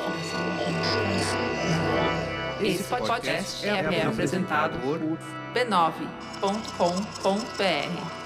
Esse podcast é apresentado por b9.com.br.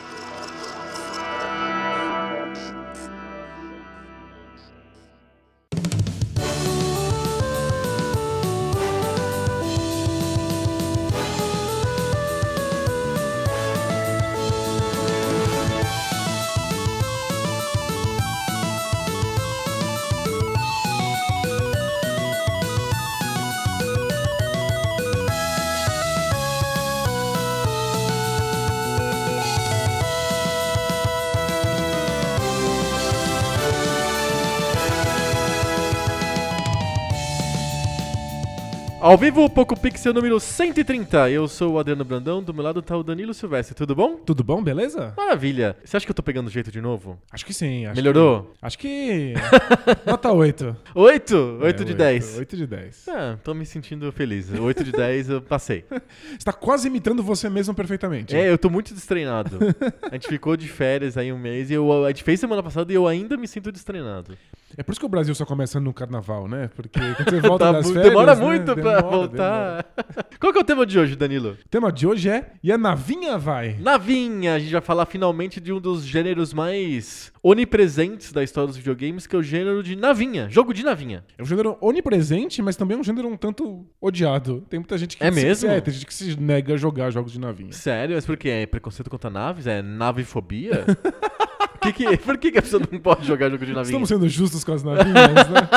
Ao vivo, Poco Pixel número 130. Eu sou o Adriano Brandão, do meu lado tá o Danilo Silvestre. Tudo bom? Tudo bom, beleza? Maravilha. Você acha que eu tô pegando o jeito de novo? Acho que sim. Melhorou? Acho que... Nota 8. 8? 8 de 10. 8 de 10. Ah, tô me sentindo feliz. 8 de 10 eu passei. Você tá quase imitando você mesmo perfeitamente. É, eu tô muito destreinado. A gente ficou de férias aí um mês e a gente fez semana passada e eu ainda me sinto destreinado. É por isso que o Brasil só começa no carnaval, né? Porque quando você volta das férias... Demora né? muito pra voltar. Qual que é o tema de hoje, Danilo? O tema de hoje é E a Navinha Vai? Navinha! A gente vai falar finalmente de um dos gêneros mais onipresentes da história dos videogames, que é o gênero de navinha. Jogo de navinha. É um gênero onipresente, mas também é um gênero um tanto odiado. Tem muita gente que... É mesmo? Tem gente que se nega a jogar jogos de navinha. Sério? Mas por quê? É preconceito contra naves? É navifobia? Por que a pessoa não pode jogar jogo de navinha? Estamos sendo justos com as navinhas, né?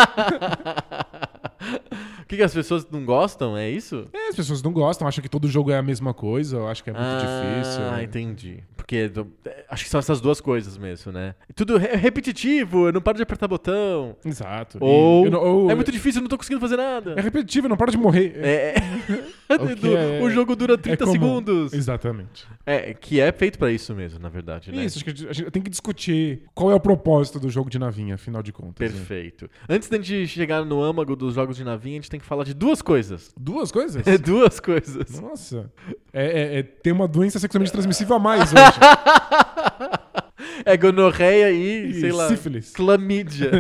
O que as pessoas não gostam? É isso? É, as pessoas não gostam, acham que todo jogo é a mesma coisa, eu acho que é muito difícil. Ah, entendi. Porque acho que são essas duas coisas mesmo, né? Tudo é repetitivo, eu não paro de apertar botão. Exato. Ou é muito difícil, eu não tô conseguindo fazer nada. É repetitivo, eu não paro de morrer. O jogo dura 30 segundos. Exatamente. Que é feito pra isso mesmo, na verdade, né? Isso, acho que a gente tem que discutir qual é o propósito do jogo de navinha, afinal de contas. Perfeito. Né? Antes da gente chegar no âmago dos jogos de navinha, a gente tem que falar de duas coisas. Duas coisas? Duas coisas. Nossa. Tem uma doença sexualmente transmissível a mais hoje. É gonorreia e sei lá, sífilis. Clamídia.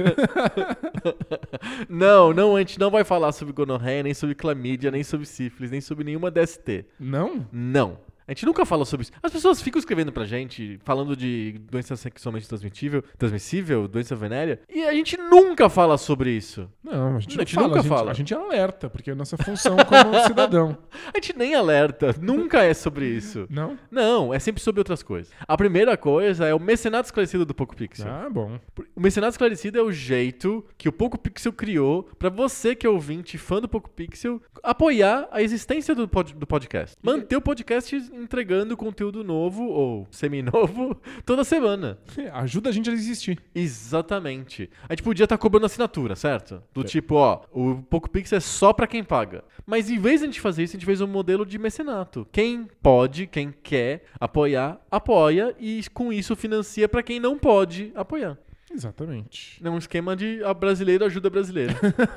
Não, a gente não vai falar sobre gonorreia, nem sobre clamídia, nem sobre sífilis, nem sobre nenhuma DST. Não? Não. A gente nunca fala sobre isso. As pessoas ficam escrevendo pra gente, falando de doença sexualmente transmissível, doença venérea, e a gente nunca fala sobre isso. Não, a gente nunca fala. A gente alerta, porque é a nossa função como cidadão. A gente nem alerta, nunca é sobre isso. Não? Não, é sempre sobre outras coisas. A primeira coisa é o Mecenato Esclarecido do Poco Pixel. Ah, bom. O Mecenato Esclarecido é o jeito que o Poco Pixel criou pra você que é ouvinte, fã do Poco Pixel, apoiar a existência do podcast. Manter o podcast entregando conteúdo novo ou seminovo toda semana. Ajuda a gente a existir. Exatamente. A gente podia estar cobrando assinatura, certo? Do tipo, o Poco Pixel é só pra quem paga. Mas em vez de a gente fazer isso, a gente fez um modelo de mecenato. Quem pode, quem quer apoiar, apoia e com isso financia pra quem não pode apoiar. Exatamente. É um esquema de a brasileiro ajuda brasileiro.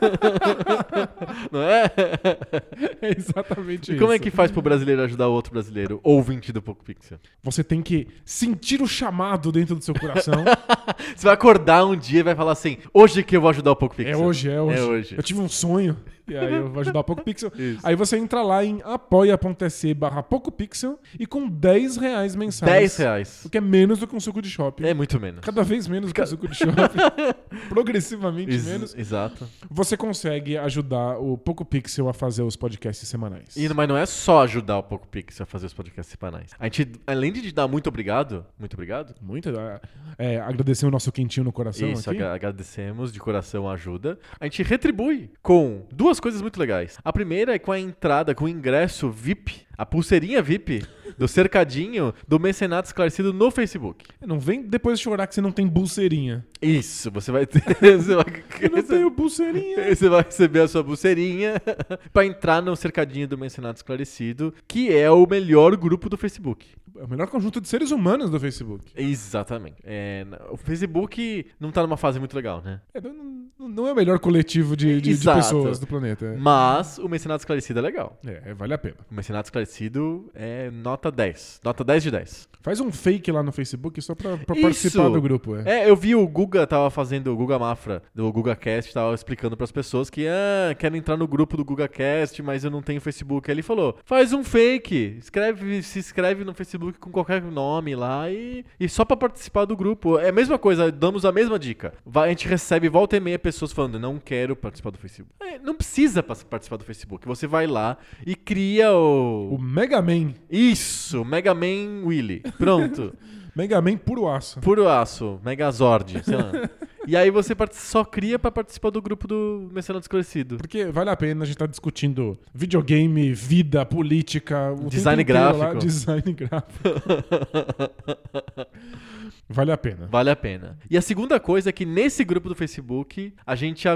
Não é? É exatamente isso. E como é que faz pro brasileiro ajudar outro brasileiro, ouvinte do Poco Pixel? Você tem que sentir o chamado dentro do seu coração. Você vai acordar um dia e vai falar assim, hoje que eu vou ajudar o Poco Pixel. É hoje. Eu tive um sonho. E aí eu vou ajudar o Poco Pixel. Isso. Aí você entra lá em apoia.se/PocoPixel e com R$10 mensais. R$10. O que é menos do que um suco de shopping. É muito menos. Cada vez menos do que um suco de shopping. Progressivamente menos. Exato. Você consegue ajudar o Poco Pixel a fazer os podcasts semanais. Mas não é só ajudar o Poco Pixel a fazer os podcasts semanais. A gente, além de dar muito obrigado. Agradecer o nosso quentinho no coração. Isso, aqui. agradecemos de coração a ajuda. A gente retribui com duas coisas muito legais. A primeira é com a entrada, com o ingresso VIP, a pulseirinha VIP do cercadinho do Mecenato Esclarecido no Facebook. Não vem depois chorar que você não tem pulseirinha. Isso, você vai ter... Eu não tenho pulseirinha. Você vai receber a sua pulseirinha pra entrar no cercadinho do Mecenato Esclarecido, que é o melhor grupo do Facebook. É o melhor conjunto de seres humanos do Facebook. Exatamente. O Facebook não tá numa fase muito legal, né? Não é o melhor coletivo de pessoas do planeta. Mas o Mecenato Esclarecido é legal. Vale a pena. O Mecenato Esclarecido é nota nota 10. Nota 10 de 10. Faz um fake lá no Facebook só pra Isso. participar do grupo. Eu vi o Guga tava fazendo, o Guga Mafra, do GugaCast, tava explicando pras pessoas que quero entrar no grupo do GugaCast, mas eu não tenho Facebook. Aí ele falou, faz um fake, se inscreve no Facebook com qualquer nome lá e só pra participar do grupo. É a mesma coisa, damos a mesma dica. A gente recebe volta e meia pessoas falando, não quero participar do Facebook. Não precisa participar do Facebook, você vai lá e cria O Mega Man. Isso, Mega Man Willy. Pronto. Mega Man puro aço. Puro aço, Megazord, sei lá. E aí você só cria pra participar do grupo do Mercenário Desconhecido. Porque vale a pena, a gente tá discutindo videogame, vida, política, o Design tempo inteiro gráfico. Lá, design gráfico. Vale a pena. Vale a pena. E a segunda coisa é que nesse grupo do Facebook, a gente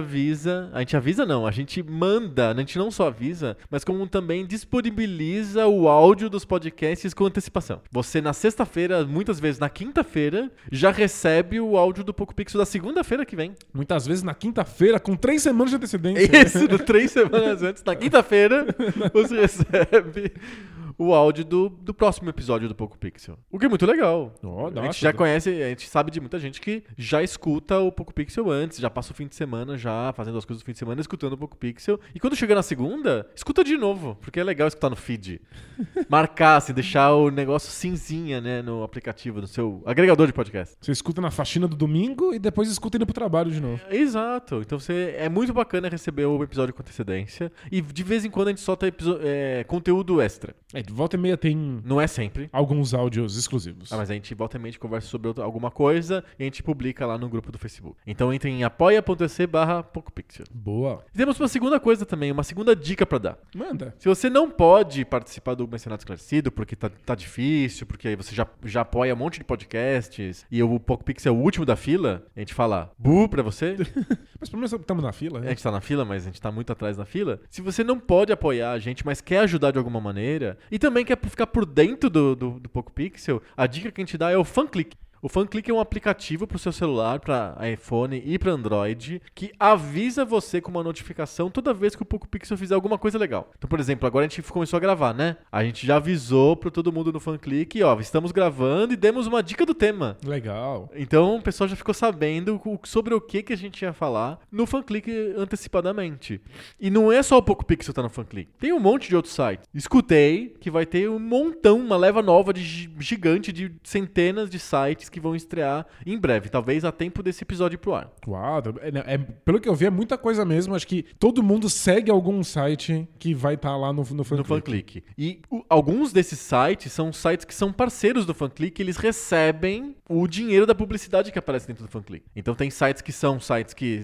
manda, a gente não só avisa, mas como também disponibiliza o áudio dos podcasts com antecipação. Você na sexta-feira, muitas vezes na quinta-feira, já recebe o áudio do Poco Pixel da segunda-feira que vem. Muitas vezes na quinta-feira, com 3 semanas de antecedência. Isso, 3 semanas antes, na quinta-feira, você recebe o áudio do próximo episódio do Poco Pixel. O que é muito legal. A gente já conhece, a gente sabe de muita gente que já escuta o Poco Pixel antes, já passa o fim de semana já fazendo as coisas do fim de semana, escutando o Poco Pixel. E quando chega na segunda, escuta de novo, porque é legal escutar no feed. Marcar, assim, deixar o negócio cinzinha, né, no aplicativo, no seu agregador de podcast. Você escuta na faxina do domingo e depois escuta indo pro trabalho de novo. Exato. Então é muito bacana receber o episódio com antecedência. E de vez em quando a gente solta conteúdo extra. De volta e meia tem Não é sempre. alguns áudios exclusivos. Mas a gente volta e meia conversa sobre alguma coisa e a gente publica lá no grupo do Facebook. Então entre em apoia.se/PocoPixel. Boa. E temos uma segunda coisa também, uma segunda dica pra dar. Manda. Se você não pode participar do Mercenário Esclarecido porque tá difícil, porque aí você já apoia um monte de podcasts e o PocoPixel é o último da fila, a gente fala bu pra você. Mas pelo menos estamos na fila, A né? gente tá na fila, mas a gente tá muito atrás na fila. Se você não pode apoiar a gente, mas quer ajudar de alguma maneira, e também quer ficar por dentro do Poco Pixel, a dica que a gente dá é o FanClick. O FanClick é um aplicativo para o seu celular, para iPhone e para Android, que avisa você com uma notificação toda vez que o Poco Pixel fizer alguma coisa legal. Então, por exemplo, agora a gente começou a gravar, né? A gente já avisou para todo mundo no FanClick, estamos gravando e demos uma dica do tema. Legal. Então, o pessoal já ficou sabendo sobre o que a gente ia falar no FanClick antecipadamente. E não é só o Poco Pixel tá no FanClick. Tem um monte de outros sites. Escutei que vai ter um montão, uma leva nova de gigante de centenas de sites que vão estrear em breve, talvez a tempo desse episódio ir pro ar. Uau, pelo que eu vi, é muita coisa mesmo. Acho que todo mundo segue algum site que vai estar lá no FanClick. No FanClick. E alguns desses sites são sites que são parceiros do FanClick, eles recebem o dinheiro da publicidade que aparece dentro do FanClick. Então tem sites que são sites que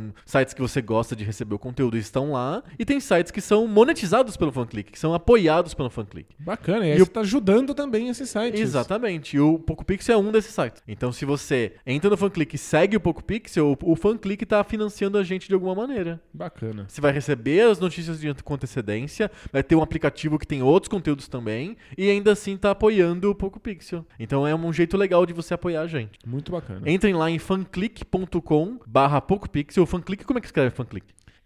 você gosta de receber o conteúdo e estão lá, e tem sites que são monetizados pelo FanClick, que são apoiados pelo FanClick. Bacana, e aí você tá ajudando também esses sites. Exatamente, e o PocoPixel é um desses sites. Então se você entra no FanClick e segue o PocoPixel, o FanClick tá financiando a gente de alguma maneira. Bacana. Você vai receber as notícias com antecedência, vai ter um aplicativo que tem outros conteúdos também, e ainda assim tá apoiando o PocoPixel. Então é um jeito legal de você apoiar a gente. Muito bacana. Entrem lá em fanclick.com/PocoPixel. FanClick, como é que escreve FanClick?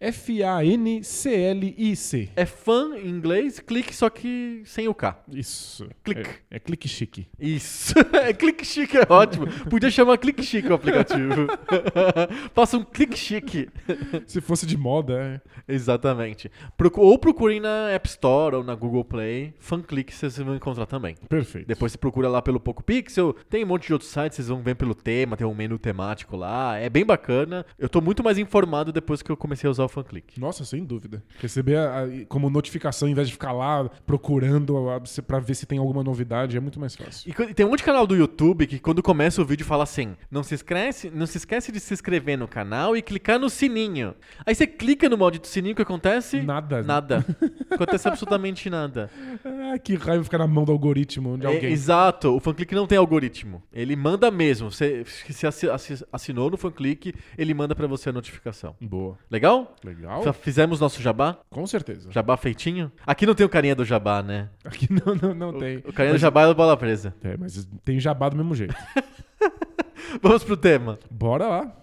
FANCLIC. É fan em inglês, clique, só que sem o K. Isso. Clique. É clique chique. Isso. Clique chique é ótimo. Podia chamar clique chique o aplicativo. Faça um clique chique. Se fosse de moda, Exatamente. Ou procurem na App Store ou na Google Play. FanClick vocês vão encontrar também. Perfeito. Depois você procura lá pelo PocoPixel. Tem um monte de outros sites, vocês vão ver pelo tema, tem um menu temático lá. É bem bacana. Eu tô muito mais informado depois que eu comecei a usar o FanClick. Nossa, sem dúvida. Receber como notificação, em vez de ficar lá procurando pra ver se tem alguma novidade, é muito mais fácil. E tem um monte de canal do YouTube que quando começa o vídeo fala assim, não se esquece de se inscrever no canal e clicar no sininho. Aí você clica no maldito sininho, o que acontece? Nada. Nada. Acontece absolutamente nada. Ah, que raiva ficar na mão do algoritmo de alguém. Exato. O FanClick não tem algoritmo. Ele manda mesmo. Você assinou no FanClick, ele manda pra você a notificação. Boa. Legal? Legal. Já fizemos nosso jabá? Com certeza. Jabá feitinho? Aqui não tem o carinha do jabá, né? Aqui não tem. O carinha do jabá é a bola presa. É, mas tem jabá do mesmo jeito. Vamos pro tema. Bora lá.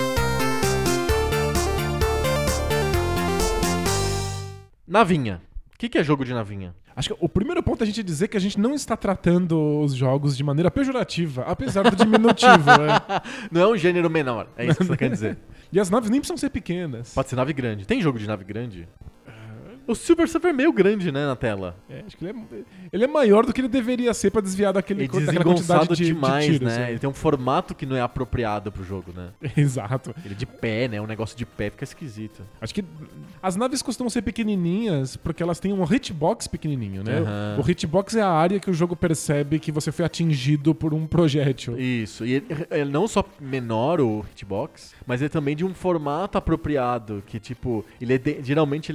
Navinha. O que é jogo de navinha? Acho que o primeiro ponto é a gente dizer que a gente não está tratando os jogos de maneira pejorativa, apesar do diminutivo, né? Não é um gênero menor, é isso que você quer dizer. E as naves nem precisam ser pequenas. Pode ser nave grande. Tem jogo de nave grande? O Super Surfer é meio grande, né, na tela. Acho que ele é maior do que ele deveria ser pra desviar daquela quantidade de demais, tiros. né? Ele tem um formato que não é apropriado pro jogo, né? Exato. Ele de pé, né? Um negócio de pé fica esquisito. Acho que as naves costumam ser pequenininhas porque elas têm um hitbox pequenininho, né? Aham. O hitbox é a área que o jogo percebe que você foi atingido por um projétil. Isso. E ele não só menor, o hitbox, mas ele também de um formato apropriado, que tipo, geralmente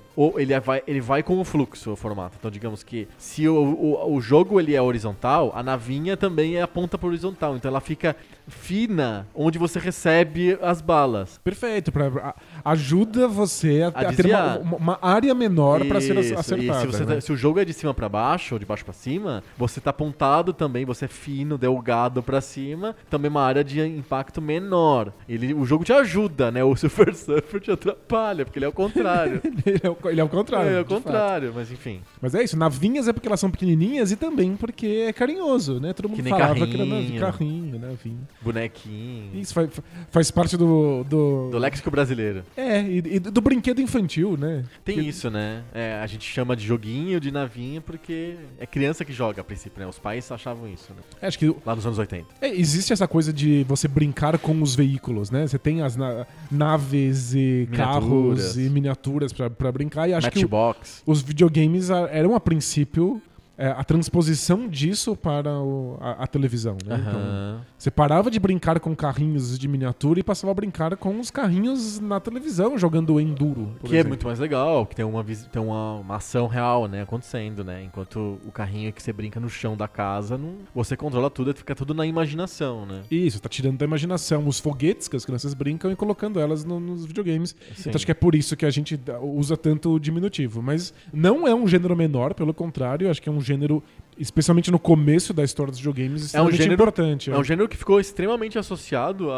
ele vai com o fluxo, o formato. Então, digamos que se o jogo ele é horizontal, a navinha também aponta para horizontal. Então, ela fica fina onde você recebe as balas. Perfeito. Ajuda você a ter uma área menor para ser acertada. E se o jogo é de cima para baixo ou de baixo para cima, você tá apontado também, você é fino, delgado para cima, também uma área de impacto menor. O jogo te ajuda, né? O Super Surfer te atrapalha, porque ele é o contrário. Ele é o contrário. É o contrário, mas enfim. Mas é isso, navinhas é porque elas são pequenininhas e também porque é carinhoso, né? Todo mundo que nem falava carrinho. que era carrinho, navinha. Bonequinho. Isso faz parte do léxico brasileiro. E do brinquedo infantil, né? Tem isso, né? A gente chama de joguinho de navinha porque é criança que joga a princípio, né? Os pais achavam isso, né? Acho que lá nos anos 80. Existe essa coisa de você brincar com os veículos, né? Você tem as naves e carros e miniaturas pra brincar. E acho Matchbox. que os videogames eram, a princípio, a transposição disso para a televisão, né? Então, você parava de brincar com carrinhos de miniatura e passava a brincar com os carrinhos na televisão, jogando Enduro, por Que exemplo. é muito mais legal, que tem uma ação real, né, acontecendo, né? Enquanto o carrinho que você brinca no chão da casa, você controla tudo, fica tudo na imaginação, né? Isso, tá tirando da imaginação os foguetes que as crianças brincam e colocando elas nos videogames. Sim. Então acho que é por isso que a gente usa tanto o diminutivo. Mas não é um gênero menor, pelo contrário, acho que é um gênero, especialmente no começo da história dos videogames, extremamente importante. É um gênero que ficou extremamente associado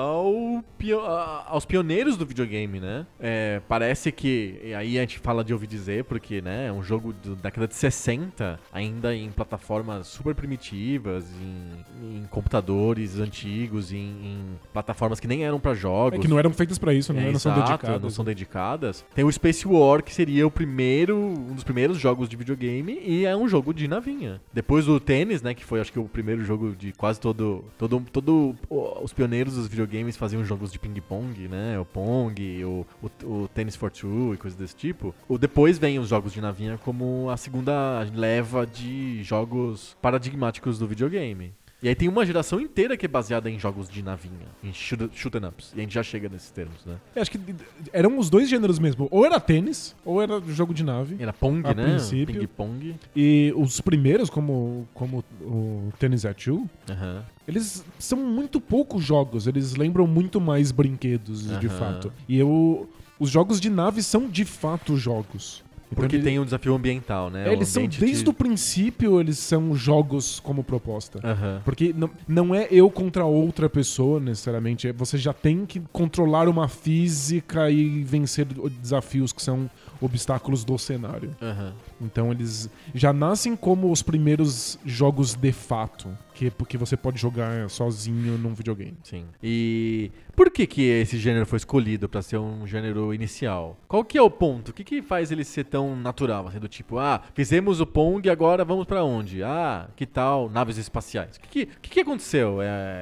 aos pioneiros do videogame, né? Parece que, e aí a gente fala de ouvir dizer, porque, né, é um jogo da década de 60, ainda em plataformas super primitivas, em computadores antigos, em plataformas que nem eram pra jogos. Que não eram feitas pra isso, né? Não são dedicadas. Não são dedicadas. Tem o Space War, que seria um dos primeiros jogos de videogame, e é um jogo de navinha. Depois o tênis, né, que foi acho que o primeiro jogo de quase todo os pioneiros dos videogames faziam jogos de ping-pong, né, o Pong, o Tennis for Two e coisas desse tipo. Depois vem os jogos de navinha como a segunda leva de jogos paradigmáticos do videogame. E aí tem uma geração inteira que é baseada em jogos de navinha, em shoot 'em ups. E a gente já chega nesses termos, né? Acho que eram os dois gêneros mesmo. Ou era tênis, ou era jogo de nave. Era Pong, a né? princípio. Ping-pong. E os primeiros, como o Tennis at Two, eles são muito poucos jogos. Eles lembram muito mais brinquedos, de fato. E os jogos de nave são, de fato, jogos. Porque tem um desafio ambiental, né? Eles são, desde o princípio, eles são jogos como proposta. Porque não é eu contra outra pessoa, necessariamente. Você já tem que controlar uma física e vencer desafios que são obstáculos do cenário. Então eles já nascem como os primeiros jogos de fato, porque você pode jogar sozinho num videogame. Sim. E por que esse gênero foi escolhido pra ser um gênero inicial? Qual que é o ponto? O que faz ele ser tão natural? Assim, do tipo, fizemos o Pong, agora vamos pra onde? Que tal naves espaciais? O que aconteceu?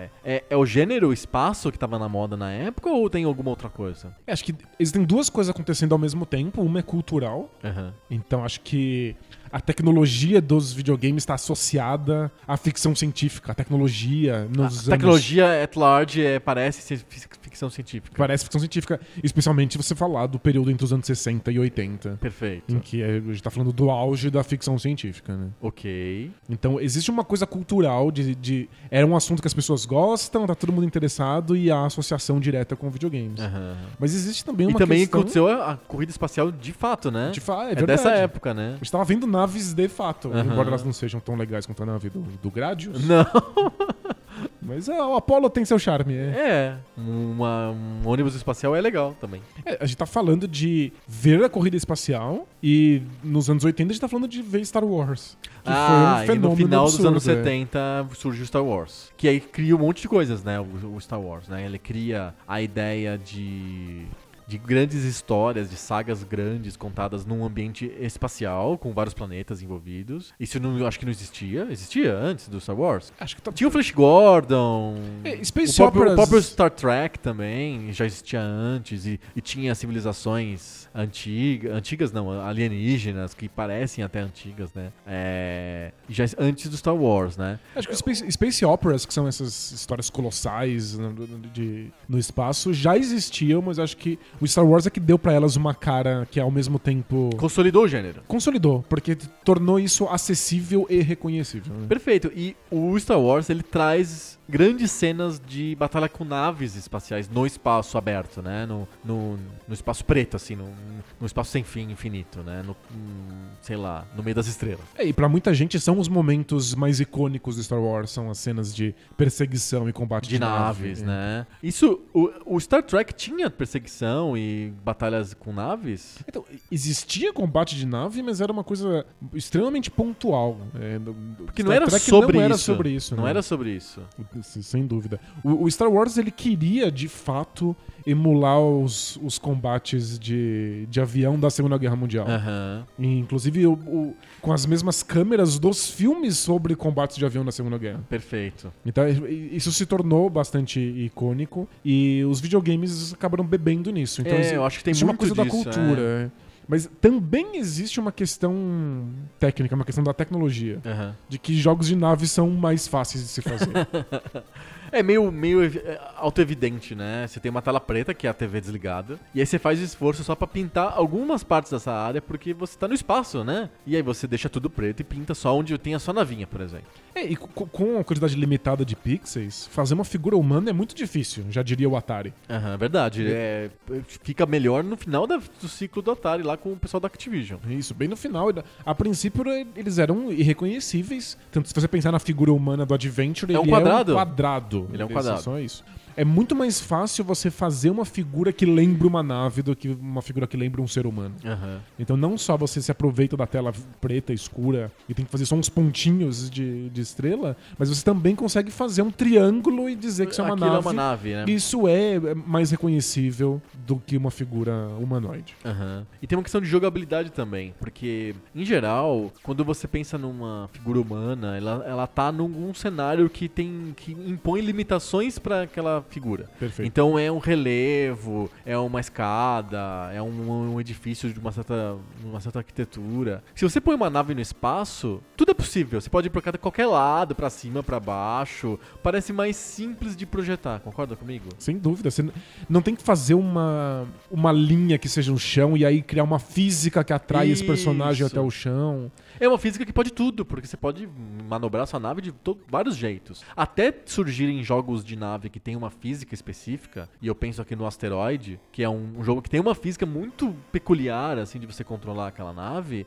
É o gênero espaço que tava na moda na época ou tem alguma outra coisa? Acho que existem duas coisas acontecendo ao mesmo tempo. Uma é cultural. Então acho que a tecnologia dos videogames está associada à ficção científica. A tecnologia tecnologia at large parece ser ficção científica. Parece ficção científica, especialmente se você falar do período entre os anos 60 e 80. Perfeito. Em que a gente tá falando do auge da ficção científica, né? Ok. Então existe uma coisa cultural era um assunto que as pessoas gostam, tá todo mundo interessado e há associação direta com videogames. Mas existe também uma questão... E também aconteceu a corrida espacial de fato, né? De fato, é verdade. Dessa época, né? A gente tava vendo naves de fato, embora elas não sejam tão legais quanto a nave do Gradius. Não. Mas o Apollo tem seu charme. Um ônibus espacial é legal também. A gente tá falando de ver a corrida espacial e nos anos 80 a gente tá falando de ver Star Wars. Que foi um fenômeno e no final absurdo, dos anos 70 surgiu Star Wars. Que aí cria um monte de coisas, né? O Star Wars, né? Ele cria a ideia de grandes histórias, de sagas grandes contadas num ambiente espacial, com vários planetas envolvidos. Isso acho que não existia. Existia antes do Star Wars? Acho que tinha o Flash Gordon. Space o próprio Star Trek também já existia antes. E tinha civilizações antigas não, alienígenas, que parecem até antigas, né? Já antes do Star Wars, né? Acho que Space Operas, que são essas histórias colossais no espaço, já existiam, mas acho que o Star Wars é que deu pra elas uma cara que ao mesmo tempo... Consolidou o gênero. Consolidou, porque tornou isso acessível e reconhecível. Né? Perfeito. E o Star Wars, ele traz grandes cenas de batalha com naves espaciais no espaço aberto, né? No espaço preto, assim, no espaço sem fim, infinito, né? Sei lá, no meio das estrelas. E pra muita gente são os momentos mais icônicos do Star Wars, são as cenas de perseguição e combate de naves, né? Isso, o Star Trek tinha perseguição e batalhas com naves? Então, existia combate de nave, mas era uma coisa extremamente pontual. Porque não era sobre isso. Não era sobre isso. Sem dúvida. O Star Wars, ele queria, de fato, emular os combates de avião da Segunda Guerra Mundial. E, inclusive, com as mesmas câmeras dos filmes sobre combates de avião na Segunda Guerra. Perfeito. Então, isso se tornou bastante icônico e os videogames acabaram bebendo nisso. Então, eu acho que tem muito uma coisa da cultura. Mas também existe uma questão técnica, uma questão da tecnologia. De que jogos de nave são mais fáceis de se fazer. É meio auto-evidente, né? Você tem uma tela preta, que é a TV desligada, e aí você faz esforço só pra pintar algumas partes dessa área, porque você tá no espaço, né? E aí você deixa tudo preto e pinta só onde tem a sua navinha, por exemplo. E com a quantidade limitada de pixels, fazer uma figura humana é muito difícil, já diria o Atari. Verdade. Fica melhor no final do ciclo do Atari, lá com o pessoal da Activision. Isso, bem no final. A princípio, eles eram irreconhecíveis. Tanto se você pensar na figura humana do Adventure, ele é um quadrado. Ele é um quadrado. Só isso. É muito mais fácil você fazer uma figura que lembra uma nave do que uma figura que lembra um ser humano. Então não só você se aproveita da tela preta, escura, e tem que fazer só uns pontinhos de estrela, mas você também consegue fazer um triângulo e dizer que isso é uma nave. É uma nave, né? Isso é mais reconhecível do que uma figura humanoide. E tem uma questão de jogabilidade também, porque, em geral, quando você pensa numa figura humana, ela tá num cenário que impõe limitações para aquela figura. Perfeito. Então é um relevo, é uma escada, é um edifício de uma certa arquitetura. Se você põe uma nave no espaço, tudo é possível. Você pode ir pra qualquer lado, pra cima, pra baixo. Parece mais simples de projetar. Concorda comigo? Sem dúvida. Você não tem que fazer uma linha que seja no chão e aí criar uma física que atrai esse personagem até o chão. É uma física que pode tudo, porque você pode manobrar sua nave de vários jeitos. Até surgirem jogos de nave que tem uma física específica, e eu penso aqui no Asteroid, que é um jogo que tem uma física muito peculiar, assim, de você controlar aquela nave.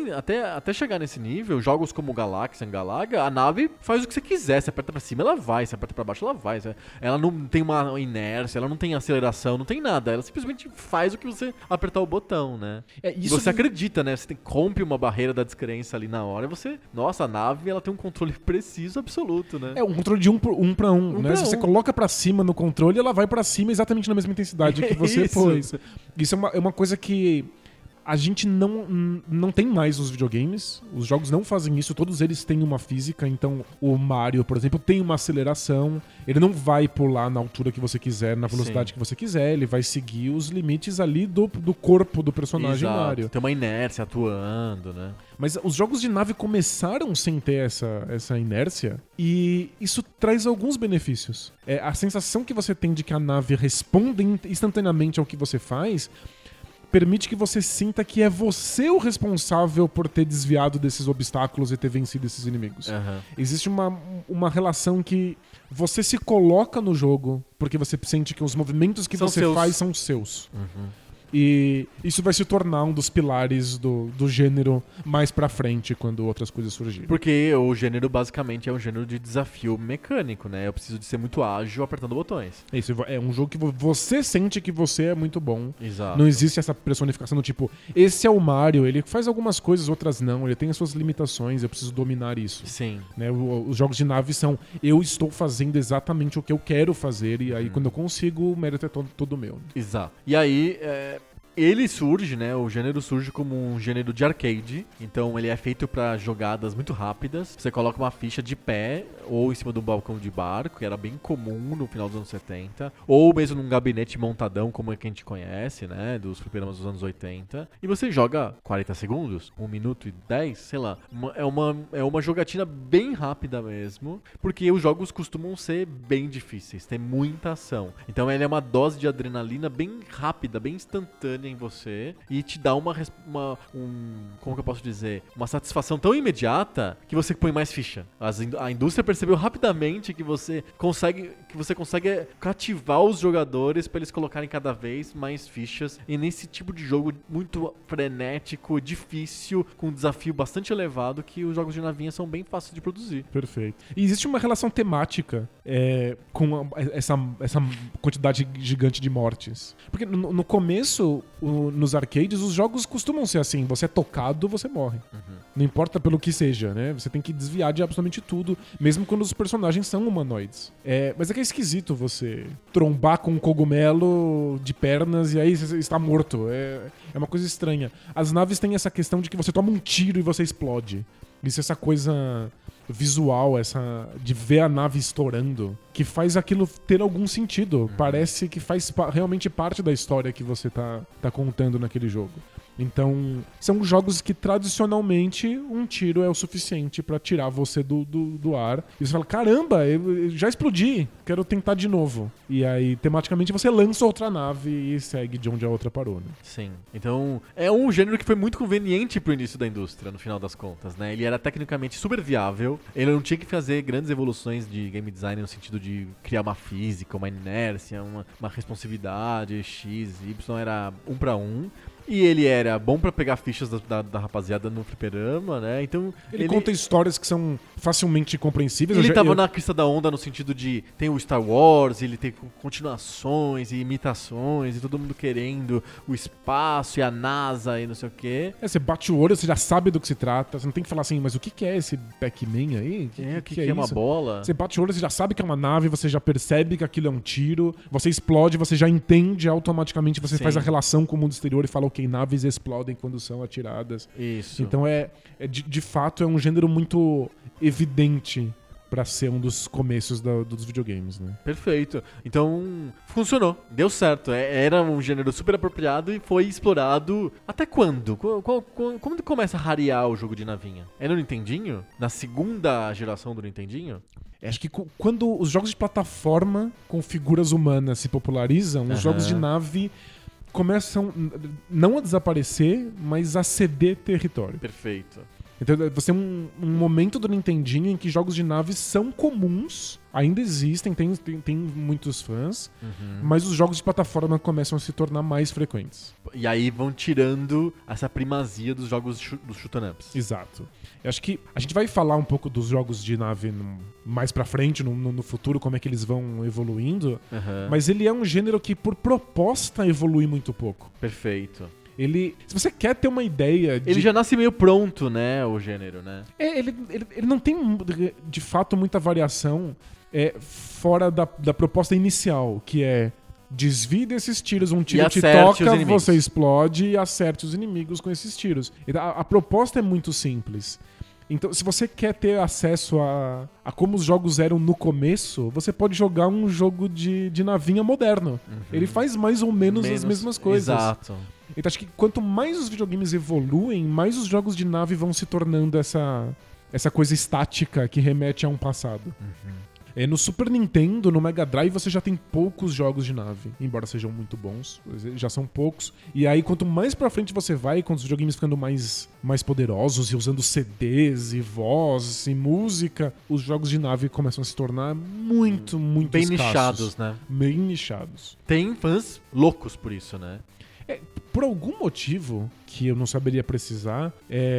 Até chegar nesse nível, jogos como Galaxian, Galaga, a nave faz o que você quiser. Você aperta pra cima, ela vai. Você aperta pra baixo, ela vai. Ela não tem uma inércia, ela não tem aceleração, não tem nada. Ela simplesmente faz o que você apertar o botão, né? Você acredita, né? Você rompe uma barreira da descrença ali na hora, nossa, a nave, ela tem um controle preciso absoluto, né? É um controle de um pra um, né? Se você coloca pra cima no controle, ela vai pra cima exatamente na mesma intensidade que você pôs. Isso é uma coisa que a gente não tem mais nos videogames. Os jogos não fazem isso, todos eles têm uma física. Então o Mario, por exemplo, tem uma aceleração. Ele não vai pular na altura que você quiser, na velocidade que você quiser. Ele vai seguir os limites ali do corpo do personagem. Exato. Mario. Tem uma inércia atuando, né? Mas os jogos de nave começaram sem ter essa inércia, e isso traz alguns benefícios. A sensação que você tem de que a nave responde instantaneamente ao que você faz permite que você sinta que é você o responsável por ter desviado desses obstáculos e ter vencido esses inimigos. Existe uma relação que você se coloca no jogo porque você sente que os movimentos que você faz são seus. E isso vai se tornar um dos pilares do gênero mais pra frente, quando outras coisas surgirem. Porque o gênero basicamente é um gênero de desafio mecânico, né? Eu preciso de ser muito ágil apertando botões. Isso é um jogo que você sente que você é muito bom. Exato. Não existe essa personificação do tipo, esse é o Mario, ele faz algumas coisas, outras não, ele tem as suas limitações, eu preciso dominar isso. Sim. Né? Os jogos de nave são, eu estou fazendo exatamente o que eu quero fazer, e aí quando eu consigo, o mérito é todo meu. Exato. E aí, ele surge, né? O gênero surge como um gênero de arcade. Então ele é feito pra jogadas muito rápidas. Você coloca uma ficha de pé ou em cima de um balcão de bar, que era bem comum no final dos anos 70. Ou mesmo num gabinete montadão, como é que a gente conhece, né? Dos fliperamas dos anos 80. E você joga 40 segundos, 1 minuto e 10, sei lá. É uma jogatina bem rápida mesmo. Porque os jogos costumam ser bem difíceis. Tem muita ação. Então ele é uma dose de adrenalina bem rápida, bem instantânea em você e te dá como que eu posso dizer? Uma satisfação tão imediata que você põe mais ficha. A indústria percebeu rapidamente que você consegue cativar os jogadores para eles colocarem cada vez mais fichas e nesse tipo de jogo muito frenético, difícil, com um desafio bastante elevado que os jogos de navinha são bem fáceis de produzir. Perfeito. E existe uma relação temática com essa quantidade gigante de mortes. Porque no começo nos arcades, os jogos costumam ser assim. Você é tocado, você morre. Não importa pelo que seja, né? Você tem que desviar de absolutamente tudo, mesmo quando os personagens são humanoides. Mas é que é esquisito você trombar com um cogumelo de pernas e aí você está morto. É uma coisa estranha. As naves têm essa questão de que você toma um tiro e você explode. Isso é essa coisa visual, de ver a nave estourando, que faz aquilo ter algum sentido. Parece que faz realmente parte da história que você tá contando naquele jogo. Então, são jogos que tradicionalmente um tiro é o suficiente pra tirar você do ar. E você fala, caramba, eu já explodi, quero tentar de novo. E aí, tematicamente, você lança outra nave e segue de onde a outra parou, né? Sim. Então, é um gênero que foi muito conveniente pro início da indústria, no final das contas, né? Ele era tecnicamente super viável, ele não tinha que fazer grandes evoluções de game design no sentido de criar uma física, uma inércia, uma responsividade, X, Y, era 1 para 1. E ele era bom pra pegar fichas da rapaziada no fliperama, né? Então ele conta histórias que são facilmente compreensíveis. Ele tava na crista da onda no sentido de tem o Star Wars, ele tem continuações e imitações e todo mundo querendo o espaço e a NASA e não sei o quê. Você bate o olho, você já sabe do que se trata. Você não tem que falar assim, mas o que é esse Pac-Man aí? O que é uma bola? Você bate o olho, você já sabe que é uma nave, você já percebe que aquilo é um tiro, você explode, você já entende automaticamente, você faz a relação com o mundo exterior e fala, ok, naves explodem quando são atiradas. Isso. Então de fato é um gênero muito evidente pra ser um dos começos dos videogames, né? Perfeito. Então, funcionou. Deu certo. Era um gênero super apropriado e foi explorado até quando? Quando começa a rarear o jogo de navinha? É no Nintendinho? Na segunda geração do Nintendinho? Acho que quando os jogos de plataforma com figuras humanas se popularizam, os jogos de nave começam não a desaparecer, mas a ceder território. Perfeito. Então você tem um momento do Nintendinho em que jogos de naves são comuns, ainda existem, tem muitos fãs, mas os jogos de plataforma começam a se tornar mais frequentes. E aí vão tirando essa primazia dos jogos dos shoot-'em-ups. Exato. Eu acho que a gente vai falar um pouco dos jogos de nave mais pra frente, no futuro, como é que eles vão evoluindo, mas ele é um gênero que, por proposta, evolui muito pouco. Perfeito. Se você quer ter uma ideia Ele já nasce meio pronto, né, o gênero, né? Ele não tem, de fato, muita variação fora da proposta inicial, que é desvie desses tiros, um tiro te toca, você explode e acerte os inimigos com esses tiros. A proposta é muito simples. Então, se você quer ter acesso a como os jogos eram no começo, você pode jogar um jogo de navinha moderno. Ele faz mais ou menos as mesmas coisas. Exato. Então acho que quanto mais os videogames evoluem, mais os jogos de nave vão se tornando essa coisa estática que remete a um passado. No Super Nintendo, no Mega Drive, você já tem poucos jogos de nave, embora sejam muito bons, já são poucos. E aí, quanto mais pra frente você vai, com os videogames ficando mais poderosos e usando CDs e voz e música, os jogos de nave começam a se tornar muito bem escassos. Nichados, né? Bem nichados. Tem fãs loucos por isso, né? por algum motivo que eu não saberia precisar,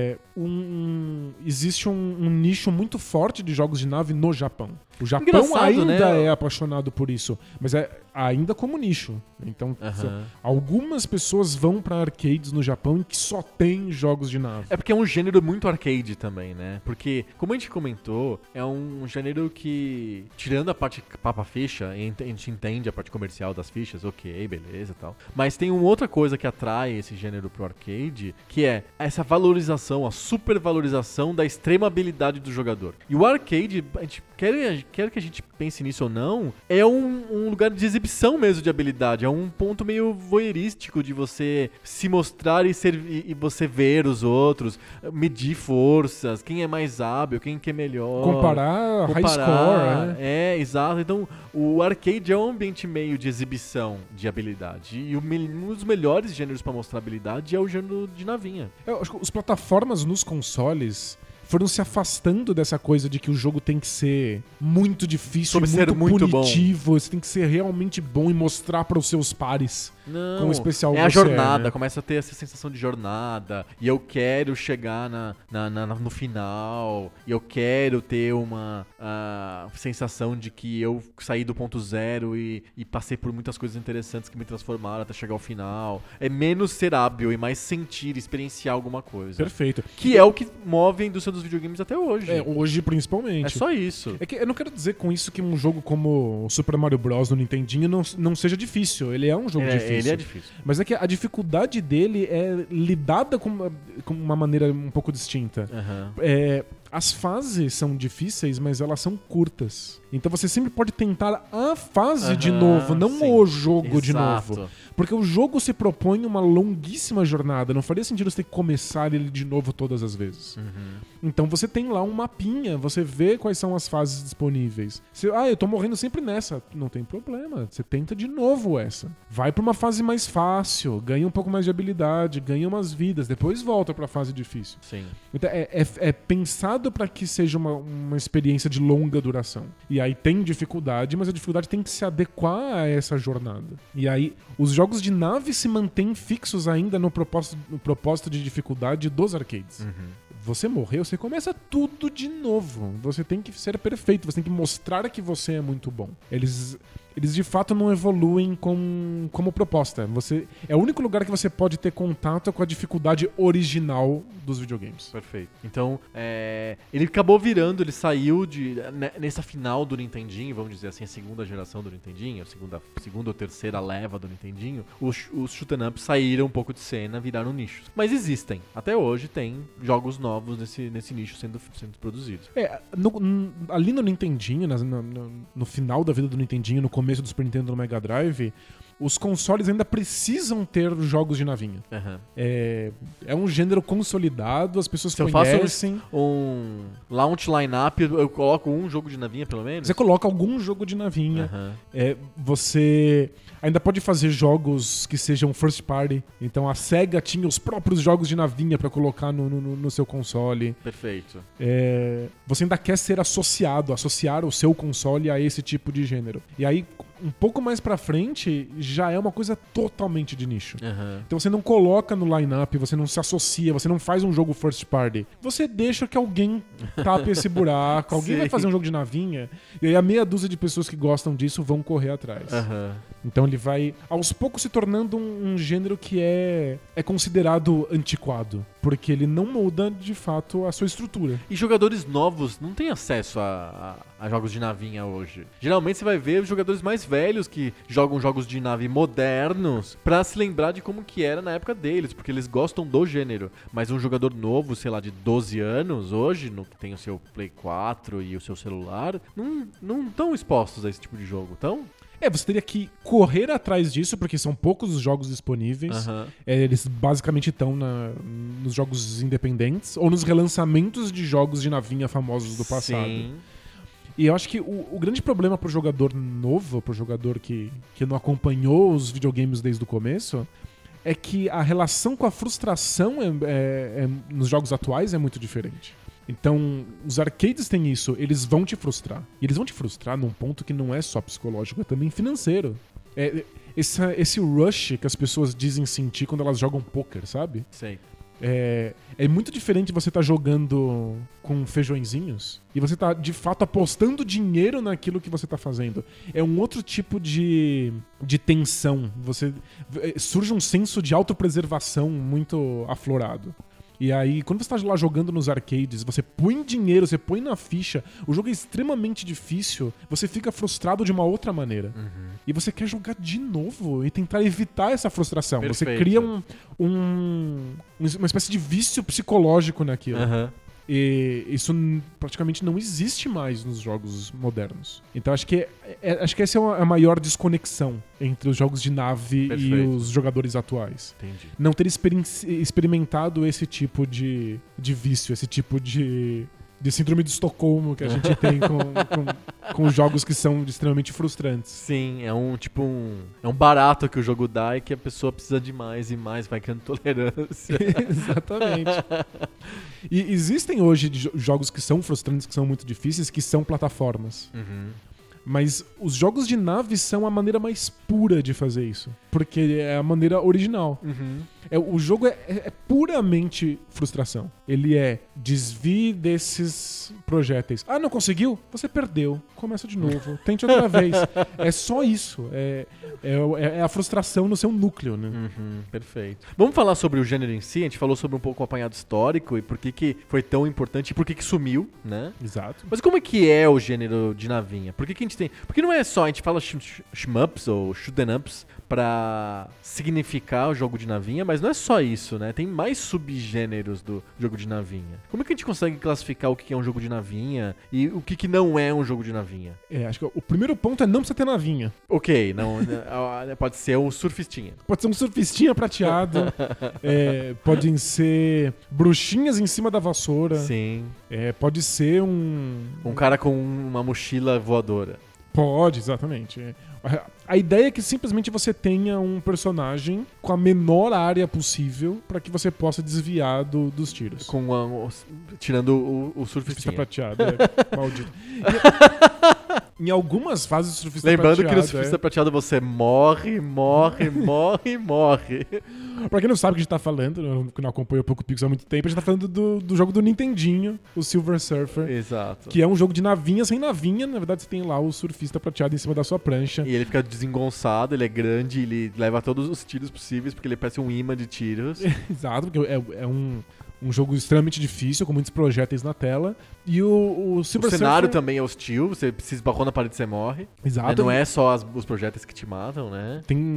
existe um nicho muito forte de jogos de nave no Japão. O Japão Engraçado, ainda né? é apaixonado por isso, mas é ainda como nicho. Então, algumas pessoas vão pra arcades no Japão em que só tem jogos de nave. É porque é um gênero muito arcade também, né? Porque, como a gente comentou, é um gênero que, tirando a parte papa-ficha, a gente entende a parte comercial das fichas, ok, beleza e tal. Mas tem uma outra coisa que atrai esse gênero pro arcade, que é essa valorização, a supervalorização da extrema habilidade do jogador. E o arcade, a gente quer que a gente pense nisso ou não, é um lugar de exibição mesmo de habilidade. É um ponto meio voyeurístico de você se mostrar e você ver os outros, medir forças, quem é mais hábil, quem que é melhor. Comparar high score, né? É, exato. Então, o arcade é um ambiente meio de exibição de habilidade. E um dos melhores gêneros pra mostrar habilidade é o gênero de navinha. Eu acho que as plataformas nos consoles foram se afastando dessa coisa de que o jogo tem que ser muito difícil, muito punitivo, você tem que ser realmente bom e mostrar para os seus pares. Não, como especial é a você jornada, né? Começa a ter essa sensação de jornada, e eu quero chegar no final, e eu quero ter uma sensação de que eu saí do ponto zero e passei por muitas coisas interessantes que me transformaram até chegar ao final. É menos ser hábil e mais sentir, experienciar alguma coisa. Perfeito. Que é o que move a indústria dos videogames até hoje. Hoje principalmente. É só isso. É que eu não quero dizer com isso que um jogo como o Super Mario Bros. No Nintendinho não seja difícil. Ele é um jogo difícil. Ele é difícil. Mas é que a dificuldade dele é lidada com uma maneira um pouco distinta. As fases são difíceis, mas elas são curtas. Então você sempre pode tentar a fase de novo, não o jogo de novo. Porque o jogo se propõe uma longuíssima jornada. Não faria sentido você ter que começar ele de novo todas as vezes. Então você tem lá um mapinha, você vê quais são as fases disponíveis. Eu tô morrendo sempre nessa. Não tem problema, você tenta de novo essa. Vai pra uma fase mais fácil, ganha um pouco mais de habilidade, ganha umas vidas, depois volta pra fase difícil. Sim. Então é pensado pra que seja uma experiência de longa duração. E aí tem dificuldade, mas a dificuldade tem que se adequar a essa jornada. E aí os jogos de nave se mantêm fixos ainda no propósito de dificuldade dos arcades. Você morreu, você começa tudo de novo. Você tem que ser perfeito, você tem que mostrar que você é muito bom. Eles de fato não evoluem como proposta. É o único lugar que você pode ter contato com a dificuldade original dos videogames. Perfeito. Então, ele acabou virando, ele saiu nessa final do Nintendinho, vamos dizer assim, a segunda geração do Nintendinho, a segunda ou terceira leva do Nintendinho, os shoot'em ups saíram um pouco de cena, viraram nichos. Mas existem. Até hoje tem jogos novos nesse nicho sendo produzidos. Ali no Nintendinho, no final da vida do Nintendinho, no começo do Super Nintendo no Mega Drive, os consoles ainda precisam ter jogos de navinha. É um gênero consolidado, as pessoas conhecem. Se eu faço um launch line-up, eu coloco um jogo de navinha, pelo menos? Você coloca algum jogo de navinha. Você ainda pode fazer jogos que sejam first party. Então a SEGA tinha os próprios jogos de navinha pra colocar no seu console. Perfeito. Você ainda quer ser associar o seu console a esse tipo de gênero. E aí, um pouco mais pra frente, já é uma coisa totalmente de nicho. Então você não coloca no line-up, você não se associa, você não faz um jogo first party. Você deixa que alguém tape esse buraco, alguém vai fazer um jogo de navinha, e aí a meia dúzia de pessoas que gostam disso vão correr atrás. Então ele vai, aos poucos, se tornando um gênero que é considerado antiquado, porque ele não muda, de fato, a sua estrutura. E jogadores novos não têm acesso a jogos de navinha hoje. Geralmente você vai ver os jogadores mais velhos que jogam jogos de nave modernos pra se lembrar de como que era na época deles, porque eles gostam do gênero. Mas um jogador novo, sei lá, de 12 anos hoje, que tem o seu Play 4 e o seu celular, não estão expostos a esse tipo de jogo, então... Você teria que correr atrás disso, porque são poucos os jogos disponíveis. Eles basicamente estão nos jogos independentes ou nos relançamentos de jogos de navinha famosos do passado. Sim. E eu acho que o grande problema pro jogador novo, pro jogador que não acompanhou os videogames desde o começo, é que a relação com a frustração nos jogos atuais é muito diferente. Então, os arcades têm isso, eles vão te frustrar. E eles vão te frustrar num ponto que não é só psicológico, é também financeiro. esse rush que as pessoas dizem sentir quando elas jogam poker, sabe? Sei. É muito diferente você tá jogando com feijõezinhos e você tá, de fato, apostando dinheiro naquilo que você tá fazendo. É um outro tipo de tensão. Surge um senso de autopreservação muito aflorado. E aí, quando você tá lá jogando nos arcades, você põe dinheiro, você põe na ficha, o jogo é extremamente difícil, você fica frustrado de uma outra maneira. E você quer jogar de novo e tentar evitar essa frustração. Perfeito. Você cria uma espécie de vício psicológico naquilo. E isso praticamente não existe mais nos jogos modernos. Então acho que essa é a maior desconexão entre os jogos de nave e os jogadores atuais. Entendi. Não ter experimentado esse tipo de vício, esse tipo de síndrome de Estocolmo que a gente tem com jogos que são extremamente frustrantes. Sim, é um barato que o jogo dá e que a pessoa precisa de mais e mais, vai criando tolerância. Exatamente. E existem hoje jogos que são frustrantes, que são muito difíceis, que são plataformas. Mas os jogos de nave são a maneira mais pura de fazer isso. Porque é a maneira original. O jogo é puramente frustração. Ele desvie desses projéteis. Ah, não conseguiu? Você perdeu. Começa de novo. Tente outra vez. É só isso. É a frustração no seu núcleo, né? Perfeito. Vamos falar sobre o gênero em si. A gente falou sobre um pouco o apanhado histórico e por que foi tão importante e por que sumiu, né? Exato. Mas como é que é o gênero de navinha? Por que a gente tem... Porque não é só... A gente fala shmups ou shoot'em ups pra significar o jogo de navinha, mas não é só isso, né? Tem mais subgêneros do jogo de navinha. Como é que a gente consegue classificar o que é um jogo de navinha e o que não é um jogo de navinha? Acho que o primeiro ponto é não precisa ter navinha. Ok, não, pode ser um surfistinha. Pode ser um surfistinha prateado. Podem ser bruxinhas em cima da vassoura. Sim. Pode ser um cara com uma mochila voadora. Pode, exatamente. A ideia é que simplesmente você tenha um personagem com a menor área possível para que você possa desviar dos tiros. Tirando o surfistinha. Prateado, maldito. Em algumas fases do surfista Lembrando prateado... que no surfista prateado você morre. Pra quem não sabe o que a gente tá falando, que não acompanha o Poco Pixel há muito tempo, a gente tá falando do jogo do Nintendinho, o Silver Surfer. Exato. Que é um jogo de navinha sem navinha. Na verdade, você tem lá o surfista prateado em cima da sua prancha. E ele fica desengonçado, ele é grande, ele leva todos os tiros possíveis, porque ele parece um imã de tiros. Exato, porque é um jogo extremamente difícil, com muitos projéteis na tela. E o Silver Surfer... cenário também é hostil, você se esbarrou na parede e você morre. Exato. Não é só os projéteis que te matam, né?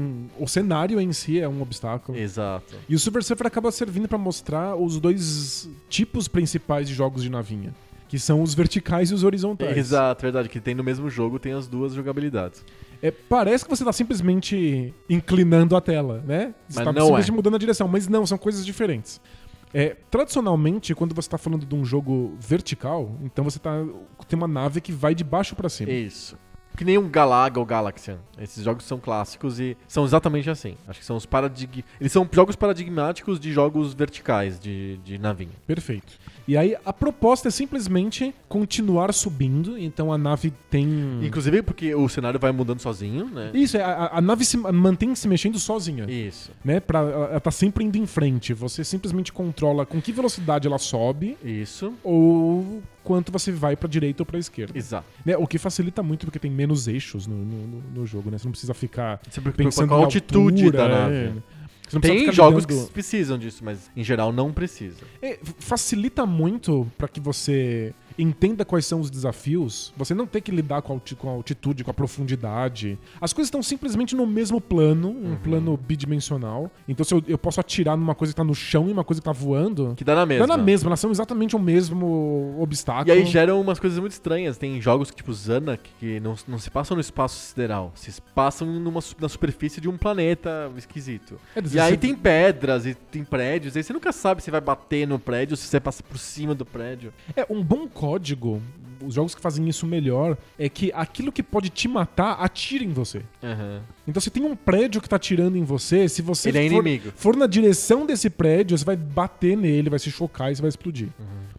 O cenário em si é um obstáculo. Exato. E o Silver Surfer acaba servindo pra mostrar os dois tipos principais de jogos de navinha. Que são os verticais e os horizontais. Exato, verdade. Que tem no mesmo jogo, tem as duas jogabilidades. Parece que você tá simplesmente inclinando a tela, né? Você tá simplesmente mudando a direção, mas não, são coisas diferentes. Tradicionalmente, quando você tá falando de um jogo vertical, então você tem uma nave que vai de baixo pra cima. Isso. Que nem um Galaga ou Galaxian. Esses jogos são clássicos e são exatamente assim. Acho que são eles são jogos paradigmáticos de jogos verticais de navinha. Perfeito. E aí a proposta é simplesmente continuar subindo, então a nave tem... Inclusive porque o cenário vai mudando sozinho, né? Isso, a nave mantém se mexendo sozinha. Isso. Né? Ela tá sempre indo em frente. Você simplesmente controla com que velocidade ela sobe. Isso. Ou quanto você vai pra direita ou pra esquerda. Exato. Né? O que facilita muito porque tem menos eixos no jogo, né? Você não precisa ficar pensando qual a altitude da nave. Tem jogos que precisam disso, mas em geral não precisa. Facilita muito pra que você entenda quais são os desafios. Você não tem que lidar com a altitude, com a profundidade. As coisas estão simplesmente no mesmo plano, um plano bidimensional. Então se eu posso atirar numa coisa que tá no chão e uma coisa que tá voando... Que dá na mesma. Dá na mesma, elas são exatamente o mesmo obstáculo. E aí geram umas coisas muito estranhas. Tem jogos tipo Zanak que não se passam no espaço sideral. Se passam na superfície de um planeta esquisito. E aí tem pedras e tem prédios. Aí você nunca sabe se vai bater no prédio ou se você passa por cima do prédio. Um bom código, os jogos que fazem isso melhor, é que aquilo que pode te matar, atira em você. Então se tem um prédio que tá atirando em você, se você for na direção desse prédio, você vai bater nele, vai se chocar e você vai explodir.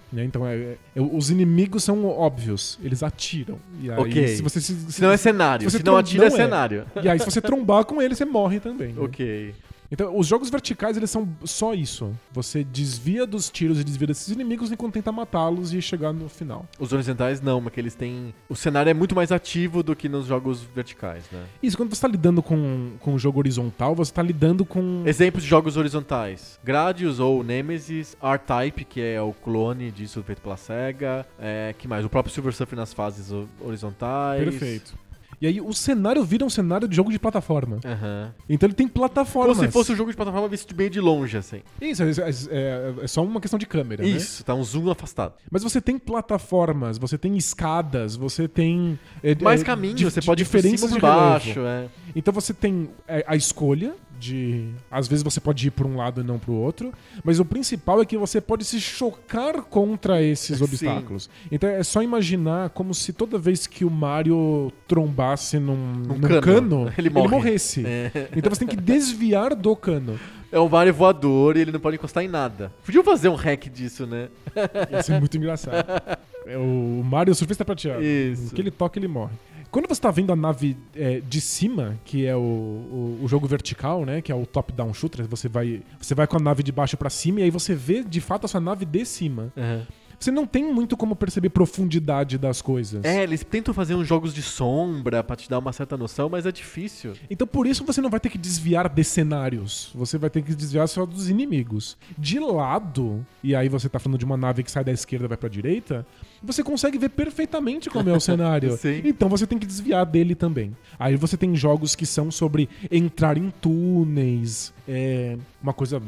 Né? Então, os inimigos são óbvios. Eles atiram. E aí, se não é cenário. Se não atira, é cenário. E aí, se você trombar com ele, você morre também. Né? Ok. Então, os jogos verticais, eles são só isso. Você desvia dos tiros e desvia desses inimigos enquanto tenta matá-los e chegar no final. Os horizontais não, porque eles têm... O cenário é muito mais ativo do que nos jogos verticais, né? Isso, quando você tá lidando com um jogo horizontal, você tá lidando com... Exemplos de jogos horizontais. Gradius ou Nemesis, R-Type, que é o clone disso feito pela SEGA. Que mais? O próprio Silver Surfer nas fases horizontais. Perfeito. E aí o cenário vira um cenário de jogo de plataforma. Uhum. Então ele tem plataformas. Como se fosse um jogo de plataforma visto bem de longe, assim. Isso, é só uma questão de câmera, Isso, tá um zoom afastado. Mas você tem plataformas, você tem escadas, você tem... mais caminhos, você pode ir por cima por baixo. Então você tem a escolha de... Às vezes você pode ir por um lado e não pro outro, mas o principal é que você pode se chocar contra esses obstáculos. Então é só imaginar como se toda vez que o Mario trombasse num cano, ele morresse. Então você tem que desviar do cano. É um Mario voador e ele não pode encostar em nada. Podiam fazer um hack disso, né? Isso é muito engraçado. É o Mario surfista prateado. Isso. O que ele toca, ele morre. Quando você tá vendo a nave de cima, que é o jogo vertical, né? Que é o top-down shooter, você vai com a nave de baixo pra cima e aí você vê, de fato, a sua nave de cima. Uhum. Você não tem muito como perceber profundidade das coisas. Eles tentam fazer uns jogos de sombra pra te dar uma certa noção, mas é difícil. Então por isso você não vai ter que desviar de cenários. Você vai ter que desviar só dos inimigos. De lado, e aí você tá falando de uma nave que sai da esquerda e vai pra direita, você consegue ver perfeitamente como é o cenário. Sim. Então você tem que desviar dele também. Aí você tem jogos que são sobre entrar em túneis. Uma coisa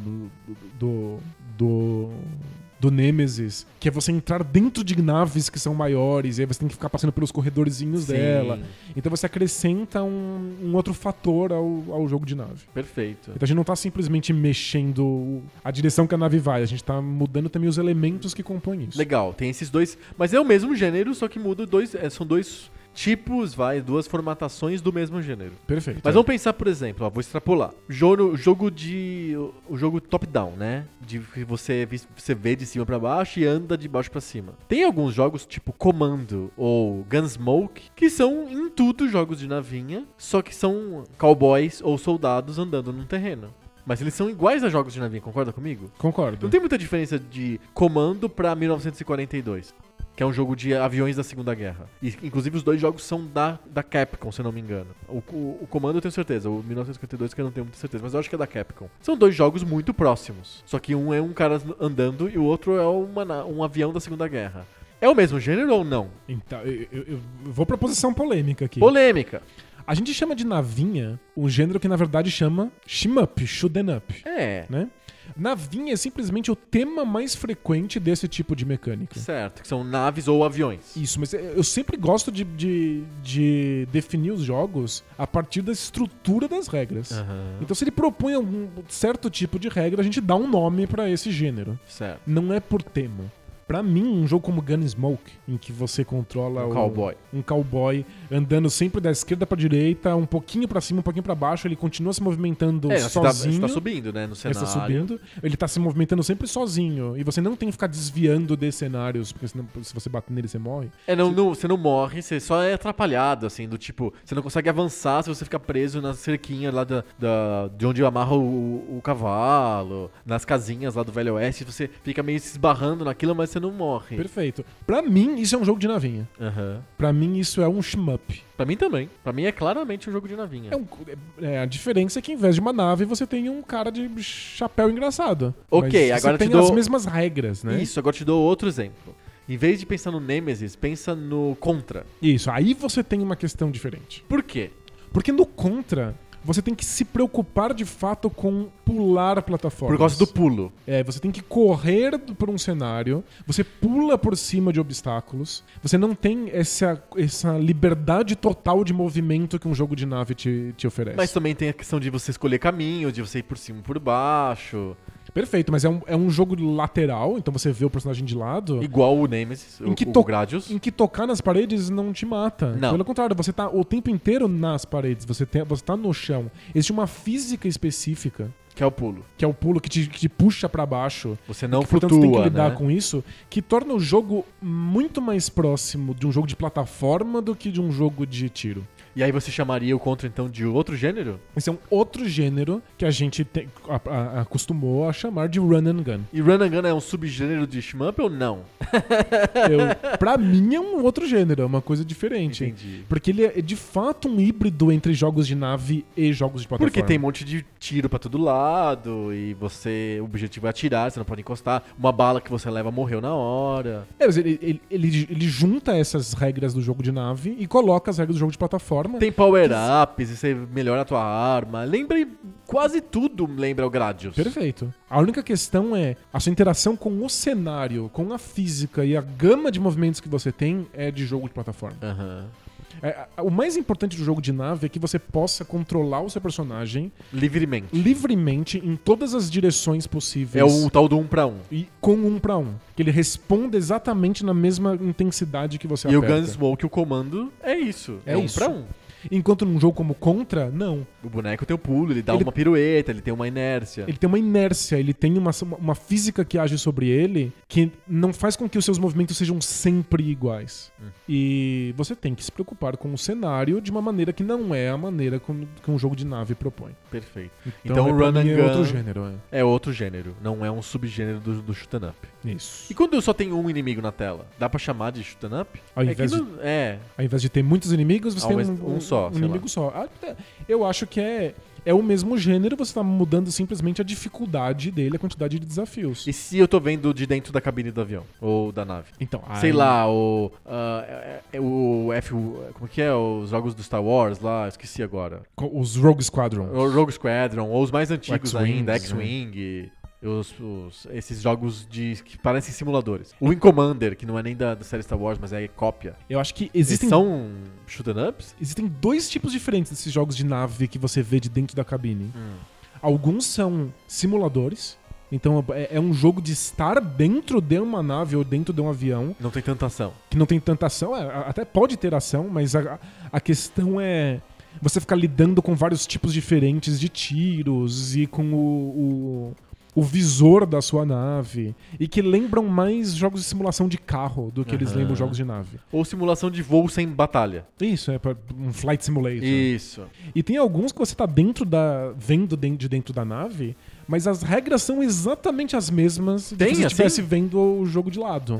do Nemesis, que é você entrar dentro de naves que são maiores, e aí você tem que ficar passando pelos corredorzinhos dela. Então você acrescenta um outro fator ao jogo de nave. Perfeito. Então a gente não tá simplesmente mexendo a direção que a nave vai, a gente tá mudando também os elementos que compõem isso. Legal, tem esses dois, mas é o mesmo gênero, só que muda são dois tipos, duas formatações do mesmo gênero. Perfeito. Mas vamos pensar, por exemplo, vou extrapolar. O jogo top-down, né? De você vê de cima pra baixo e anda de baixo pra cima. Tem alguns jogos, tipo Commando ou Gunsmoke, que são em tudo jogos de navinha, só que são cowboys ou soldados andando num terreno. Mas eles são iguais a jogos de navinha, concorda comigo? Concordo. Não tem muita diferença de Commando pra 1942. Que é um jogo de aviões da Segunda Guerra. E, inclusive, os dois jogos são da Capcom, se eu não me engano. O Commando eu tenho certeza, o 1952 que eu não tenho muita certeza, mas eu acho que é da Capcom. São dois jogos muito próximos. Só que um é um cara andando e o outro é um avião da Segunda Guerra. É o mesmo gênero ou não? Então, eu vou pra posição polêmica aqui. Polêmica! A gente chama de navinha um gênero que, na verdade, chama shmup, shoot'em up. Né? Navinha é simplesmente o tema mais frequente desse tipo de mecânica. Certo, que são naves ou aviões. Isso, mas eu sempre gosto de definir os jogos a partir da estrutura das regras. Uhum. Então, se ele propõe algum certo tipo de regra, a gente dá um nome pra esse gênero. Certo. Não é por tema. Pra mim, um jogo como Gunsmoke, em que você controla um cowboy andando sempre da esquerda pra direita, um pouquinho pra cima, um pouquinho pra baixo, ele continua se movimentando sozinho. Você tá subindo, né, no cenário. Ele tá subindo, ele tá se movimentando sempre sozinho, e você não tem que ficar desviando de cenários, porque senão, se você bater nele, você morre. Você não morre, você só é atrapalhado, assim, do tipo, você não consegue avançar se você ficar preso na cerquinha lá de onde amarra o cavalo, nas casinhas lá do Velho Oeste, você fica meio se esbarrando naquilo, mas você não morre. Perfeito. Pra mim, isso é um jogo de navinha. Uhum. Pra mim, isso é um shmup. Pra mim também. Pra mim é claramente um jogo de navinha. A diferença é que, em vez de uma nave, você tem um cara de chapéu engraçado. Ok, mas agora você tem as mesmas regras, né? Isso, agora te dou outro exemplo. Em vez de pensar no Nemesis, pensa no Contra. Isso, aí você tem uma questão diferente. Por quê? Porque no Contra, você tem que se preocupar de fato com pular plataformas. Por causa do pulo. Você tem que correr por um cenário, você pula por cima de obstáculos, você não tem essa liberdade total de movimento que um jogo de nave te oferece. Mas também tem a questão de você escolher caminho, de você ir por cima e por baixo. Perfeito, mas é um jogo lateral, então você vê o personagem de lado. Igual o Nemesis, o Gradius. Em que tocar nas paredes não te mata. Não. Pelo contrário, você tá o tempo inteiro nas paredes, você tá no chão. Existe uma física específica Que é o pulo. Que é o pulo que te puxa pra baixo. Você não e que, portanto, flutua, você tem que lidar né? com isso, que torna o jogo muito mais próximo de um jogo de plataforma do que de um jogo de tiro. E aí você chamaria o Contra, então, de outro gênero? Esse é um outro gênero que a gente acostumou a chamar de run and gun. E Run and Gun é um subgênero de shmup ou não? Pra mim é um outro gênero, é uma coisa diferente. Entendi. Porque ele é de fato um híbrido entre jogos de nave e jogos de plataforma. Porque tem um monte de tiro pra todo lado e o objetivo é atirar, você não pode encostar. Uma bala que você leva morreu na hora. Mas ele junta essas regras do jogo de nave e coloca as regras do jogo de plataforma. Tem power-ups e você melhora a tua arma. Quase tudo lembra o Gradius. Perfeito. A única questão é a sua interação com o cenário, com a física e a gama de movimentos que você tem é de jogo de plataforma. Aham. O mais importante do jogo de nave é que você possa controlar o seu personagem livremente em todas as direções possíveis. É o tal do 1 pra 1. E com 1 pra 1. Que ele responda exatamente na mesma intensidade que você E aperta. o Gunsmoke, o comando, é isso. É 1 pra 1. Enquanto num jogo como Contra, não. O boneco tem o pulo, ele dá uma pirueta, ele tem uma inércia. Ele tem uma inércia, ele tem uma física que age sobre ele que não faz com que os seus movimentos sejam sempre iguais. E você tem que se preocupar com o cenário de uma maneira que não é a maneira que um jogo de nave propõe. Perfeito. Então o Run and Gun é outro gênero. É outro gênero, não é um subgênero do shoot 'em up. Isso. E quando eu só tenho um inimigo na tela, dá pra chamar de shoot 'em up? Ao invés de ter muitos inimigos, você tem um inimigo só. Eu acho que é o mesmo gênero, você tá mudando simplesmente a dificuldade dele, a quantidade de desafios. E se eu tô vendo de dentro da cabine do avião? Ou da nave? Então, sei lá, o F... Como que é? Os jogos do Star Wars lá, esqueci agora. Os Rogue Squadron. O Rogue Squadron, ou os mais antigos ainda, X-Wings, X-Wing... Esses jogos que parecem simuladores. O Wing Commander, que não é nem da série Star Wars, mas é cópia. Eu acho que Eles são shoot 'em ups? Existem dois tipos diferentes desses jogos de nave que você vê de dentro da cabine. Alguns são simuladores. Então é um jogo de estar dentro de uma nave ou dentro de um avião. Não tem tanta ação. Que não tem tanta ação. Até pode ter ação, mas a questão é você ficar lidando com vários tipos diferentes de tiros e com o visor da sua nave, e que lembram mais jogos de simulação de carro do que eles lembram jogos de nave. Ou simulação de voo sem batalha. Isso, é um flight simulator. Isso. E tem alguns que você tá vendo de dentro da nave, mas as regras são exatamente as mesmas se você estivesse vendo o jogo de lado.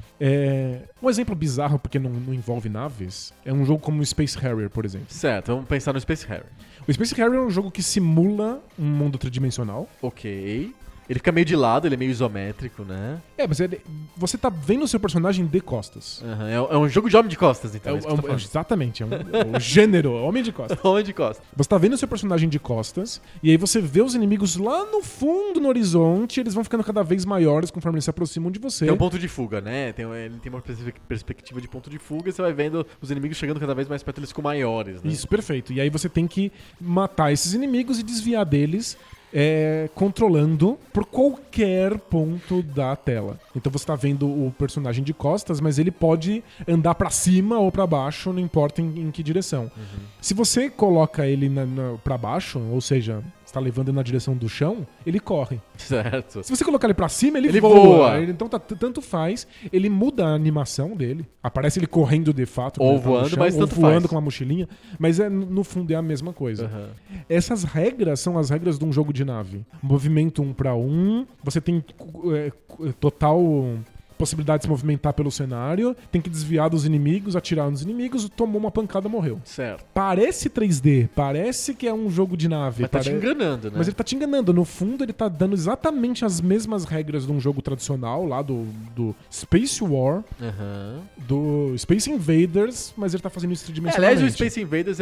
Um exemplo bizarro, porque não envolve naves, é um jogo como o Space Harrier, por exemplo. Certo, vamos pensar no Space Harrier. O Space Harrier é um jogo que simula um mundo tridimensional. Ok. Ele fica meio de lado, ele é meio isométrico, né? Mas você tá vendo o seu personagem de costas. É um jogo de homem de costas, então. Exatamente, é o gênero, homem de costas. Homem de costas. Você tá vendo o seu personagem de costas, e aí você vê os inimigos lá no fundo, no horizonte, e eles vão ficando cada vez maiores conforme eles se aproximam de você. Tem um ponto de fuga, né? Ele tem uma perspectiva de ponto de fuga, e você vai vendo os inimigos chegando cada vez mais perto, eles ficam maiores, né? Isso, perfeito. E aí você tem que matar esses inimigos e desviar deles, controlando por qualquer ponto da tela. Então você tá vendo o personagem de costas, mas ele pode andar pra cima ou pra baixo, não importa em que direção. Se você coloca ele pra baixo, ou seja, você tá levando ele na direção do chão, ele corre. Certo. Se você colocar ele pra cima, ele voa. Então tanto faz. Ele muda a animação dele. Aparece ele correndo de fato. Ou voando, chão, mas ou tanto voando faz. Com uma mochilinha. Mas no fundo é a mesma coisa. Essas regras são as regras de um jogo de nave. Movimento 1 pra 1. Você tem total possibilidade de se movimentar pelo cenário, tem que desviar dos inimigos, atirar nos inimigos, tomou uma pancada, morreu. Certo. Parece 3D, parece que é um jogo de nave. Mas tá te enganando, né? Mas ele tá te enganando. No fundo, ele tá dando exatamente as mesmas regras de um jogo tradicional, lá do Space War, do Space Invaders, mas ele tá fazendo isso tridimensionalmente. Aliás, o Space Invaders é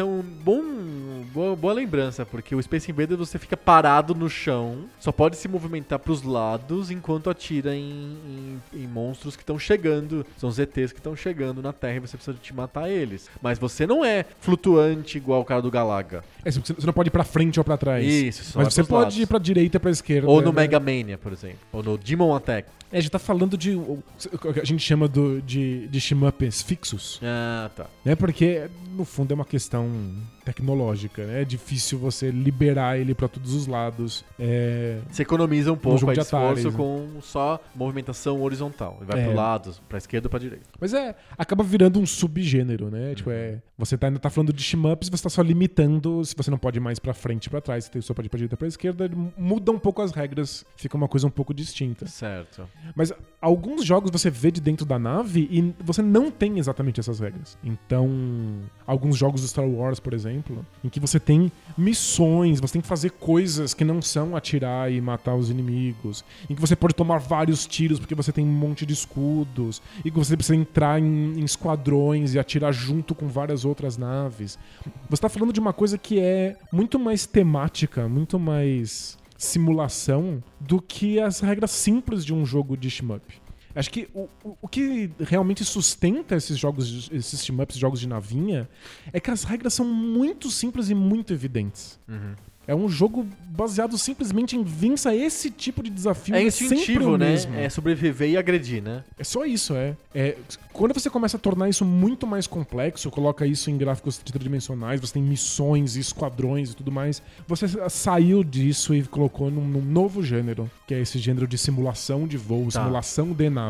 boa lembrança, porque o Space Invaders você fica parado no chão, só pode se movimentar pros lados enquanto atira em monstros monstros que estão chegando, são os ETs que estão chegando na Terra e você precisa de matar eles. Mas você não é flutuante igual o cara do Galaga. Você não pode ir pra frente ou pra trás. Isso, só mas você pode lados. ir pra direita e pra esquerda. Ou no Mega Mania, por exemplo. Ou no Demon Attack. A gente tá falando de o que a gente chama de shmups fixos. Ah, tá. Né? Porque, no fundo, é uma questão tecnológica, né? É difícil você liberar ele pra todos os lados. Você economiza um pouco jogo de de esforço Atari, com só movimentação horizontal. Ele vai pro lado, pra esquerda ou pra direita. Mas acaba virando um subgênero, né? Tipo, você ainda tá falando de shmups, você tá só limitando, se você não pode ir mais pra frente e pra trás, você só pode ir pra direita e pra esquerda, muda um pouco as regras, fica uma coisa um pouco distinta. Certo. Mas alguns jogos você vê de dentro da nave e você não tem exatamente essas regras. Então, alguns jogos do Star Wars, por exemplo, em que você tem missões, você tem que fazer coisas que não são atirar e matar os inimigos, em que você pode tomar vários tiros porque você tem um monte de escudos, e que você precisa entrar em esquadrões e atirar junto com várias outras naves. Você tá falando de uma coisa que é muito mais temática, muito mais simulação do que as regras simples de um jogo de shmup. Acho que o que realmente sustenta esses jogos, esses shmups, jogos de navinha, é que as regras são muito simples e muito evidentes. Uhum. É um jogo baseado simplesmente em vença esse tipo de desafio. É sempre instintivo, o né? mesmo. É sobreviver e agredir, né? É só isso, quando você começa a tornar isso muito mais complexo, coloca isso em gráficos tridimensionais, você tem missões e esquadrões e tudo mais, você saiu disso e colocou num novo gênero, que é esse gênero de simulação de voo, simulação de nave.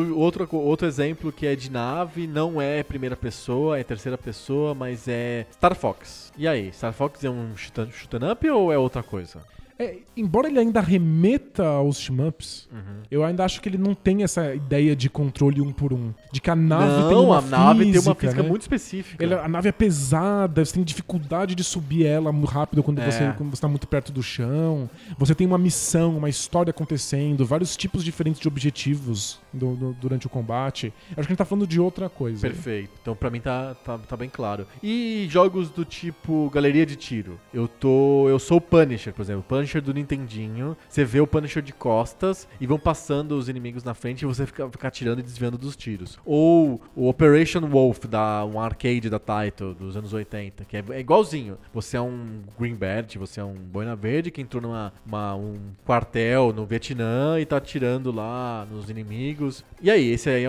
Outro exemplo que é de nave, não é primeira pessoa, é terceira pessoa, mas é Star Fox. E aí, Star Fox é um shoot 'em up ou é outra coisa? Embora ele ainda remeta aos shmups, eu ainda acho que ele não tem essa ideia de controle um por um. De que a nave tem uma física. Nave tem uma física, né, muito específica. A nave é pesada, você tem dificuldade de subir ela muito rápido quando você tá muito perto do chão. Você tem uma missão, uma história acontecendo, vários tipos diferentes de objetivos durante o combate. Acho que a gente tá falando de outra coisa. Perfeito. Então pra mim tá bem claro. E jogos do tipo galeria de tiro? Eu sou o Punisher, por exemplo. Punisher do Nintendinho, você vê o Punisher de costas e vão passando os inimigos na frente e você fica atirando e desviando dos tiros. Ou o Operation Wolf, um arcade da Taito dos anos 80, que é igualzinho. Você é um Green Beret, você é um boina verde que entrou um quartel no Vietnã e tá atirando lá nos inimigos. E aí, esse aí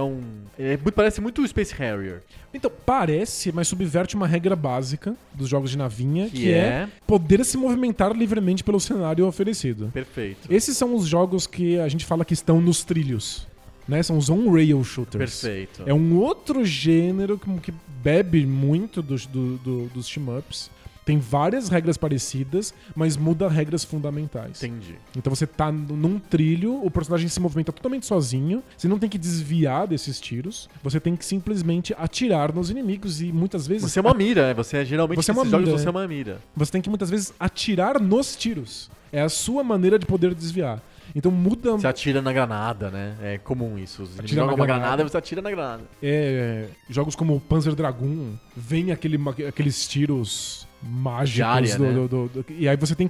parece muito o Space Harrier. Então, parece, mas subverte uma regra básica dos jogos de navinha, que é poder se movimentar livremente pelo cenário oferecido. Perfeito. Esses são os jogos que a gente fala que estão nos trilhos, né? São os on-rail shooters. Perfeito. É um outro gênero que bebe muito dos shmups. Tem várias regras parecidas, mas muda regras fundamentais. Entendi. Então você tá num trilho, o personagem se movimenta totalmente sozinho, você não tem que desviar desses tiros, você tem que simplesmente atirar nos inimigos e muitas vezes... Você é uma mira, né? Geralmente você é uma nesses jogos mira, você é uma mira. Você tem que muitas vezes atirar nos tiros. É a sua maneira de poder desviar. Então muda... Você atira na granada, né? É comum isso. Você Atira joga na uma granada. granada e você atira na granada. Jogos como Panzer Dragoon, vem aqueles tiros mágicos área, né? E aí você tem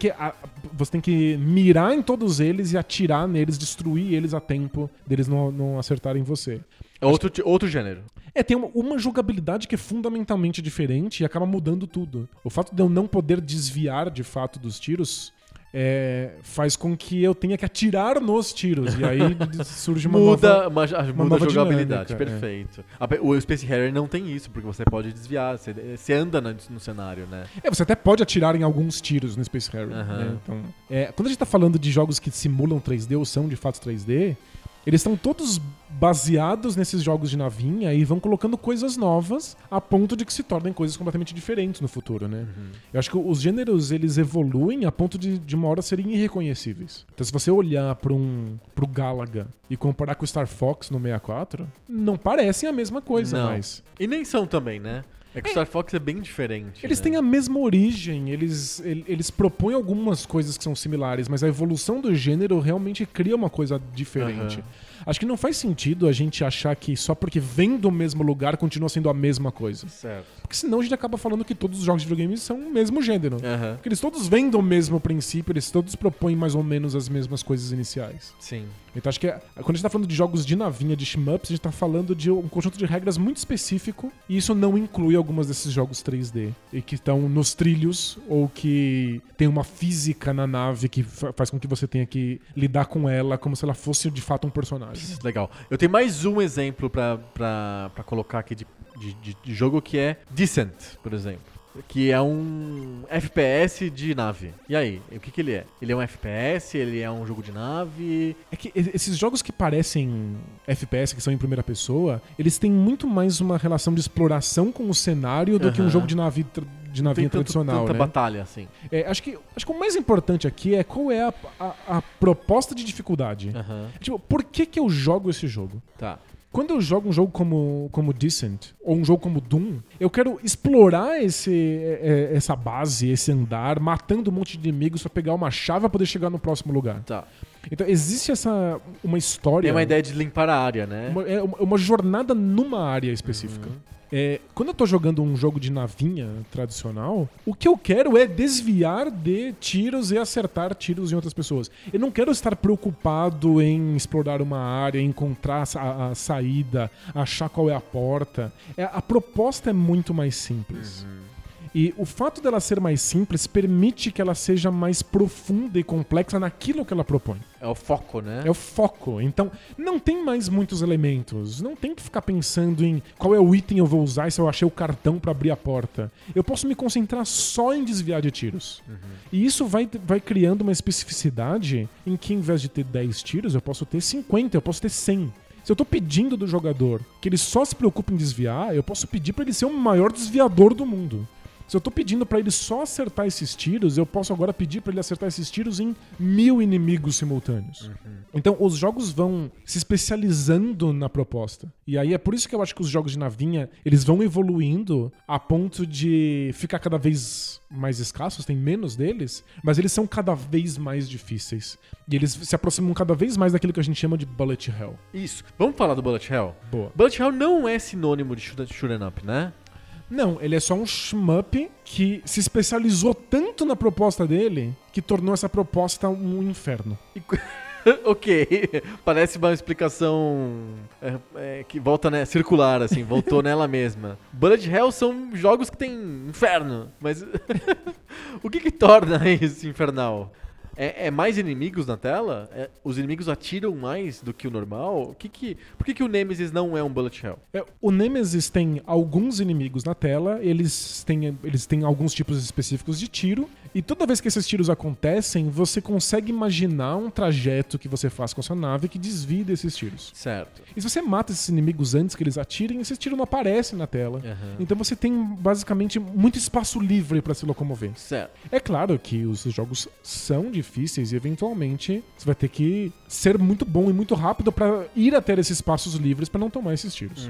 que mirar em todos eles e atirar neles, destruir eles a tempo deles não acertarem você. Outro gênero. Tem uma jogabilidade que é fundamentalmente diferente e acaba mudando tudo. O fato de eu não poder desviar de fato dos tiros faz com que eu tenha que atirar nos tiros. E aí surge uma muda nova a jogabilidade. dinâmica, Perfeito. O Space Harrier não tem isso, porque você pode desviar. Você anda no cenário, né? Você até pode atirar em alguns tiros no Space Harrier. Né? Então, quando a gente tá falando de jogos que simulam 3D ou são de fato 3D, eles estão todos baseados nesses jogos de navinha e vão colocando coisas novas a ponto de que se tornem coisas completamente diferentes no futuro, né? Eu acho que os gêneros, eles evoluem a ponto de uma hora serem irreconhecíveis. Então, se você olhar pro Galaga e comparar com o Star Fox no 64, não parecem a mesma coisa mais. E nem são também, né? É que o Star Fox é bem diferente. Eles têm a mesma origem, eles propõem algumas coisas que são similares, mas a evolução do gênero realmente cria uma coisa diferente. Acho que não faz sentido a gente achar que só porque vem do mesmo lugar continua sendo a mesma coisa. Certo. Porque senão a gente acaba falando que todos os jogos de videogames são o mesmo gênero. Porque eles todos vêm do mesmo princípio, eles todos propõem mais ou menos as mesmas coisas iniciais. Sim. Então acho que quando a gente tá falando de jogos de navinha, de shmups, a gente tá falando de um conjunto de regras muito específico, e isso não inclui algumas desses jogos 3D, e que estão nos trilhos, ou que tem uma física na nave que faz com que você tenha que lidar com ela como se ela fosse de fato um personagem. Legal. Eu tenho mais um exemplo pra colocar aqui de jogo, que é Descent, por exemplo. Que é um FPS de nave. E aí, o que ele é? Ele é um FPS? Ele é um jogo de nave? É que esses jogos que parecem FPS, que são em primeira pessoa, eles têm muito mais uma relação de exploração com o cenário do que um jogo de navinha tradicional, tanta né? batalha, assim. Acho que o mais importante aqui é qual é a proposta de dificuldade. Tipo, por que eu jogo esse jogo? Tá. Quando eu jogo um jogo como Descent, ou um jogo como Doom, eu quero explorar essa base, esse andar, matando um monte de inimigos pra pegar uma chave pra poder chegar no próximo lugar. Tá. Então existe uma história... Tem uma ideia de limpar a área, né? Uma jornada numa área específica. Quando eu tô jogando um jogo de navinha tradicional, o que eu quero é desviar de tiros e acertar tiros em outras pessoas. Eu não quero estar preocupado em explorar uma área, encontrar a saída, achar qual é a porta. A proposta é muito mais simples. E o fato dela ser mais simples permite que ela seja mais profunda e complexa naquilo que ela propõe. É o foco, né? É o foco. Então, não tem mais muitos elementos. Não tem que ficar pensando em qual é o item eu vou usar e se eu achei o cartão pra abrir a porta. Eu posso me concentrar só em desviar de tiros. E isso vai criando uma especificidade em que, em vez de ter 10 tiros, eu posso ter 50, eu posso ter 100. Se eu tô pedindo do jogador que ele só se preocupe em desviar, eu posso pedir pra ele ser o maior desviador do mundo. Se eu tô pedindo pra ele só acertar esses tiros, eu posso agora pedir pra ele acertar esses tiros em 1000 inimigos simultâneos. Então, os jogos vão se especializando na proposta. E aí é por isso que eu acho que os jogos de navinha, eles vão evoluindo a ponto de ficar cada vez mais escassos, tem menos deles, mas eles são cada vez mais difíceis. E eles se aproximam cada vez mais daquilo que a gente chama de bullet hell. Isso. Vamos falar do bullet hell? Boa. Bullet hell não é sinônimo de shoot'em up, né? Não, ele é só um shmup que se especializou tanto na proposta dele que tornou essa proposta um inferno. Ok, parece uma explicação que volta, né, circular, assim, voltou nela mesma. Bullet hell são jogos que tem inferno, mas o que torna isso infernal? É mais inimigos na tela? Os inimigos atiram mais do que o normal? Por que o Nemesis não é um bullet hell? O Nemesis tem alguns inimigos na tela, eles têm alguns tipos específicos de tiro, e toda vez que esses tiros acontecem, você consegue imaginar um trajeto que você faz com a sua nave que desvie desses tiros. Certo. E se você mata esses inimigos antes que eles atirem, esses tiros não aparecem na tela. Então você tem basicamente muito espaço livre para se locomover. Certo. É claro que os jogos são difíceis e eventualmente você vai ter que ser muito bom e muito rápido para ir até esses espaços livres para não tomar esses tiros.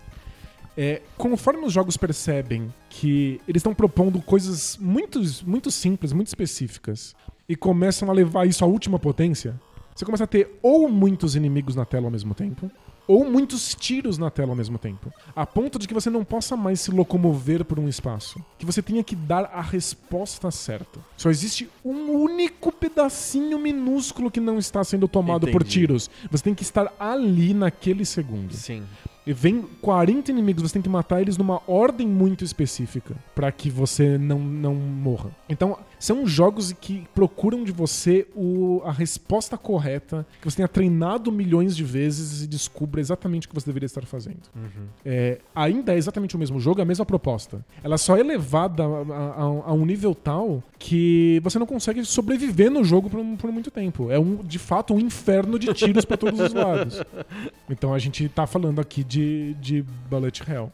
Conforme os jogos percebem que eles estão propondo coisas muito simples, muito específicas, e começam a levar isso à última potência, você começa a ter ou muitos inimigos na tela ao mesmo tempo, ou muitos tiros na tela ao mesmo tempo, a ponto de que você não possa mais se locomover por um espaço, que você tenha que dar a resposta certa. Só existe um único pedacinho minúsculo que não está sendo tomado por tiros. Você tem que estar ali naquele segundo. Sim. E vem 40 inimigos, você tem que matar eles numa ordem muito específica pra que você não morra. Então, são jogos que procuram de você a resposta correta, que você tenha treinado milhões de vezes e descubra exatamente o que você deveria estar fazendo. Ainda é exatamente o mesmo jogo, a mesma proposta. Ela só é levada a um nível tal que você não consegue sobreviver no jogo por muito tempo. É de fato um inferno de tiros pra todos os lados. Então a gente tá falando aqui de bullet hell.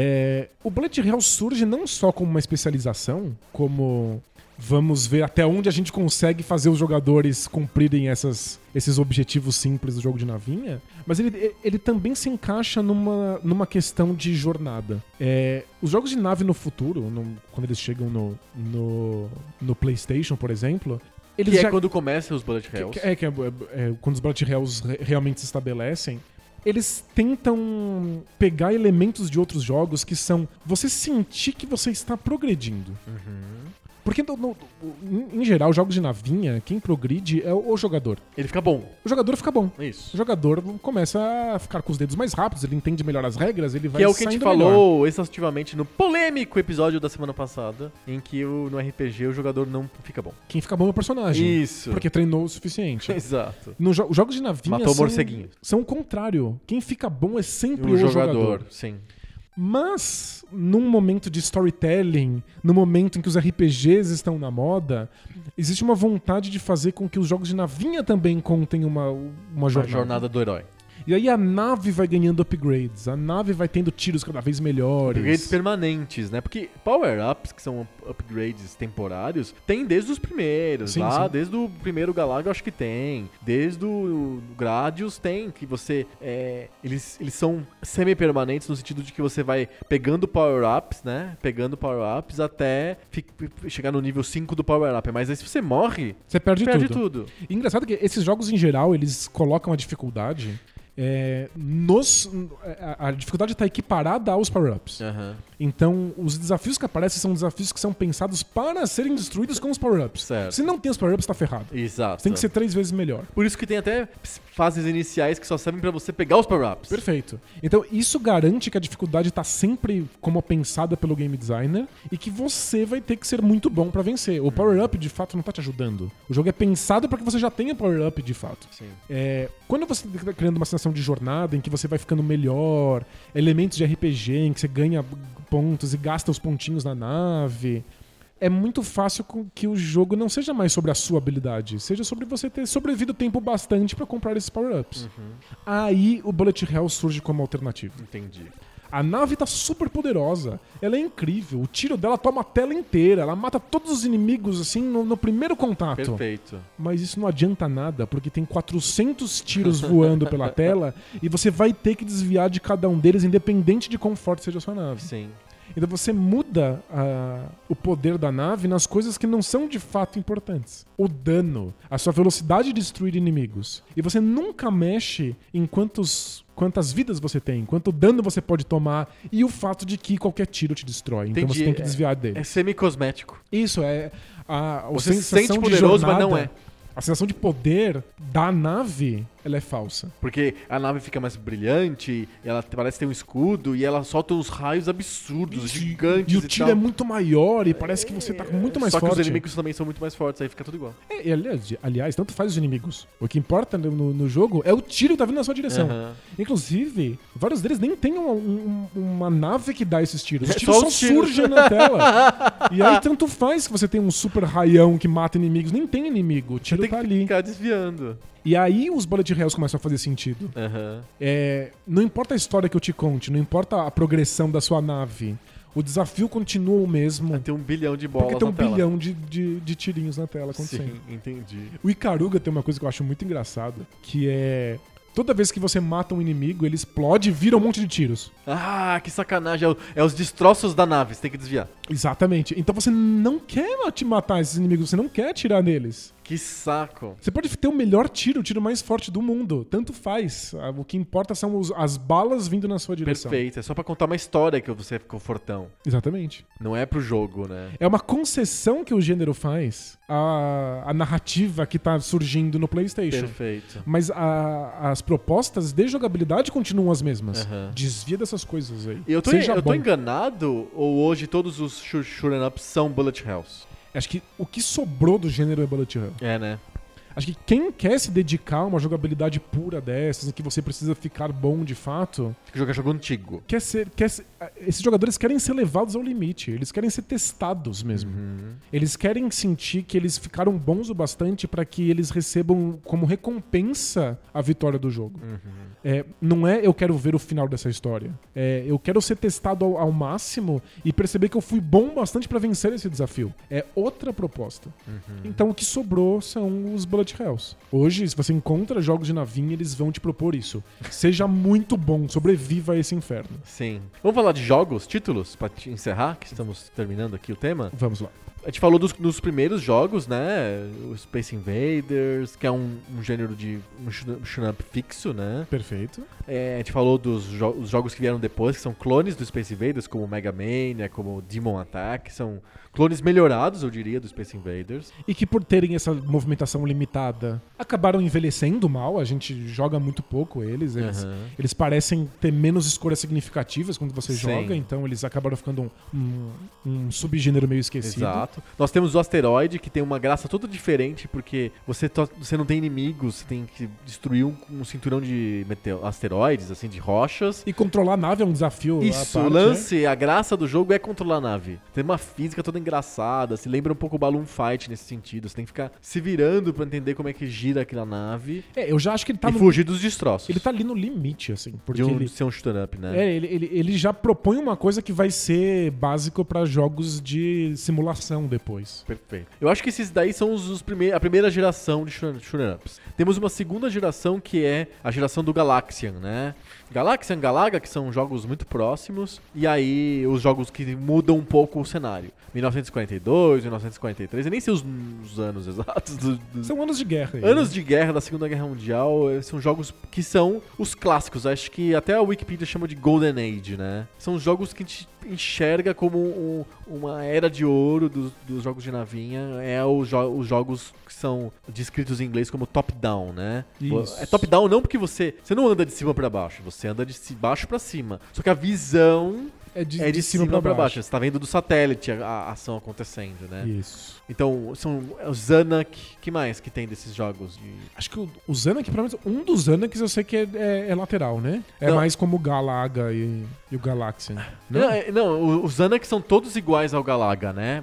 O bullet hell surge não só como uma especialização, como vamos ver até onde a gente consegue fazer os jogadores cumprirem esses objetivos simples do jogo de navinha, mas ele também se encaixa numa questão de jornada. Os jogos de nave no futuro, quando eles chegam no PlayStation, por exemplo, quando começam os bullet hells. Quando os bullet hells realmente se estabelecem, eles tentam pegar elementos de outros jogos que são você sentir que você está progredindo. Porque, em geral, jogos de navinha, quem progride é o jogador. Ele fica bom. O jogador fica bom. Isso. O jogador começa a ficar com os dedos mais rápidos, ele entende melhor as regras, ele vai Que é o que a gente saindo falou melhor. exaustivamente no polêmico episódio da semana passada, em que no RPG o jogador não fica bom. Quem fica bom é o personagem. Isso. Porque treinou o suficiente. Exato. Os jogos de navinha Matou o morceguinho. são o contrário. Quem fica bom é sempre O o jogador, sim. Mas, num momento de storytelling, no momento em que os RPGs estão na moda, existe uma vontade de fazer com que os jogos de navinha também contem uma A jornada. jornada do herói. E aí a nave vai ganhando upgrades, a nave vai tendo tiros cada vez melhores. Upgrades permanentes, né? Porque power-ups, que são upgrades temporários, tem desde os primeiros. Sim, lá, sim. desde o primeiro Galaga, eu acho que tem. Desde o Gradius tem, que você... eles são semi-permanentes no sentido de que você vai pegando power-ups, né? Pegando power-ups até chegar no nível 5 do power-up. Mas aí se você morre, Você perde tudo. E engraçado que esses jogos, em geral, eles colocam a dificuldade... a dificuldade está equiparada aos power-ups. Aham. Então, os desafios que aparecem são desafios que são pensados para serem destruídos com os power-ups. Certo. Se não tem os power-ups, tá ferrado. Exato. Tem que ser 3 vezes melhor. Por isso que tem até fases iniciais que só servem pra você pegar os power-ups. Perfeito. Então, isso garante que a dificuldade tá sempre como pensada pelo game designer e que você vai ter que ser muito bom pra vencer. O power-up, de fato, não tá te ajudando. O jogo é pensado para que você já tenha power-up, de fato. Sim. Quando você tá criando uma sensação de jornada em que você vai ficando melhor, elementos de RPG em que você ganha pontos e gasta os pontinhos na nave, é muito fácil que o jogo não seja mais sobre a sua habilidade, seja sobre você ter sobrevivido tempo bastante pra comprar esses power-ups. Aí o Bullet Hell surge como alternativa. Entendi. A nave tá super poderosa, ela é incrível, o tiro dela toma a tela inteira, ela mata todos os inimigos assim no primeiro contato. Perfeito. Mas isso não adianta nada, porque tem 400 tiros voando pela tela e você vai ter que desviar de cada um deles, independente de quão forte seja a sua nave. Sim. Então você muda o poder da nave nas coisas que não são de fato importantes. O dano, a sua velocidade de destruir inimigos. E você nunca mexe em quantas vidas você tem, quanto dano você pode tomar e o fato de que qualquer tiro te destrói. Então você tem que desviar dele. É semi-cosmético. Isso, a Você se sensação sente de poderoso, jornada, mas não é. A sensação de poder da nave, ela é falsa. Porque a nave fica mais brilhante, ela parece ter um escudo e ela solta uns raios absurdos, gigantes. E o tiro tal. é muito maior e parece que você tá muito mais Só forte. que os inimigos também são muito mais fortes, aí fica tudo igual. Aliás, tanto faz os inimigos. O que importa no jogo é o tiro que tá vindo na sua direção. Aham. Inclusive, vários deles nem tem uma nave que dá esses tiros. Os É tiros só só os tiros. surgem na tela. E aí tanto faz que você tem um super raião que mata inimigos. Nem tem inimigo, o tiro Tem tá que ali. ficar desviando. E aí os bullet hells começam a fazer sentido. Aham. Não importa a história que eu te conte, não importa a progressão da sua nave. O desafio continua o mesmo. Tem 1 bilhão de bolas Porque tem um na tela. bilhão de tirinhos na tela acontecendo. Sim, entendi. O Ikaruga tem uma coisa que eu acho muito engraçada, que é... Toda vez que você mata um inimigo, ele explode e vira um monte de tiros. Ah, que sacanagem. É os destroços da nave, você tem que desviar. Exatamente. Então você não quer te matar esses inimigos, você não quer atirar neles. Que saco. Você pode ter o melhor tiro, o tiro mais forte do mundo. Tanto faz. O que importa são as balas vindo na sua direção. Perfeito. É só pra contar uma história que você ficou fortão. Exatamente. Não é pro jogo, né? É uma concessão que o gênero faz à narrativa que tá surgindo no PlayStation. Perfeito. Mas as propostas de jogabilidade continuam as mesmas. Aham. Desvia dessas coisas aí. E eu tô bom. enganado? Ou hoje todos os shoot'em ups são bullet hells? Acho que o que sobrou do gênero é Bullet Hell. É, né? Acho que quem quer se dedicar a uma jogabilidade pura dessas, em que você precisa ficar bom de fato, Tem que jogar jogo antigo. esses jogadores querem ser levados ao limite. Eles querem ser testados mesmo. Eles querem sentir que eles ficaram bons o bastante para que eles recebam como recompensa a vitória do jogo. Não é eu quero ver o final dessa história. Eu quero ser testado ao máximo e perceber que eu fui bom bastante para vencer esse desafio. É outra proposta. Então o que sobrou são os Bullet Hells. Hoje, se você encontra jogos de navinha, eles vão te propor isso. Seja muito bom, sobreviva a esse inferno. Sim. Vamos falar de jogos, títulos, pra encerrar, que estamos terminando aqui o tema? Vamos lá. A gente falou dos primeiros jogos, né? O Space Invaders, que é um gênero de um shoot-up fixo, né? Perfeito. A gente falou dos jogos que vieram depois, que são clones do Space Invaders, como Mega Mania, como Demon Attack, são clones melhorados, eu diria, do Space Invaders. E que por terem essa movimentação limitada, acabaram envelhecendo mal, a gente joga muito pouco eles. Eles parecem ter menos escolhas significativas quando você joga, então eles acabaram ficando um subgênero meio esquecido. Exato. Nós temos o Asteroid, que tem uma graça toda diferente, porque você não tem inimigos, você tem que destruir um cinturão de asteroides, assim, de rochas. E controlar a nave é um desafio. Isso, o lance, a graça do jogo é controlar a nave. Tem uma física toda engraçada, se lembra um pouco o Balloon Fight nesse sentido. Você tem que ficar se virando pra entender como é que gira aquela nave. Eu já acho que ele tá fugir dos destroços. Ele tá ali no limite, assim. Porque de ser um shoot-up, né? Ele já propõe uma coisa que vai ser básico pra jogos de simulação depois. Perfeito. Eu acho que esses daí são a primeira geração de shoot-ups. Temos uma segunda geração que é a geração do Galaxian, né? Galaxian, Galaga, que são jogos muito próximos, e aí os jogos que mudam um pouco o cenário. 1942, 1943, eu nem sei os anos exatos. São anos de guerra. Anos de guerra da Segunda Guerra Mundial, são jogos que são os clássicos, acho que até a Wikipedia chama de Golden Age, né? São jogos que a gente enxerga como uma era de ouro dos jogos de navinha, os jogos que são descritos em inglês como top-down, né? Isso. É top-down não porque você não anda de cima pra baixo, você anda de baixo pra cima, só que a visão é de cima pra baixo. Você tá vendo do satélite a ação acontecendo, né? Isso. Então, são o Zanuck. Que mais que tem desses jogos? Acho que o Zanuck, pelo menos, um dos Zanucks eu sei que é lateral, né? É mais como o Galaga e o Galaxian. Não, os Zanuck são todos iguais ao Galaga, né?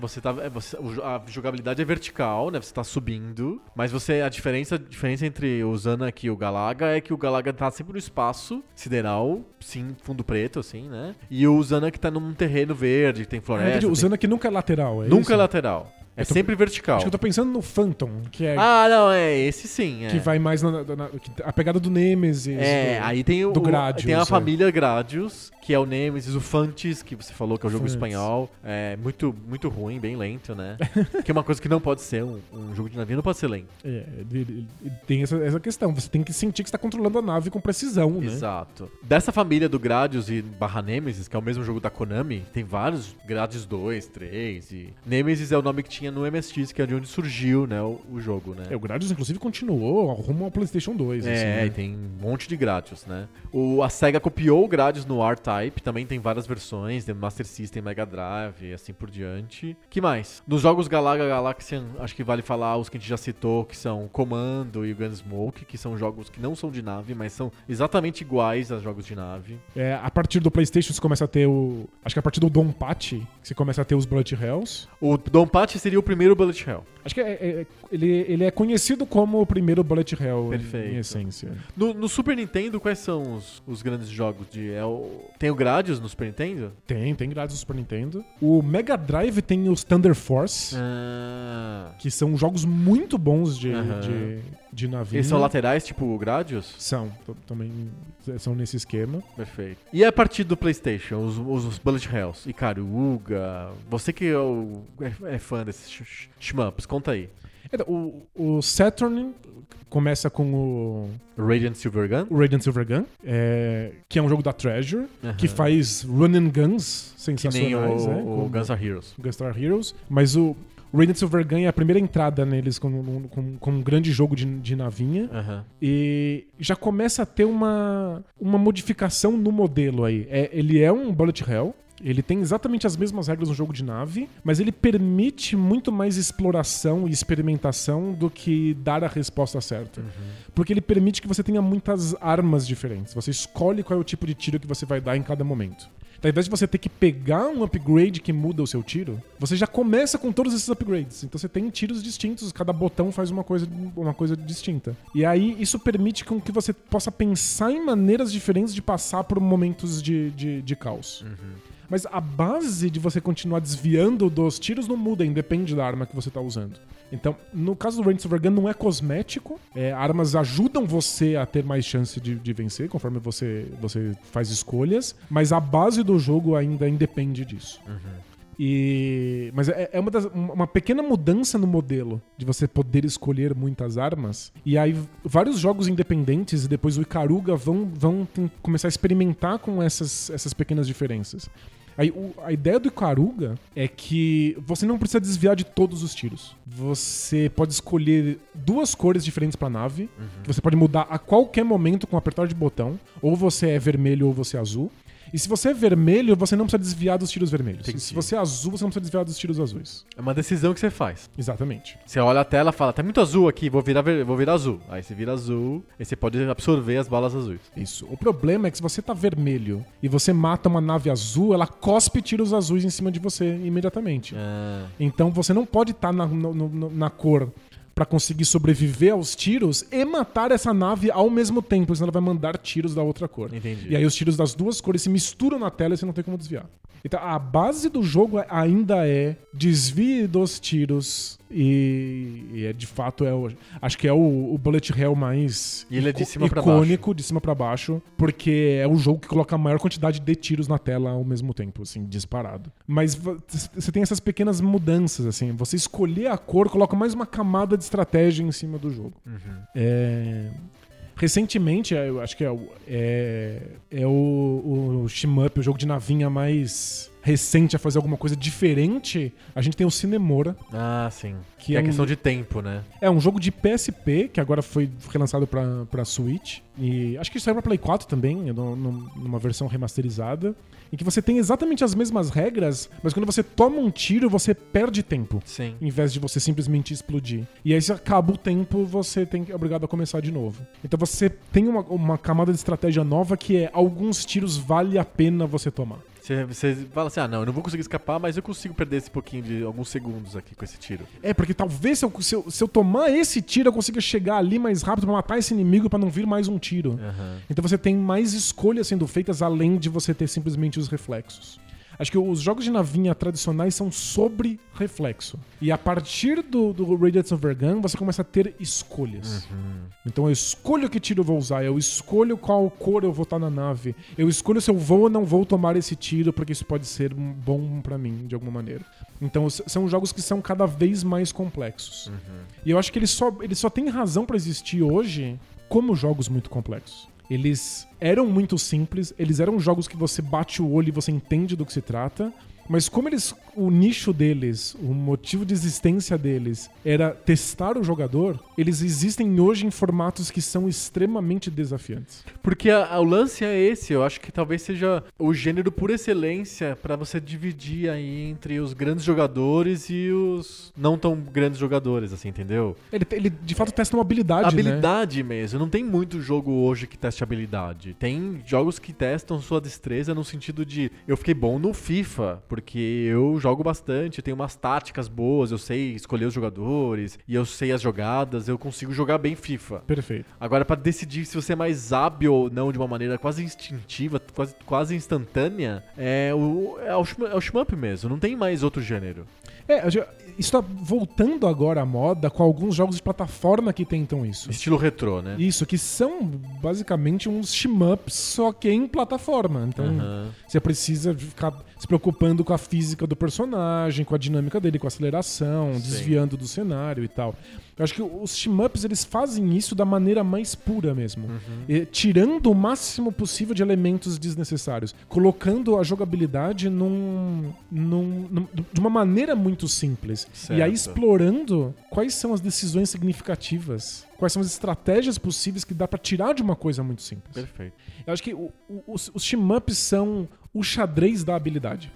A jogabilidade é vertical, né? Você tá subindo, mas a diferença entre o Zanuck e o Galaga é que o Galaga tá sempre no espaço sideral, sim, fundo preto, assim, né? E o Zanuck tá num terreno verde, tem floresta. O Zanuck nunca é lateral, nunca isso? É lateral. É sempre vertical. Acho que eu tô pensando no Phantom, que é... esse sim. Que vai mais a pegada do Nemesis. Aí tem do Gradius. Tem a família Gradius, que é o Nemesis, o Fantis, que você falou que é o jogo espanhol. É muito, muito ruim, bem lento, né? Que é uma coisa que não pode ser, um jogo de navio não pode ser lento. Tem essa questão, você tem que sentir que você tá controlando a nave com precisão, né? Exato. Dessa família do Gradius e /Nemesis, que é o mesmo jogo da Konami, tem vários, Gradius 2, 3 e... Nemesis é o nome que tinha no MSX, que é de onde surgiu, né, o jogo, né? O Gradius, inclusive, continuou rumo ao PlayStation 2. E tem um monte de Gradius, né? A SEGA copiou o Gradius no R-Type, também tem várias versões, tem Master System, Mega Drive e assim por diante. Que mais? Nos jogos Galaga, Galaxian, acho que vale falar os que a gente já citou, que são Commando e o Gunsmoke, que são jogos que não são de nave, mas são exatamente iguais a jogos de nave. A partir do PlayStation você começa a ter acho que a partir do Donpachi você começa a ter os Bullet Hells. O Donpachi seria o primeiro Bullet Hell. Acho que ele é conhecido como o primeiro Bullet Hell. Perfeito. Em essência. No Super Nintendo, quais são os grandes jogos? Tem o Gradius no Super Nintendo? Tem Gradius no Super Nintendo. O Mega Drive tem os Thunder Force, que são jogos muito bons de navio. Eles são laterais, tipo o Gradius? São, também são nesse esquema. Perfeito. E a partir do PlayStation, os Bullet Hells, Ikaruga, você que é fã desses shmups, conta aí. O Saturn começa com o Radiant Silvergun, que é um jogo da Treasure, que faz run and guns sensacionais. Que nem o Gunstar Heroes. Gunstar Heroes. Mas o Radiant Silvergun é a primeira entrada neles com um grande jogo de navinha. E já começa a ter uma modificação no modelo aí. Ele é um Bullet Hell. Ele tem exatamente as mesmas regras no jogo de nave, mas ele permite muito mais exploração e experimentação do que dar a resposta certa. Porque ele permite que você tenha muitas armas diferentes. Você escolhe qual é o tipo de tiro que você vai dar em cada momento. Então, ao invés de você ter que pegar um upgrade que muda o seu tiro, você já começa com todos esses upgrades. Então você tem tiros distintos, cada botão faz uma coisa distinta. E aí isso permite com que você possa pensar em maneiras diferentes de passar por momentos de caos. Mas a base de você continuar desviando dos tiros não muda, independe da arma que você tá usando. Então, no caso do Radiant Silvergun, não é cosmético. Armas ajudam você a ter mais chance de vencer, conforme você faz escolhas. Mas a base do jogo ainda independe disso. Mas é uma pequena mudança no modelo de você poder escolher muitas armas. E aí vários jogos independentes e depois o Ikaruga vão começar a experimentar com essas pequenas diferenças. Aí, a ideia do Ikaruga é que você não precisa desviar de todos os tiros. Você pode escolher 2 cores diferentes pra nave, que você pode mudar a qualquer momento com um apertar de botão. Ou você é vermelho ou você é azul. E se você é vermelho, você não precisa desviar dos tiros vermelhos. Entendi. E se você é azul, você não precisa desviar dos tiros azuis. É uma decisão que você faz. Exatamente. Você olha a tela e fala, tá muito azul aqui, vou virar azul. Aí você vira azul, aí você pode absorver as balas azuis. Isso. O problema é que se você tá vermelho e você mata uma nave azul, ela cospe tiros azuis em cima de você imediatamente. Então você não pode estar na cor pra conseguir sobreviver aos tiros e matar essa nave ao mesmo tempo, senão ela vai mandar tiros da outra cor. Entendi. E aí os tiros das 2 cores se misturam na tela e você não tem como desviar. Então a base do jogo ainda é desvie dos tiros e de fato acho que é o bullet hell mais e ele é de cima icônico, de cima pra baixo, porque é o jogo que coloca a maior quantidade de tiros na tela ao mesmo tempo, assim, disparado. Mas você tem essas pequenas mudanças, assim, você escolher a cor coloca mais uma camada de estratégia em cima do jogo. Recentemente, eu acho que é o shmup, o jogo de navinha mais recente a fazer alguma coisa diferente. A gente tem o Cinemora. Ah, sim. Que é questão de tempo, né? É um jogo de PSP, que agora foi relançado pra Switch. E acho que saiu pra Play 4 também, numa versão remasterizada. Em que você tem exatamente as mesmas regras, mas quando você toma um tiro, você perde tempo. Sim. Em vez de você simplesmente explodir. E aí, se acaba o tempo, você é obrigado a começar de novo. Então você tem uma camada de estratégia nova que é alguns tiros vale a pena você tomar. Você fala assim, não, eu não vou conseguir escapar, mas eu consigo perder esse pouquinho de alguns segundos aqui com esse tiro. Porque talvez se eu tomar esse tiro, eu consiga chegar ali mais rápido pra matar esse inimigo pra não vir mais um tiro. Então você tem mais escolhas sendo feitas além de você ter simplesmente os reflexos. Acho que os jogos de navinha tradicionais são sobre reflexo. E a partir do Radiance Overgun, você começa a ter escolhas. Então eu escolho que tiro eu vou usar, eu escolho qual cor eu vou estar na nave, eu escolho se eu vou ou não vou tomar esse tiro, porque isso pode ser bom pra mim, de alguma maneira. Então são jogos que são cada vez mais complexos. E eu acho que eles só têm razão pra existir hoje como jogos muito complexos. Eles eram muito simples, eles eram jogos que você bate o olho e você entende do que se trata, mas como o nicho deles, o motivo de existência deles era testar o jogador, eles existem hoje em formatos que são extremamente desafiantes. Porque o lance é esse, eu acho que talvez seja o gênero por excelência pra você dividir aí entre os grandes jogadores e os não tão grandes jogadores, assim, entendeu? Ele de fato testa uma habilidade, habilidade, né? Mesmo, não tem muito jogo hoje que teste habilidade. Tem jogos que testam sua destreza no sentido de eu fiquei bom no FIFA, porque eu jogo bastante, tenho umas táticas boas, eu sei escolher os jogadores, e eu sei as jogadas, eu consigo jogar bem FIFA. Perfeito. Agora, pra decidir se você é mais hábil ou não de uma maneira quase instintiva, quase instantânea, é o shmup mesmo, não tem mais outro gênero. Isso tá voltando agora à moda com alguns jogos de plataforma que tentam isso. Estilo retrô, né? Isso, que são basicamente uns shmups, só que em plataforma. Então, você precisa ficar se preocupando com a física do personagem, com a dinâmica dele, com a aceleração, desviando do cenário e tal. Eu acho que os shmups, eles fazem isso da maneira mais pura mesmo. Tirando o máximo possível de elementos desnecessários. Colocando a jogabilidade de uma maneira muito simples. Certo. E aí explorando quais são as decisões significativas. Quais são as estratégias possíveis que dá pra tirar de uma coisa muito simples. Perfeito. Eu acho que os shmups são o xadrez da habilidade.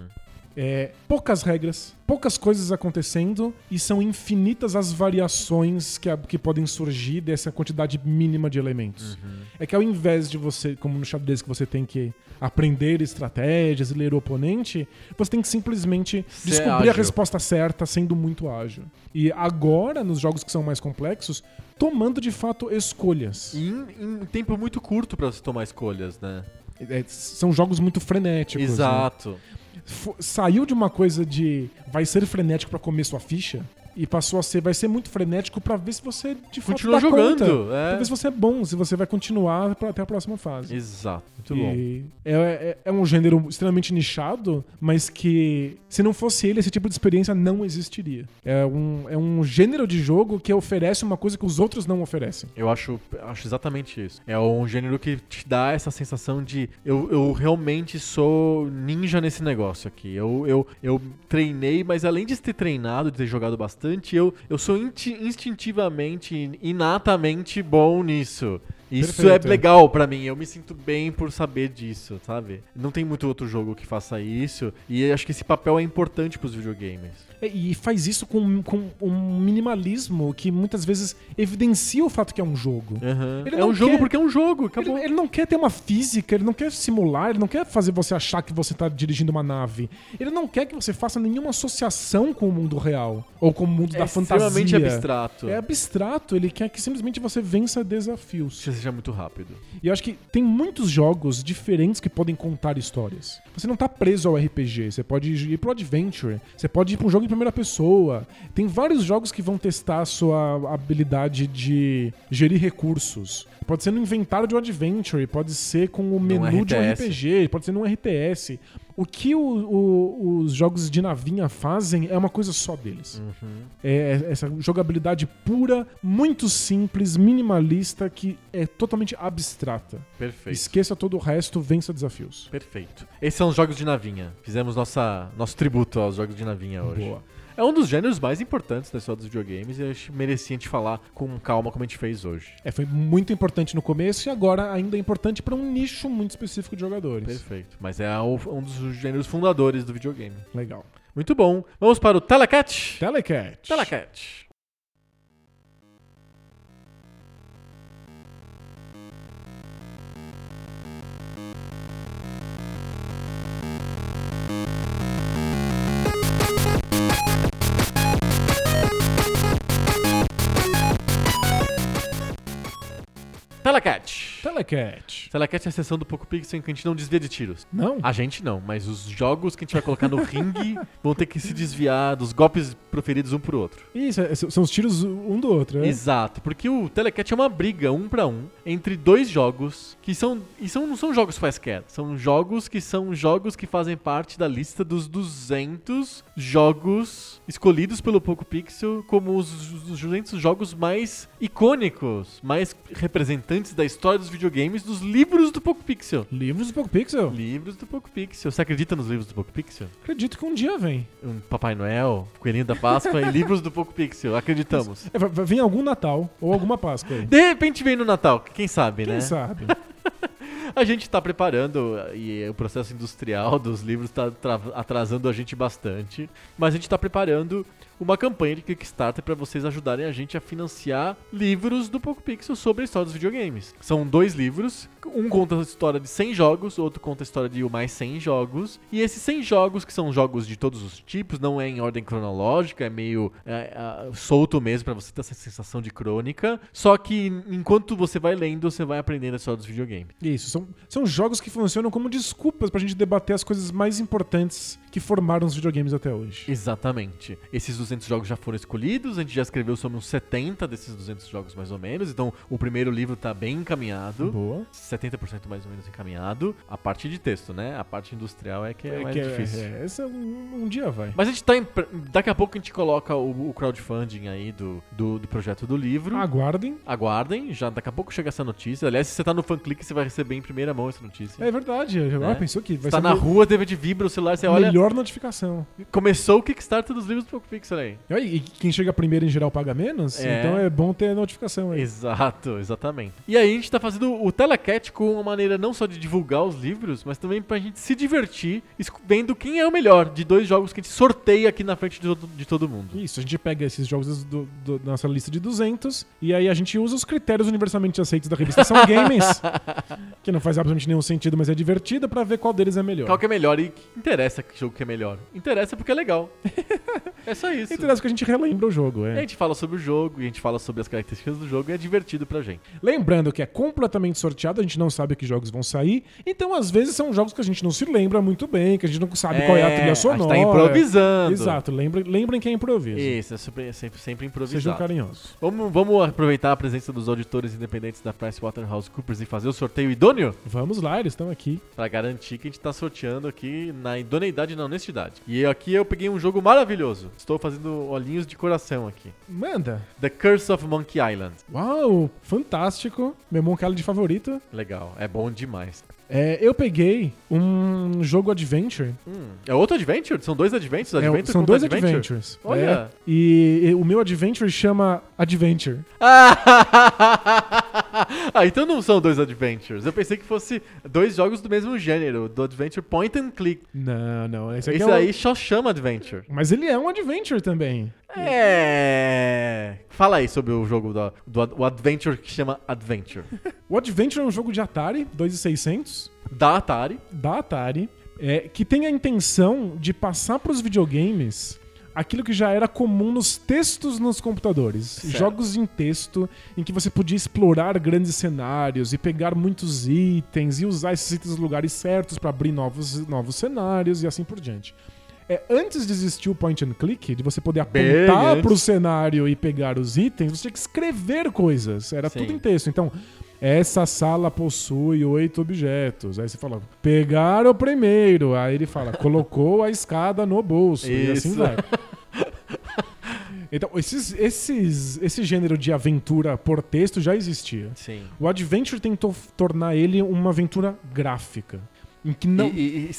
Poucas regras, poucas coisas acontecendo e são infinitas as variações que podem surgir dessa quantidade mínima de elementos. É que ao invés de você, como no xadrez, que você tem que aprender estratégias e ler o oponente, você tem que simplesmente descobrir a resposta certa sendo muito ágil. E agora, nos jogos que são mais complexos, tomando de fato escolhas. E em tempo muito curto pra você tomar escolhas, né? São jogos muito frenéticos. Exato. Né? Saiu de uma coisa de vai ser frenético pra comer sua ficha e passou a ser, vai ser muito frenético pra ver se você de fato continua dá jogando, conta, pra ver se você é bom, se você vai continuar até a próxima fase. Exato, muito bom. É um gênero extremamente nichado, mas que se não fosse ele, esse tipo de experiência não existiria. É um gênero de jogo que oferece uma coisa que os outros não oferecem. Eu acho exatamente isso. É um gênero que te dá essa sensação de eu realmente sou ninja nesse negócio aqui. Eu treinei, mas além de ter treinado, de ter jogado bastante, eu sou instintivamente, inatamente bom nisso. Isso Perfeito, é legal pra mim, eu me sinto bem por saber disso, sabe? Não tem muito outro jogo que faça isso, e acho que esse papel é importante pros videogames. E faz isso com um minimalismo que muitas vezes evidencia o fato que é um jogo. Uhum. Ele É não um jogo quer- porque é um jogo, acabou. Ele não quer ter uma física, ele não quer simular, ele não quer fazer você achar que você tá dirigindo uma nave. Ele não quer que você faça nenhuma associação com o mundo real, ou com o mundo da fantasia. É extremamente abstrato. É abstrato, ele quer que simplesmente você vença desafios. Que seja muito rápido. E eu acho que tem muitos jogos diferentes que podem contar histórias. Você não tá preso ao RPG, você pode ir pro Adventure, você pode ir pra um jogo em primeira pessoa. Tem vários jogos que vão testar a sua habilidade de gerir recursos. Pode ser no inventário de um Adventure, pode ser com o menu de um RTS. RPG, pode ser num RTS. O que os jogos de navinha fazem é uma coisa só deles. É essa jogabilidade pura, muito simples, minimalista, que é totalmente abstrata. Perfeito. Esqueça todo o resto, vença desafios. Perfeito. Esses são os jogos de navinha. Fizemos nosso tributo aos jogos de navinha hoje. Boa. É um dos gêneros mais importantes da história dos videogames e acho que merecia a gente falar com calma como a gente fez hoje. Foi muito importante no começo e agora ainda é importante para um nicho muito específico de jogadores. Perfeito. Mas é um dos gêneros fundadores do videogame. Legal. Muito bom. Vamos para o Telecat? Telecat. Telecat. Telecat. Telecat. Telecat é a sessão do Poco Pixel em que a gente não desvia de tiros. Não? A gente não, mas os jogos que a gente vai colocar no ringue vão ter que se desviar dos golpes proferidos um pro outro. Isso, são os tiros um do outro, né? Exato, porque o Telecat é uma briga 1 pra 1 entre dois jogos que não são jogos quaisquer, são jogos que fazem parte da lista dos 200 jogos escolhidos pelo Poco Pixel como os 200 jogos mais icônicos, mais representantes da história dos videogames dos livros do Poco Pixel. Livros do Poco Pixel? Livros do Poco Pixel. Você acredita nos livros do Poco Pixel? Acredito que um dia vem. Um Papai Noel, Coelhinho da Páscoa e livros do Poco Pixel. Acreditamos. Vai vir algum Natal ou alguma Páscoa aí. De repente vem no Natal, quem sabe, né? Quem sabe? A gente tá preparando e o processo industrial dos livros tá atrasando a gente bastante, mas a gente tá preparando uma campanha de Kickstarter para vocês ajudarem a gente a financiar livros do Poco Pixel sobre a história dos videogames. São 2 livros, um conta a história de 100 jogos, outro conta a história de mais 100 jogos, e esses 100 jogos, que são jogos de todos os tipos, não é em ordem cronológica, é meio solto mesmo para você ter essa sensação de crônica, só que enquanto você vai lendo, você vai aprendendo a história dos videogames. Isso, são jogos que funcionam como desculpas pra gente debater as coisas mais importantes que formaram os videogames até hoje. Exatamente. Esses 200 jogos já foram escolhidos, a gente já escreveu sobre uns 70 desses 200 jogos mais ou menos, então o primeiro livro tá bem encaminhado. Boa. 70% mais ou menos encaminhado. A parte de texto, né? A parte industrial é que é mais difícil. Esse um dia vai. Mas a gente tá daqui a pouco a gente coloca o crowdfunding aí do projeto do livro. Aguardem. Aguardem, já daqui a pouco chega essa notícia. Aliás, se você tá no FanClick, você vai receber em primeira mão essa notícia. É verdade. Pensou que vai Você tá ser na rua, DVD vibra o celular, você olha... melhor notificação. Começou o Kickstarter dos livros do Poco Pixel aí. E quem chega primeiro em geral paga menos, então é bom ter notificação aí. Exato, exatamente. E aí a gente tá fazendo o Telecat com uma maneira não só de divulgar os livros, mas também pra gente se divertir vendo quem é o melhor de 2 jogos que a gente sorteia aqui na frente de todo mundo. Isso, a gente pega esses jogos da nossa lista de 200 e aí a gente usa os critérios universalmente aceitos da revista São Games, que não faz absolutamente nenhum sentido, mas é divertida, pra ver qual deles é melhor. Qual que é melhor e que interessa que jogo que é melhor? Interessa porque é legal. É só isso. Então é isso que a gente relembra o jogo. A gente fala sobre o jogo, a gente fala sobre as características do jogo e é divertido pra gente. Lembrando que é completamente sorteado, a gente não sabe que jogos vão sair, então às vezes são jogos que a gente não se lembra muito bem, que a gente não sabe qual é a trilha sonora. A gente tá improvisando. Exato, lembrem que é improviso. Isso, é sempre improvisado. Sejam carinhosos. Vamos aproveitar a presença dos auditores independentes da PricewaterhouseCoopers e fazer o sorteio idôneo? Vamos lá, eles estão aqui. Pra garantir que a gente tá sorteando aqui na idoneidade e na honestidade. E aqui eu peguei um jogo maravilhoso. Estou fazendo olhinhos de coração aqui. Manda. The Curse of Monkey Island. Uau, fantástico. Meu Monkey Island favorito. Legal, é bom demais. Eu peguei um jogo Adventure. É outro Adventure? São dois Adventures? São dois Adventures. Olha. E o meu Adventure chama Adventure. Então não são dois Adventures. Eu pensei que fosse dois jogos do mesmo gênero, do Adventure Point and Click. Não. Esse aí só chama Adventure. Mas ele é um Adventure também. Fala aí sobre o jogo do Adventure que chama Adventure. O Adventure é um jogo de Atari 2600. Da Atari. Que tem a intenção de passar para os videogames aquilo que já era comum nos textos nos computadores. Certo. Jogos em texto em que você podia explorar grandes cenários e pegar muitos itens e usar esses itens nos lugares certos para abrir novos cenários e assim por diante. Antes de existir o point and click, de você poder apontar pro cenário e pegar os itens, você tinha que escrever coisas. Era tudo em texto. Então, essa sala possui 8 objetos. Aí você fala, pegar o primeiro. Aí ele fala, colocou a escada no bolso. Isso. E assim vai. Então, esse gênero de aventura por texto já existia. Sim. O Adventure tentou tornar ele uma aventura gráfica. Em que não...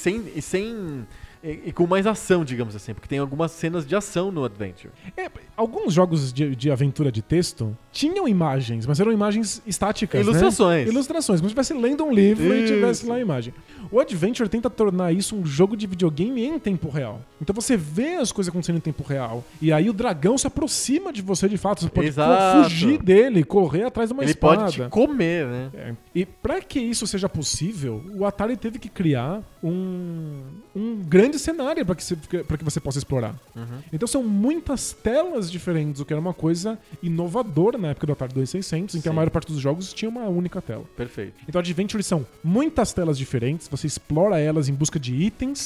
E com mais ação, digamos assim, porque tem algumas cenas de ação no Adventure. Alguns jogos de aventura de texto tinham imagens, mas eram imagens estáticas, Ilustrações. Né? Ilustrações, como se estivesse lendo um livro e tivesse lá a imagem. O Adventure tenta tornar isso um jogo de videogame em tempo real. Então você vê as coisas acontecendo em tempo real, e aí o dragão se aproxima de você de fato, você pode fugir dele, correr atrás de uma espada. Ele pode te comer, né? E pra que isso seja possível, o Atari teve que criar um grande cenário para que você possa explorar. Então são muitas telas diferentes, o que era uma coisa inovadora na época do Atari 2600, em que a maior parte dos jogos tinha uma única tela. Perfeito. Então Adventure são muitas telas diferentes, você explora elas em busca de itens.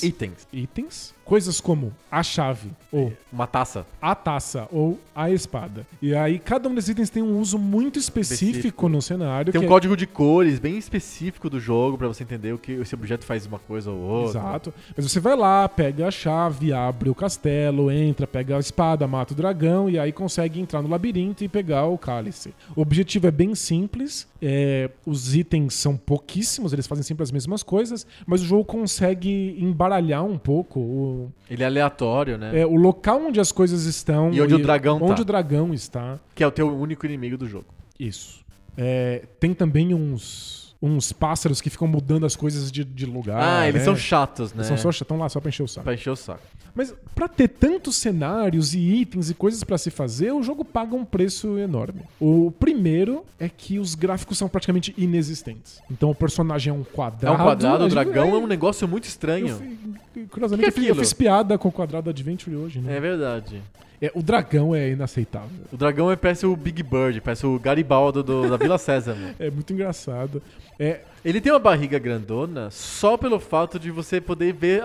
Coisas como a chave, ou uma taça, a taça, ou a espada. E aí cada um desses itens tem um uso muito específico no cenário. Tem um código de cores bem específico do jogo pra você entender o que esse objeto faz uma coisa ou outra. Exato. Mas você vai lá, pega a chave, abre o castelo, entra, pega a espada, mata o dragão e aí consegue entrar no labirinto e pegar o cálice. O objetivo é bem simples, os itens são pouquíssimos, eles fazem sempre as mesmas coisas, mas o jogo consegue embaralhar um pouco ele é aleatório, né? O local onde as coisas estão e onde o dragão onde o dragão está. Que é o teu único inimigo do jogo. Isso. Tem também uns pássaros que ficam mudando as coisas de lugar. Eles são chatos, né? Eles estão lá só pra encher o saco. Pra encher o saco. Mas pra ter tantos cenários e itens e coisas pra se fazer, o jogo paga um preço enorme. O primeiro é que os gráficos são praticamente inexistentes. Então o personagem é um quadrado. O dragão é um negócio muito estranho. Curiosamente, eu fiz piada com o quadrado Adventure hoje, né? É verdade. O dragão é inaceitável. O dragão parece o Big Bird, parece o Garibaldo da Vila Sésamo. É muito engraçado. Ele tem uma barriga grandona só pelo fato de você poder ver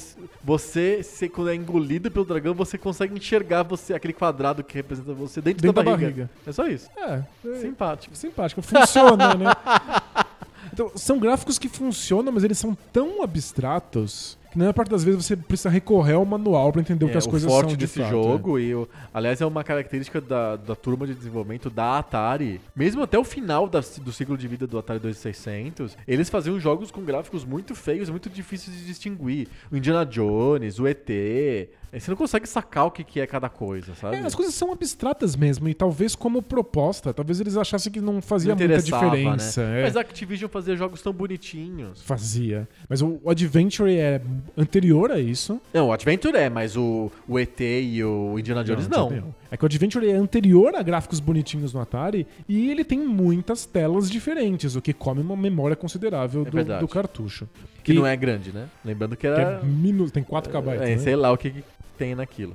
você quando é engolido pelo dragão, você consegue enxergar aquele quadrado que representa você dentro da barriga. É só isso. Simpático. Simpático. Funciona, né? Então, são gráficos que funcionam, mas eles são tão abstratos que na maior parte das vezes você precisa recorrer ao manual pra entender o que as coisas são de fato. O forte desse jogo, aliás, é uma característica da turma de desenvolvimento da Atari. Mesmo até o final do ciclo de vida do Atari 2600, eles faziam jogos com gráficos muito feios, muito difíceis de distinguir. O Indiana Jones, o ET... Você não consegue sacar o que é cada coisa, sabe? As coisas são abstratas mesmo, e talvez como proposta, talvez eles achassem que não fazia muita diferença. Né? Mas a Activision fazia jogos tão bonitinhos. Fazia. Mas o Adventure é anterior a isso. Não, o Adventure mas o ET e o Indiana Jones não. É que o Adventure é anterior a gráficos bonitinhos no Atari, e ele tem muitas telas diferentes, o que come uma memória considerável do cartucho. Que não é grande, né? Lembrando que era... Tem 4 KB. Sei lá o que tem naquilo.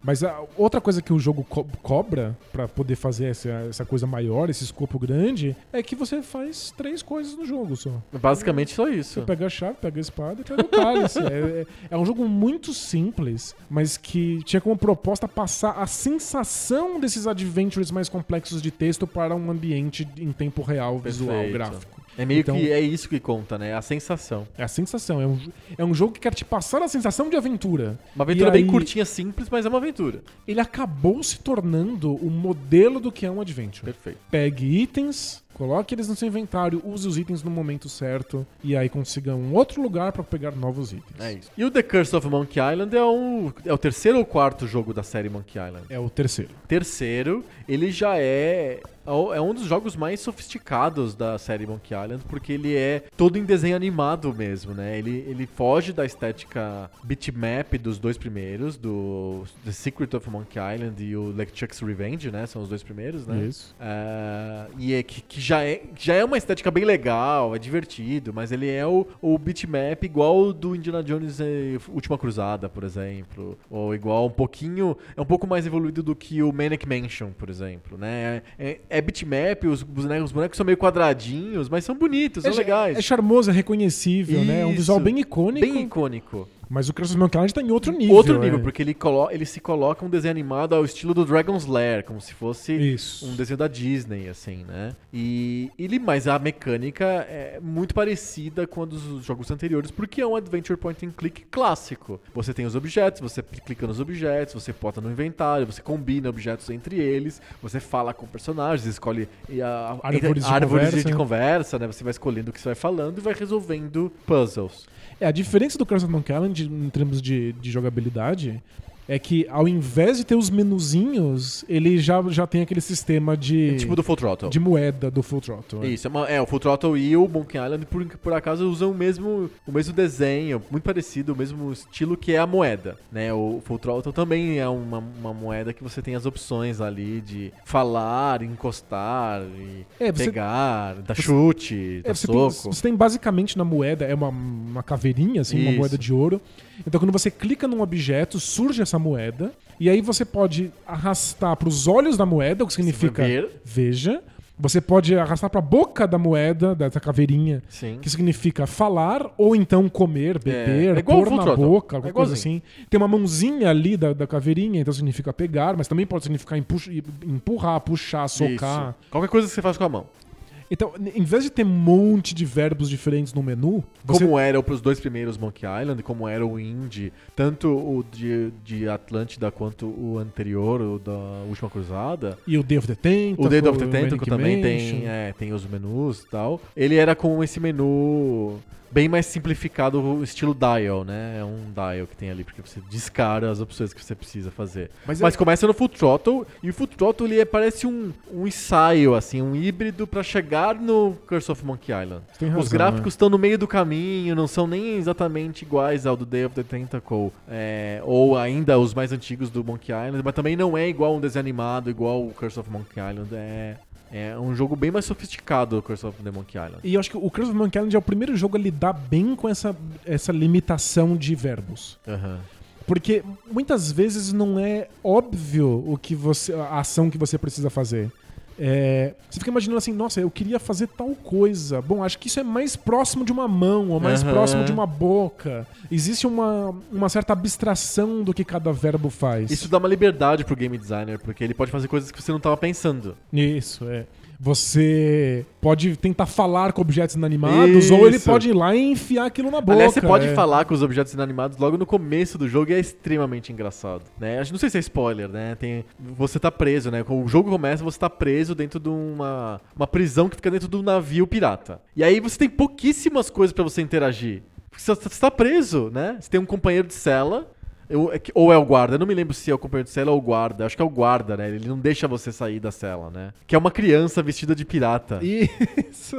Mas outra coisa que o jogo cobra pra poder fazer essa coisa maior, esse escopo grande, é que você faz 3 coisas no jogo só. Basicamente só isso. Você pega a chave, pega a espada e pega o cálice. É um jogo muito simples, mas que tinha como proposta passar a sensação desses adventures mais complexos de texto para um ambiente em tempo real, visual, gráfico. É meio que é isso que conta, né? A sensação. É a sensação. É um jogo que quer te passar a sensação de aventura. Uma aventura bem curtinha, simples, mas é uma aventura. Ele acabou se tornando o modelo do que é um adventure. Perfeito. Pegue itens, coloque eles no seu inventário, use os itens no momento certo e aí consiga um outro lugar pra pegar novos itens. É isso. E o The Curse of Monkey Island é o terceiro ou quarto jogo da série Monkey Island? É o terceiro. Terceiro, ele já é um dos jogos mais sofisticados da série Monkey Island, porque ele é todo em desenho animado mesmo, né? Ele foge da estética bitmap dos dois primeiros, do The Secret of Monkey Island e o LeChuck's Revenge, né? São os dois primeiros, né? Isso. E é que já é uma estética bem legal, é divertido, mas ele é o bitmap igual o do Indiana Jones Última Cruzada, por exemplo, ou igual um pouco mais evoluído do que o Maniac Mansion, por exemplo, né? É bitmap, os bonecos são meio quadradinhos, mas são bonitos, são legais. É charmoso, é reconhecível, isso, né? É um visual bem icônico. Bem icônico. Mas o Curse of Monkey Island tá em outro nível. Outro nível, porque ele se coloca um desenho animado ao estilo do Dragon's Lair, como se fosse um desenho da Disney, assim, né? Mas a mecânica é muito parecida com a dos jogos anteriores, porque é um adventure point and click clássico. Você tem os objetos, você clica nos objetos, você bota no inventário, você combina objetos entre eles, você fala com personagens, escolhe árvores de conversa, né? Você vai escolhendo o que você vai falando e vai resolvendo puzzles. A diferença do Curse of Monkey Island em termos de jogabilidade é que ao invés de ter os menuzinhos, ele já tem aquele sistema de... Tipo do Full Throttle. De moeda do Full Throttle. Isso, o Full Throttle e o Monkey Island, por acaso, usam o mesmo desenho, muito parecido, o mesmo estilo que é a moeda, né? O Full Throttle também é uma moeda que você tem as opções ali de falar, encostar, pegar, dar chute, dar soco. Você tem basicamente na moeda, é uma caveirinha, assim, uma moeda de ouro. Então quando você clica num objeto, surge essa moeda, e aí você pode arrastar para os olhos da moeda, o que significa veja. Você pode arrastar para a boca da moeda, dessa caveirinha, que significa falar, ou então comer, beber, pôr na boca, alguma coisa assim. Tem uma mãozinha ali da caveirinha, então significa pegar, mas também pode significar empurrar, puxar, socar. Isso. Qualquer coisa que você faz com a mão. Então, em vez de ter um monte de verbos diferentes no menu... Como era para os dois primeiros Monkey Island, como era o Indie, tanto o de Atlântida quanto o anterior, o da Última Cruzada. E o Day of the Tentacle. O Day of the Tentacle também tem os menus e tal. Ele era com esse menu... bem mais simplificado, o estilo dial, né? É um dial que tem ali, porque você descara as opções que você precisa fazer. Mas começa no Full Throttle, e o Full Throttle ele parece um ensaio, assim, um híbrido pra chegar no Curse of Monkey Island. Tem razão, os gráficos estão no meio do caminho, não são nem exatamente iguais ao do Day of the Tentacle, ou ainda os mais antigos do Monkey Island, mas também não é igual um desenho animado, igual o Curse of Monkey Island. É um jogo bem mais sofisticado, o Curse of the Monkey Island. E eu acho que o Curse of Monkey Island é o primeiro jogo a lidar bem com essa limitação de verbos. Uhum. Porque muitas vezes não é óbvio a ação que você precisa fazer. Você fica imaginando assim, nossa, eu queria fazer tal coisa. Bom, acho que isso é mais próximo de uma mão, ou mais próximo de uma boca. Existe uma certa abstração do que cada verbo faz. Isso dá uma liberdade pro game designer, porque ele pode fazer coisas que você não estava pensando. Isso, Você pode tentar falar com objetos inanimados, ou ele pode ir lá e enfiar aquilo na boca. Aliás, você pode falar com os objetos inanimados logo no começo do jogo e é extremamente engraçado, né? Não sei se é spoiler, né? Você tá preso, né? Quando o jogo começa, você tá preso dentro de uma prisão que fica dentro de um navio pirata. E aí você tem pouquíssimas coisas pra você interagir. Você tá preso, né? Você tem um companheiro de cela... Ou é o guarda, eu não me lembro se é o companheiro de cela ou o guarda. Acho que é o guarda, né? Ele não deixa você sair da cela, né? Que é uma criança vestida de pirata. Isso!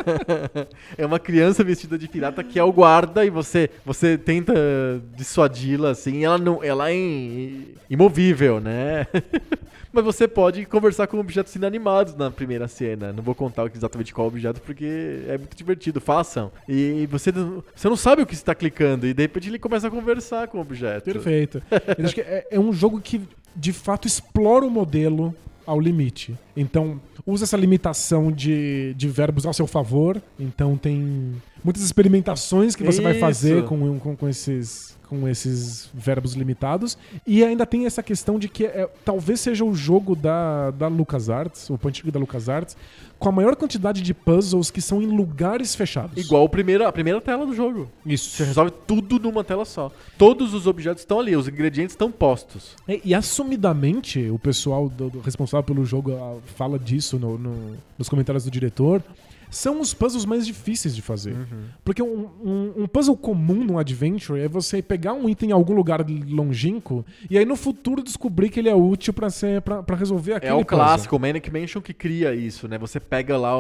É uma criança vestida de pirata que é o guarda e você tenta dissuadi-la, assim. Ela é imovível, né? Mas você pode conversar com objetos inanimados na primeira cena. Não vou contar exatamente qual objeto, porque é muito divertido. Façam. E você não sabe o que você está clicando. E de repente ele começa a conversar com o objeto. Perfeito. Perfeito. Eu acho que é um jogo que, de fato, explora o modelo ao limite. Então, usa essa limitação de verbos ao seu favor. Então, tem muitas experimentações que você vai fazer com esses verbos limitados. E ainda tem essa questão de que talvez seja o jogo da LucasArts, o point and click da LucasArts, com a maior quantidade de puzzles que são em lugares fechados. Igual a primeira tela do jogo. Isso. Você resolve tudo numa tela só. Todos os objetos estão ali, os ingredientes estão postos. E assumidamente, o pessoal do responsável pelo jogo fala disso nos comentários do diretor. São os puzzles mais difíceis de fazer. Porque um puzzle comum no Adventure é você pegar um item em algum lugar longínquo e aí no futuro descobrir que ele é útil pra resolver aquele puzzle. É o clássico, o Manic Mansion que cria isso, né? Você pega lá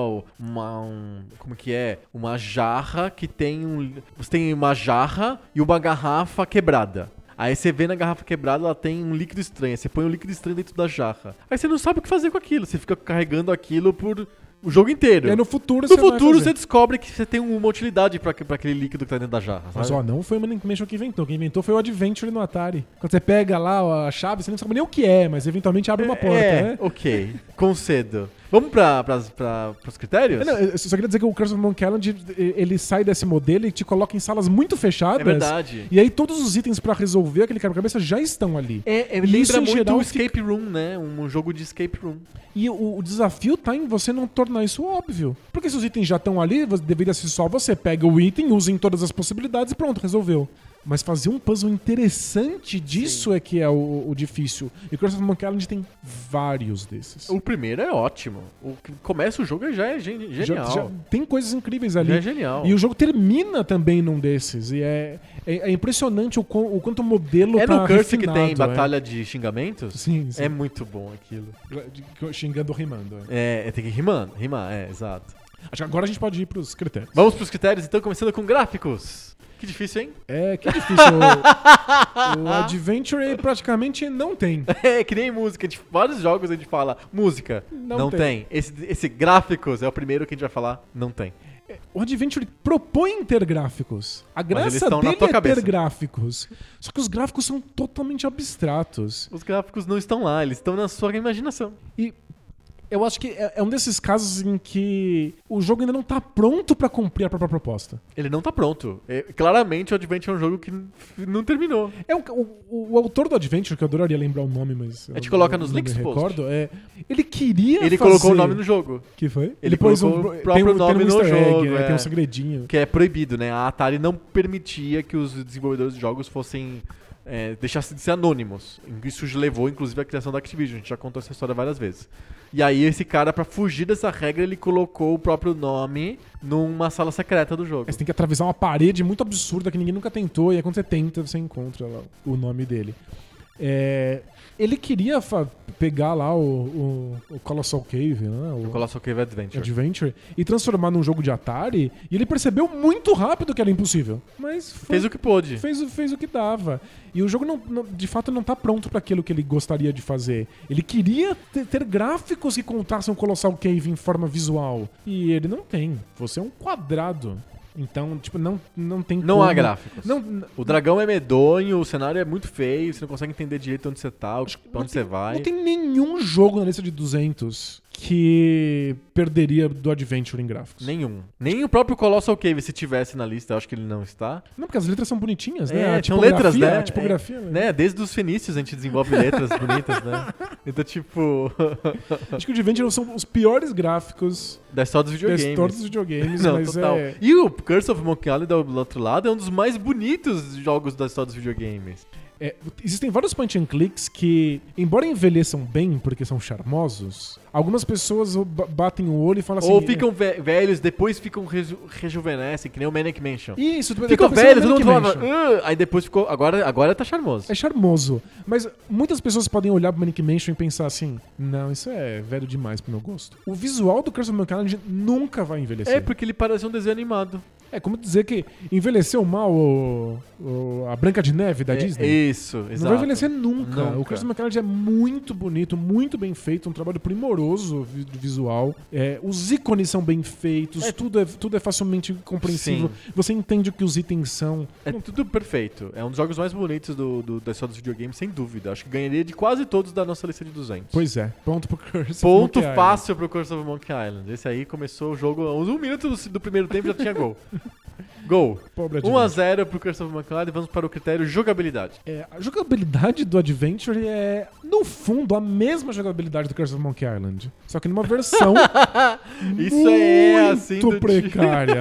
uma jarra que tem você tem uma jarra e uma garrafa quebrada. Aí você vê na garrafa quebrada, ela tem um líquido estranho. Aí você põe um líquido estranho dentro da jarra. Aí você não sabe o que fazer com aquilo. Você fica carregando aquilo por o jogo inteiro. E aí no futuro você descobre que você tem uma utilidade pra aquele líquido que tá dentro da jarra. Sabe? Mas não foi o Manic Mansion que inventou. Quem inventou foi o Adventure no Atari. Quando você pega lá a chave, você não sabe nem o que é, mas eventualmente abre uma porta, né? Ok. Concedo. Vamos pros critérios? Não, eu só queria dizer que o Curse of Monkey Island, ele sai desse modelo e te coloca em salas muito fechadas. É verdade. E aí todos os itens pra resolver aquele quebra-cabeça já estão ali. Lembra muito o Escape Room, né? Um jogo de Escape Room. E o desafio tá em você não tornar isso óbvio. Porque se os itens já estão ali, deveria ser só você pega o item, usa em todas as possibilidades e pronto, resolveu. Mas fazer um puzzle interessante disso é que é o difícil. E o Curse of Monkey Island tem vários desses. O primeiro é ótimo. O que começa o jogo já é genial. Já tem coisas incríveis ali. Já é genial. E o jogo termina também num desses. E é impressionante o quanto o modelo tá no Curse refinado, que tem batalha de xingamentos? Sim. É muito bom aquilo. Xingando ou rimando. Tem que rimar, exato. Acho que agora a gente pode ir pros critérios. Vamos pros critérios, então, começando com gráficos. Que difícil, hein? Que difícil. O Adventure praticamente não tem. Que nem música. De vários jogos a gente fala música. Não tem. Esse gráficos é o primeiro que a gente vai falar. Não tem. O Adventure propõe ter gráficos. A graça dele é ter gráficos. Só que os gráficos são totalmente abstratos. Os gráficos não estão lá, eles estão na sua imaginação. E eu acho que é um desses casos em que o jogo ainda não tá pronto pra cumprir a própria proposta. Ele não tá pronto. Claramente o Adventure é um jogo que não terminou. O autor do Adventure, que eu adoraria lembrar o nome, mas... A gente coloca nos links do post. Ele queria Ele colocou o nome no jogo. Que foi? Ele pôs o próprio nome no jogo. Tem um segredinho. Que é proibido, né? A Atari não permitia que os desenvolvedores de jogos fossem... deixassem de ser anônimos. Isso levou, inclusive, à criação da Activision. A gente já contou essa história várias vezes. E aí, esse cara, pra fugir dessa regra, ele colocou o próprio nome numa sala secreta do jogo. Você tem que atravessar uma parede muito absurda que ninguém nunca tentou, e aí quando você tenta, você encontra lá o nome dele. Ele queria pegar lá o Colossal Cave, né? O Colossal Cave Adventure e transformar num jogo de Atari, e ele percebeu muito rápido que era impossível. Mas fez o que pôde. Fez o que dava. E o jogo, de fato, não tá pronto para aquilo que ele gostaria de fazer. Ele queria ter gráficos que contassem o Colossal Cave em forma visual. E ele não tem. Você é um quadrado. Então, tipo, não tem Não como... há gráficos. O dragão é medonho, o cenário é muito feio, você não consegue entender direito onde você tá, pra onde você vai. Não tem nenhum jogo na lista de 200 que perderia do Adventure em gráficos. Nenhum. Nem o próprio Colossal Cave, se tivesse na lista, eu acho que ele não está. Não, porque as letras são bonitinhas, né? São letras, né? A tipografia. Né? Desde os fenícios a gente desenvolve letras bonitas, né? Então, tipo... Acho que o Adventure são os piores gráficos da história dos videogames. Não, mas total. E o Curse of Monkey Island, do outro lado, é um dos mais bonitos jogos da história dos videogames. Existem vários point and clicks que, embora envelheçam bem porque são charmosos, algumas pessoas batem o olho e falam assim... Ou ficam velhos, depois rejuvenescem, que nem o Manic Mansion. Isso. Ficam velhos, todo mundo falava... aí depois ficou... Agora tá charmoso. É charmoso. Mas muitas pessoas podem olhar pro Manic Mansion e pensar assim... Não, isso é velho demais pro meu gosto. O visual do Curse of Monkey Island nunca vai envelhecer. Porque ele parece um desenho animado. É como dizer que envelheceu mal a Branca de Neve da Disney. Isso, exato. Não vai envelhecer nunca. O Curse of Monkey Island é muito bonito, muito bem feito, um trabalho primoroso visual. Os ícones são bem feitos, tudo é facilmente compreensível. Sim. Você entende o que os itens são. É tudo perfeito. É um dos jogos mais bonitos da história dos videogames, sem dúvida. Acho que ganharia de quase todos da nossa lista de 200. Pois é. Ponto pro Curse of Ponto Monkey fácil pro Curse of Monkey Island. Esse aí começou o jogo, uns 1 minuto do primeiro tempo já tinha gol. Gol. 1-0 pro Curse of Monkey Island e vamos para o critério jogabilidade. A jogabilidade do Adventure é, no fundo, a mesma jogabilidade do Curse of Monkey Island. Só que numa versão muito precária,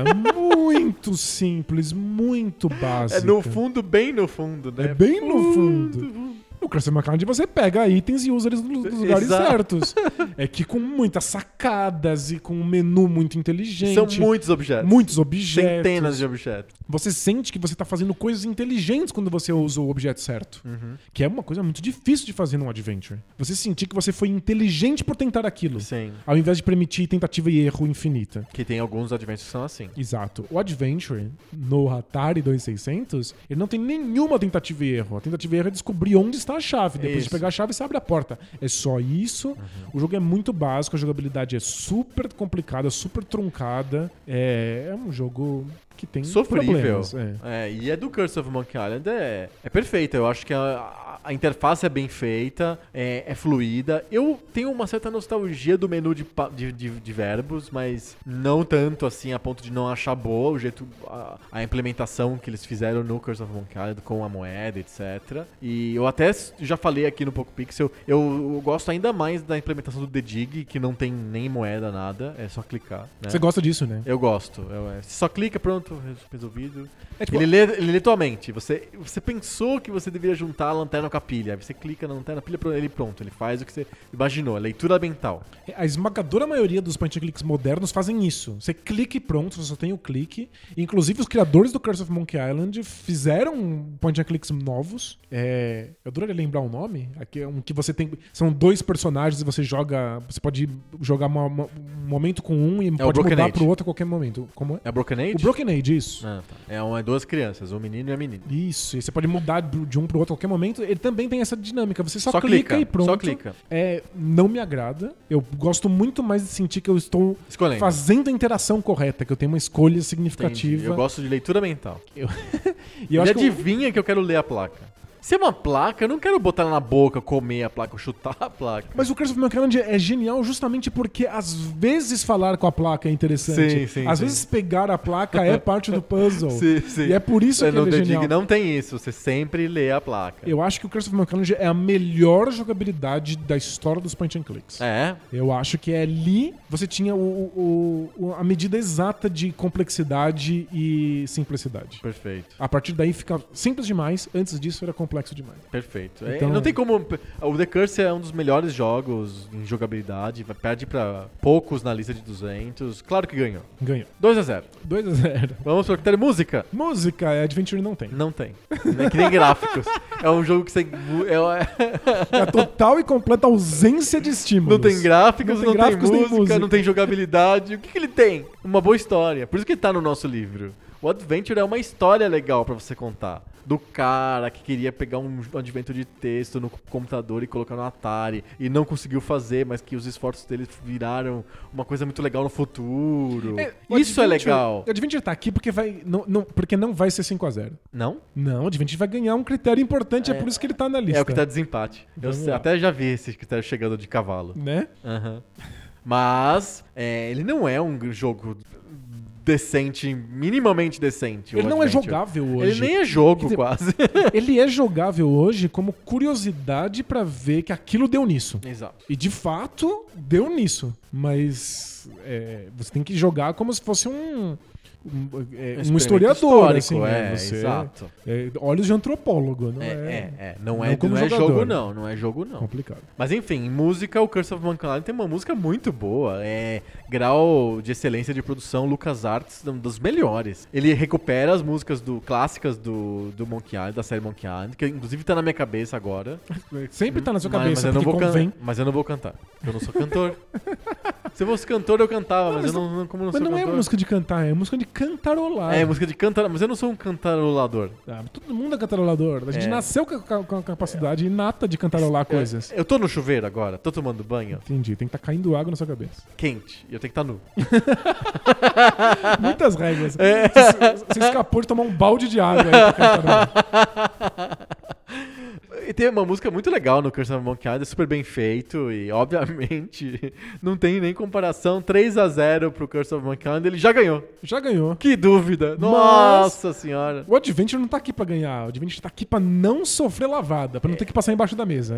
muito simples, muito básica. É no fundo, bem no fundo, né? É bem no fundo. O Curse of Monkey Island você pega itens e usa eles nos lugares certos. É que com muitas sacadas e com um menu muito inteligente. São muitos objetos. Muitos objetos. Centenas de objetos. Você sente que você tá fazendo coisas inteligentes quando você usa o objeto certo. Uhum. Que é uma coisa muito difícil de fazer num adventure. Você sentir que você foi inteligente por tentar aquilo. Sim. Ao invés de permitir tentativa e erro infinita. Que tem alguns adventures que são assim. Exato. O adventure, no Atari 2600, ele não tem nenhuma tentativa e erro. A tentativa e erro é descobrir onde está a chave. Depois de pegar a chave, você abre a porta. É só isso. Uhum. O jogo é muito básico, a jogabilidade é super complicada, super truncada. É um jogo que tem sofrível. Problemas. E é do Curse of Monkey Island é perfeita. Eu acho que a interface é bem feita, é fluida. Eu tenho uma certa nostalgia do menu de verbos, mas não tanto assim a ponto de não achar boa o jeito, a implementação que eles fizeram no Curse of Monkey Island com a moeda, etc. E eu até já falei aqui no Poco Pixel, eu gosto ainda mais da implementação do The Dig, que não tem nem moeda, nada, é só clicar. Né? Você gosta disso, né? Eu gosto. Só clica, pronto, resolvido. Ele lê tua mente. Você pensou que você deveria juntar a lanterna com a pilha. Aí você clica na lanterna, a pilha, ele pronto. Ele faz o que você imaginou. Leitura mental. A esmagadora maioria dos point and clicks modernos fazem isso. Você clica e pronto, você só tem o clique. Inclusive, os criadores do Curse of Monkey Island fizeram point and clicks novos. Eu adoraria lembrar o nome. Aqui é um que você tem... São 2 personagens e você joga... Você pode jogar um momento com um e pode mudar pro outro a qualquer momento. Como é? É Broken Age? O Broken Age, isso. Tá. É 2 crianças, um menino e a menina. Isso, e você pode mudar de um pro outro a qualquer momento. Ele também tem essa dinâmica. Você só clica e pronto. Só clica. Não me agrada. Eu gosto muito mais de sentir que eu estou fazendo a interação correta, que eu tenho uma escolha significativa. Entendi. Eu gosto de leitura mental. E eu acho adivinha que eu quero ler a placa. Se é uma placa, eu não quero botar ela na boca, comer a placa, ou chutar a placa. Mas o Curse of Monkey Island é genial justamente porque às vezes falar com a placa é interessante. Sim, às vezes pegar a placa é parte do puzzle. Sim. E é por isso que ele é genial. Não tem isso, você sempre lê a placa. Eu acho que o Curse of Monkey Island é a melhor jogabilidade da história dos point and clicks. Eu acho que ali você tinha a medida exata de complexidade e simplicidade. Perfeito. A partir daí fica simples demais, antes disso era complexo demais. Perfeito. Então, não tem como... O The Curse é um dos melhores jogos em jogabilidade, perde pra poucos na lista de 200. Claro que ganhou. Ganhou. 2-0. 2-0. Vamos pro critério música. Música, Adventure não tem. Não tem. É que nem gráficos. É um jogo que você... É a total e completa ausência de estímulos. Não tem gráficos, não tem música, não tem jogabilidade. O que ele tem? Uma boa história. Por isso que ele tá no nosso livro. O Adventure é uma história legal pra você contar. Do cara que queria pegar um adventure de texto no computador e colocar no Atari e não conseguiu fazer, mas que os esforços dele viraram uma coisa muito legal no futuro. Isso é legal. O Adventure tá aqui porque porque não vai ser 5-0. Não? Não, o Adventure vai ganhar um critério importante, é por isso que ele tá na lista. É o critério de desempate. Eu até já vi esse critério chegando de cavalo. Né? Uhum. Mas ele não é um jogo decente, minimamente decente. Ele não é jogável hoje. Ele nem é jogo, quase. Ele é jogável hoje como curiosidade pra ver que aquilo deu nisso. Exato. E de fato, deu nisso. Mas você tem que jogar como se fosse um historiador, assim, exato. Olhos de antropólogo, não é jogo não, não é jogo não. Complicado. Mas enfim, em música, o Curse of Monkey Island tem uma música muito boa, grau de excelência de produção, LucasArts, um dos melhores. Ele recupera as músicas clássicas do Monkey Island, da série Monkey Island, que inclusive tá na minha cabeça agora. Sempre tá na sua cabeça, mas eu não vou cantar, eu não sou cantor. Se eu fosse cantor, eu cantava, mas eu não como não Mas sou não cantor. é música de cantar, é música de cantarolar. É música de cantar, mas eu não sou um cantarolador. Todo mundo é cantarolador. A gente nasceu com a capacidade inata de cantarolar coisas. Eu tô no chuveiro agora, tô tomando banho. Entendi, tem que estar caindo água na sua cabeça. Quente, e eu tenho que estar nu. Muitas regras. Você escapou de tomar um balde de água aí pra cantarolar. E tem uma música muito legal no Curse of Monkey Island, super bem feito e, obviamente, não tem nem comparação. 3-0 pro Curse of Monkey Island, ele já ganhou. Já ganhou. Que dúvida. Nossa senhora. O Adventure não tá aqui pra ganhar. O Adventure tá aqui pra não sofrer lavada, pra não ter que passar embaixo da mesa.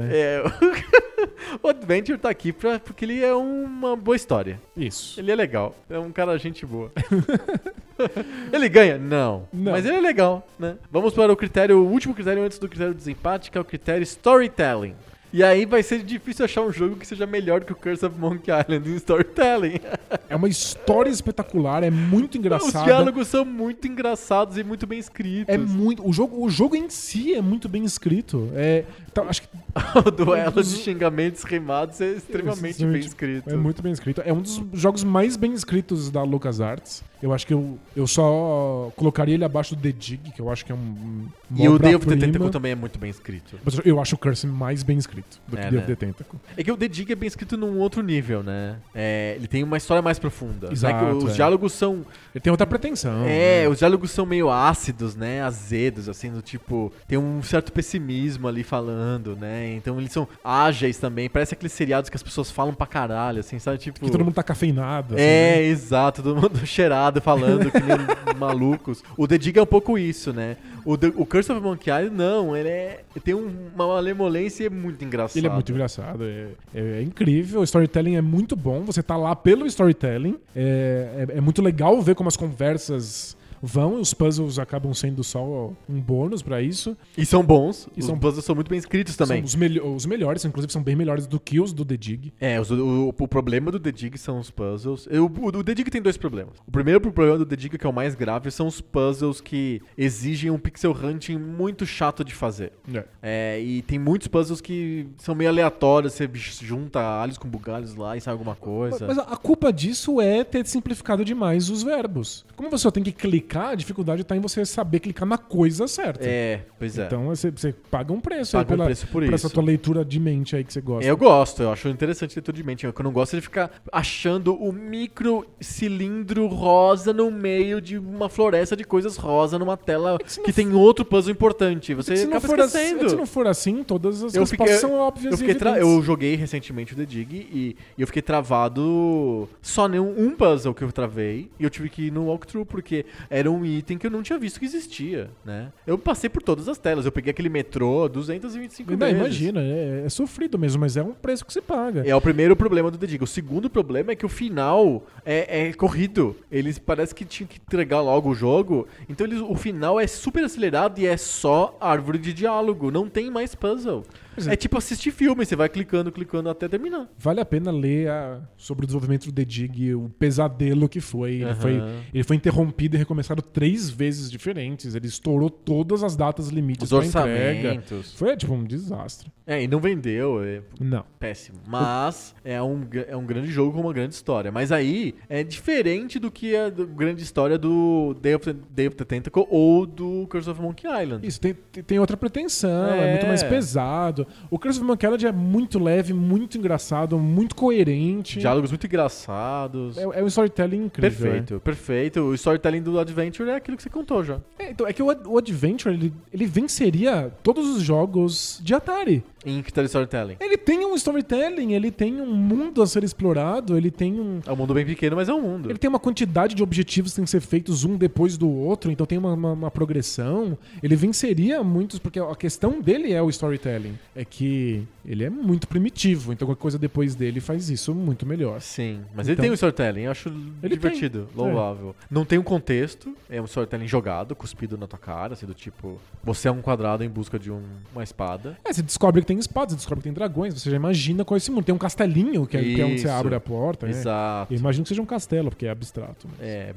O Adventure tá aqui porque ele é uma boa história. Isso. Ele é legal. É um cara gente boa. Ele ganha? Não. Mas ele é legal, né? Vamos para o último critério antes do critério de desempate, que é o critério storytelling. E aí vai ser difícil achar um jogo que seja melhor que o Curse of Monkey Island em storytelling. É uma história espetacular, é muito engraçada. Os diálogos são muito engraçados e muito bem escritos. O jogo em si é muito bem escrito. Acho que o duelo de xingamentos rimados é extremamente bem escrito. É muito bem escrito. É um dos jogos mais bem escritos da LucasArts. Eu acho que eu só colocaria ele abaixo do The Dig, que eu acho que é um E o Day of the Tentacle também é muito bem escrito. Mas eu acho o Curse mais bem escrito do que Day of the Tentacle. É que o The Dig é bem escrito num outro nível, né? Ele tem uma história mais profunda. Exato, os diálogos são... Ele tem outra pretensão. Os diálogos são meio ácidos, né? Azedos, assim, do tipo... Tem um certo pessimismo ali falando, né? Então eles são ágeis também. Parece aqueles seriados que as pessoas falam pra caralho, assim, sabe? Tipo... Que todo mundo tá cafeinado. Assim, né? Exato. Todo mundo cheirado, falando que nem malucos. O The Dig é um pouco isso, né? O Curse of Monkey Island, não. Ele tem uma malemolência e é muito engraçado. Ele é muito engraçado. É incrível. O storytelling é muito bom. Você tá lá pelo storytelling. É muito legal ver como as conversas vão. Os puzzles acabam sendo só um bônus pra isso. E são bons. Os puzzles são muito bem escritos também. São os melhores, inclusive são bem melhores do que os do The Dig. O problema do The Dig são os puzzles. O The Dig tem dois problemas. O primeiro problema do The Dig, que é o mais grave, são os puzzles que exigem um pixel hunting muito chato de fazer. E tem muitos puzzles que são meio aleatórios. Você junta alhos com bugalhos lá e sai alguma coisa. Mas a culpa disso é ter simplificado demais os verbos. Como você só tem que clicar, a dificuldade tá em você saber clicar na coisa certa. Pois é. Então você paga um preço por isso. Essa tua leitura de mente aí que você gosta. Eu gosto, eu acho interessante a leitura de mente. O que eu não gosto é de ficar achando o micro cilindro rosa no meio de uma floresta de coisas rosa numa tela que tem outro puzzle importante. Você acaba esquecendo. Se não for assim, todas as respostas são óbvias e evidentes. Eu joguei recentemente o The Dig e eu fiquei travado só em um puzzle que eu travei e eu tive que ir no walkthrough porque era um item que eu não tinha visto que existia, né? Eu passei por todas as telas. Eu peguei aquele metrô 225 vezes. Imagina, é sofrido mesmo, mas é um preço que se paga. É o primeiro problema do The Dig. O segundo problema é que o final é corrido. Eles parece que tinham que entregar logo o jogo. Então o final é super acelerado e é só árvore de diálogo. Não tem mais puzzle. É tipo assistir filme, você vai clicando até terminar. Vale a pena ler sobre o desenvolvimento do The Dig, o pesadelo que foi. Ele foi interrompido e recomeçado 3 vezes diferentes. Ele estourou todas as datas limites pra entrega. Foi tipo um desastre. E não vendeu. Não. Péssimo. Mas é um grande jogo com uma grande história. Mas aí é diferente do que a grande história do Day of the Tentacle ou do Curse of Monkey Island. Isso, tem outra pretensão, é muito mais pesado. O Curse of Monkey Island é muito leve, muito engraçado, muito coerente. Diálogos muito engraçados. É um storytelling incrível. Perfeito. O storytelling do Adventure é aquilo que você contou já. Então, é que o Adventure, ele venceria todos os jogos de Atari. Em critério de storytelling. Ele tem um storytelling, ele tem um mundo a ser explorado, ele tem um... É um mundo bem pequeno, mas é um mundo. Ele tem uma quantidade de objetivos que tem que ser feitos um depois do outro, então tem uma progressão. Ele venceria muitos, porque a questão dele é o storytelling. É que ele é muito primitivo, então qualquer coisa depois dele faz isso muito melhor. Sim, mas ele tem um storytelling, eu acho divertido, louvável. Não tem um contexto, é um storytelling jogado, cuspido na tua cara, assim, do tipo, você é um quadrado em busca de uma espada. Você descobre que tem espadas, você descobre que tem dragões, você já imagina qual é esse mundo. Tem um castelinho, que é onde você abre a porta. Exato. Eu imagino que seja um castelo, porque é abstrato.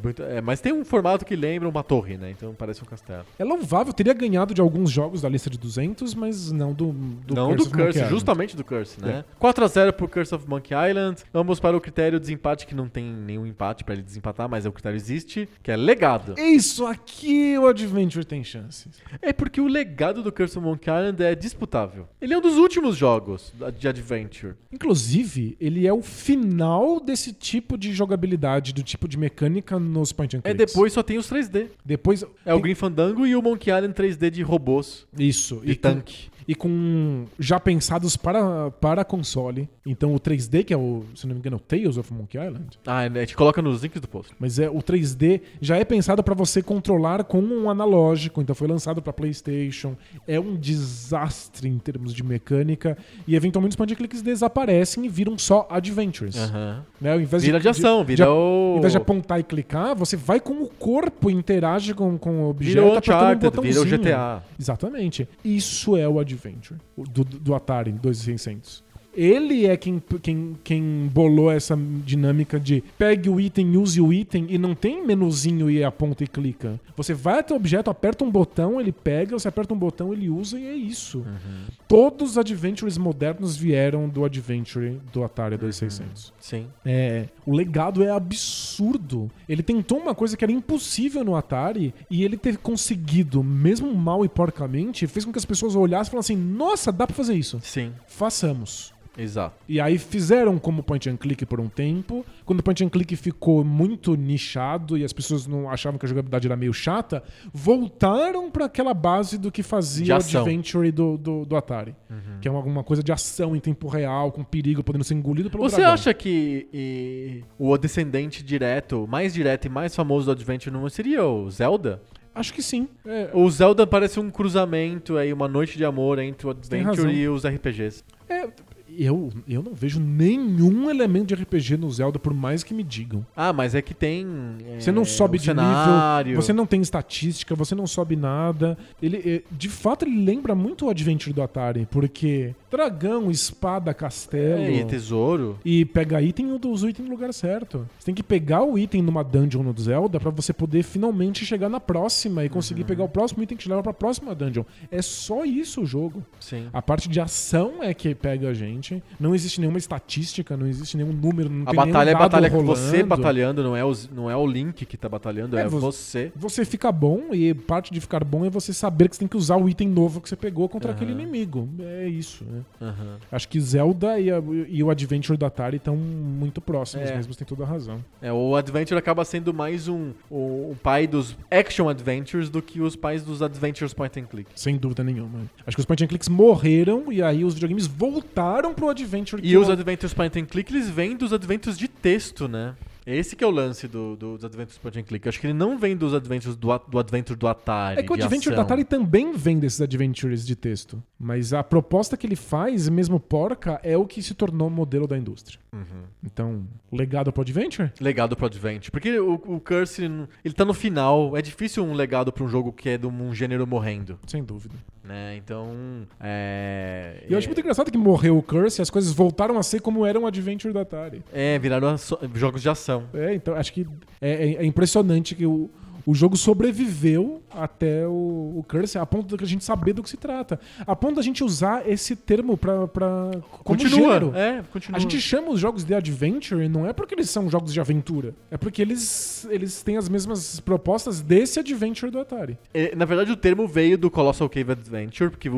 Mas tem um formato que lembra uma torre, né? Então parece um castelo. É louvável, teria ganhado de alguns jogos da lista de 200, mas não do Não do Curse, justamente do Curse, né? 4-0 pro Curse of Monkey Island. Vamos para o critério de desempate, que não tem nenhum empate pra ele desempatar, mas o critério existe, que é legado. Isso aqui o Adventure tem chances. É porque o legado do Curse of Monkey Island é disputável. Ele é um dos últimos jogos de Adventure. Inclusive, ele é o final desse tipo de jogabilidade, do tipo de mecânica nos point and clicks. Depois só tem os 3D. Depois o Grim Fandango e o Monkey Island 3D de robôs. Isso. De tanque. E com já pensados para console. Então o 3D, que é o, se não me engano, o Tales of Monkey Island. A gente coloca nos links do post. Mas o 3D já é pensado para você controlar com um analógico. Então foi lançado para PlayStation. É um desastre em termos de mecânica. E eventualmente os point and clicks desaparecem e viram só adventures. Né? Ao invés vira de ação, ao invés de apontar e clicar, você vai com o corpo e interage com o objeto. Vira o Uncharted, vira o GTA. Exatamente. Isso é o Adventure do Atari 2600. Ele é quem bolou essa dinâmica de pegue o item, use o item, e não tem menuzinho e aponta e clica. Você vai até o objeto, aperta um botão, ele pega, você aperta um botão, ele usa, e é isso. Todos os Adventures modernos vieram do Adventure do Atari 2600. Sim. O legado é absurdo. Ele tentou uma coisa que era impossível no Atari, e ele ter conseguido, mesmo mal e porcamente, fez com que as pessoas olhassem e falassem assim, nossa, dá pra fazer isso. Sim. Façamos. Exato. E aí fizeram como point and click por um tempo. Quando o point and click ficou muito nichado e as pessoas não achavam que a jogabilidade era meio chata, voltaram para aquela base do que fazia o Adventure do Atari. Que é alguma coisa de ação em tempo real, com perigo, podendo ser engolido pelo dragão. Você acha que o descendente mais direto e mais famoso do Adventure não seria o Zelda? Acho que sim. O Zelda parece um cruzamento, uma noite de amor entre o Adventure e os RPGs. Eu não vejo nenhum elemento de RPG no Zelda, por mais que me digam. Mas é que tem... Você não sobe de cenário. Nível, você não tem estatística, você não sobe nada. De fato, ele lembra muito o Adventure do Atari, porque dragão, espada, castelo... E tesouro. E pega item e usa o item no lugar certo. Você tem que pegar o item numa dungeon no Zelda pra você poder finalmente chegar na próxima e conseguir pegar o próximo item que te leva pra próxima dungeon. É só isso o jogo. Sim. A parte de ação é que pega a gente. Não existe nenhuma estatística, não existe nenhum número, não a tem batalha nenhum é batalha rolando. Com você batalhando, não é o Link que tá batalhando, é você. Você fica bom, e parte de ficar bom é você saber que você tem que usar o item novo que você pegou contra aquele inimigo. É isso, né? Acho que Zelda e o Adventure do Atari estão muito próximos mesmo, você tem toda a razão. O Adventure acaba sendo mais um pai dos Action Adventures do que os pais dos Adventures Point and Click. Sem dúvida nenhuma. Acho que os Point and Clicks morreram e aí os videogames voltaram pro Adventure. E os Adventures Point and Click, eles vêm dos Adventures de texto, né? Esse que é o lance dos Adventures Point and Click. Eu acho que ele não vem dos Adventures do Adventure do Atari. É que o Adventure do Atari também vem desses Adventures de texto. Mas a proposta que ele faz, mesmo porca, é o que se tornou o modelo da indústria. Então, legado pro Adventure? Legado pro Adventure. Porque o Curse, ele tá no final. É difícil um legado pra um jogo que é de um gênero morrendo. Sem dúvida. Né? Então, E eu acho muito engraçado que morreu o Curse e as coisas voltaram a ser como eram o Adventure do Atari. Viraram jogos de ação. Então acho que é impressionante que o jogo sobreviveu até o Curse, a ponto de a gente saber do que se trata. A ponto da gente usar esse termo como gênero. Continua. A gente chama os jogos de Adventure não é porque eles são jogos de aventura. É porque eles têm as mesmas propostas desse Adventure do Atari. Na verdade, o termo veio do Colossal Cave Adventure, porque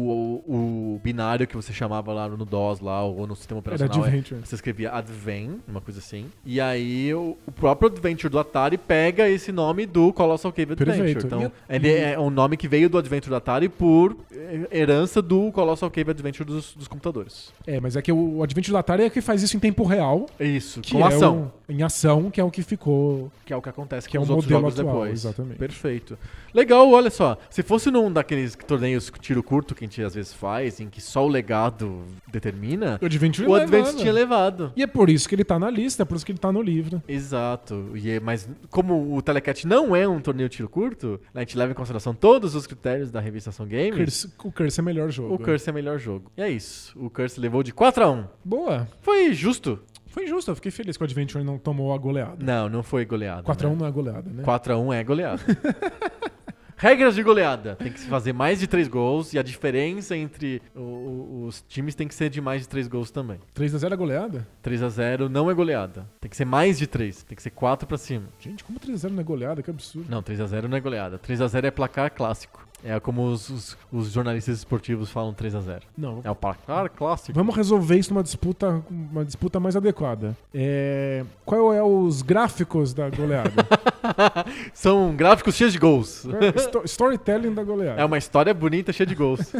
o binário que você chamava lá no DOS lá, ou no sistema operacional, era Adventure. Você escrevia Adven, uma coisa assim. E aí o próprio Adventure do Atari pega esse nome do Colossal Cave Adventure. Perfeito. Então, ele é um nome que veio do Adventure do Atari por herança do Colossal Cave Adventure dos computadores. Mas é que o Adventure do Atari é que faz isso em tempo real. Isso, que com ação. Em ação, que é o que ficou... Que é o que acontece que com é os o outros modelo jogos atual, depois. Exatamente. Perfeito. Legal, olha só. Se fosse num daqueles torneios tiro curto que a gente às vezes faz, em que só o legado determina, o Adventure tinha levado. E é por isso que ele tá na lista, é por isso que ele tá no livro. Exato. Mas como o Telecat não é um torneio tiro curto, a gente leva em consideração todos os critérios da revista Ação Games. O Curse é melhor jogo. O Curse é melhor jogo. E é isso. O Curse levou de 4-1. Boa. Foi justo. Foi injusto, eu fiquei feliz que o Adventure não tomou a goleada. Não foi goleada. 4-1 não é goleada, né? 4-1 é goleada. Regras de goleada. Tem que se fazer mais de 3 gols e a diferença entre os times tem que ser de mais de 3 gols também. 3x0 é goleada? 3x0 não é goleada. Tem que ser mais de 3. Tem que ser 4 pra cima. Gente, como 3x0 não é goleada? Que absurdo. Não, 3x0 não é goleada. 3x0 é placar clássico. É como os jornalistas esportivos falam 3x0. Não. É o placar clássico. Vamos resolver isso numa disputa mais adequada. Qual é os gráficos da goleada? São gráficos cheios de gols. Storytelling da goleada. É uma história bonita, cheia de gols.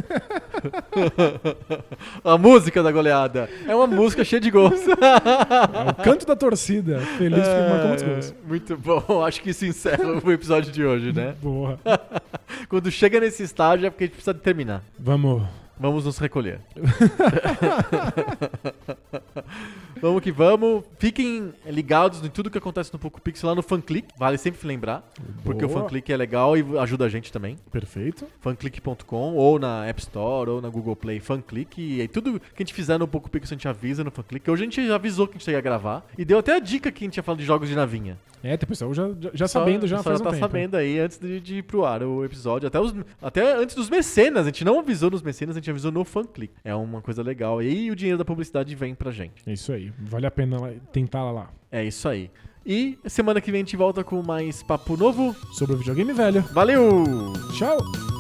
A música da goleada. É uma música cheia de gols. É o canto da torcida. Feliz porque marcou muitos gols. Muito bom. Acho que isso encerra o episódio de hoje, né? Boa. Quando chega nesse estágio é porque a gente precisa terminar. Vamos nos recolher. Vamos que vamos. Fiquem ligados em tudo que acontece no PocoPixel lá no FanClick. Vale sempre lembrar. Porque o FanClick é legal e ajuda a gente também. Perfeito. FanClick.com ou na App Store ou na Google Play FanClick. E aí tudo que a gente fizer no PocoPixel a gente avisa no FanClick. Hoje a gente já avisou que a gente ia gravar. E deu até a dica que a gente ia falar de jogos de navinha. Tem pessoal já sabendo já faz um tempo. Sabendo aí antes de ir pro ar o episódio. Até antes dos mecenas. A gente não avisou nos mecenas, a gente avisou no FanClick. É uma coisa legal. E aí o dinheiro da publicidade vem pra gente. É isso aí. Vale a pena tentar lá. É isso aí. E semana que vem a gente volta com mais papo novo sobre o videogame velho. Valeu! Tchau!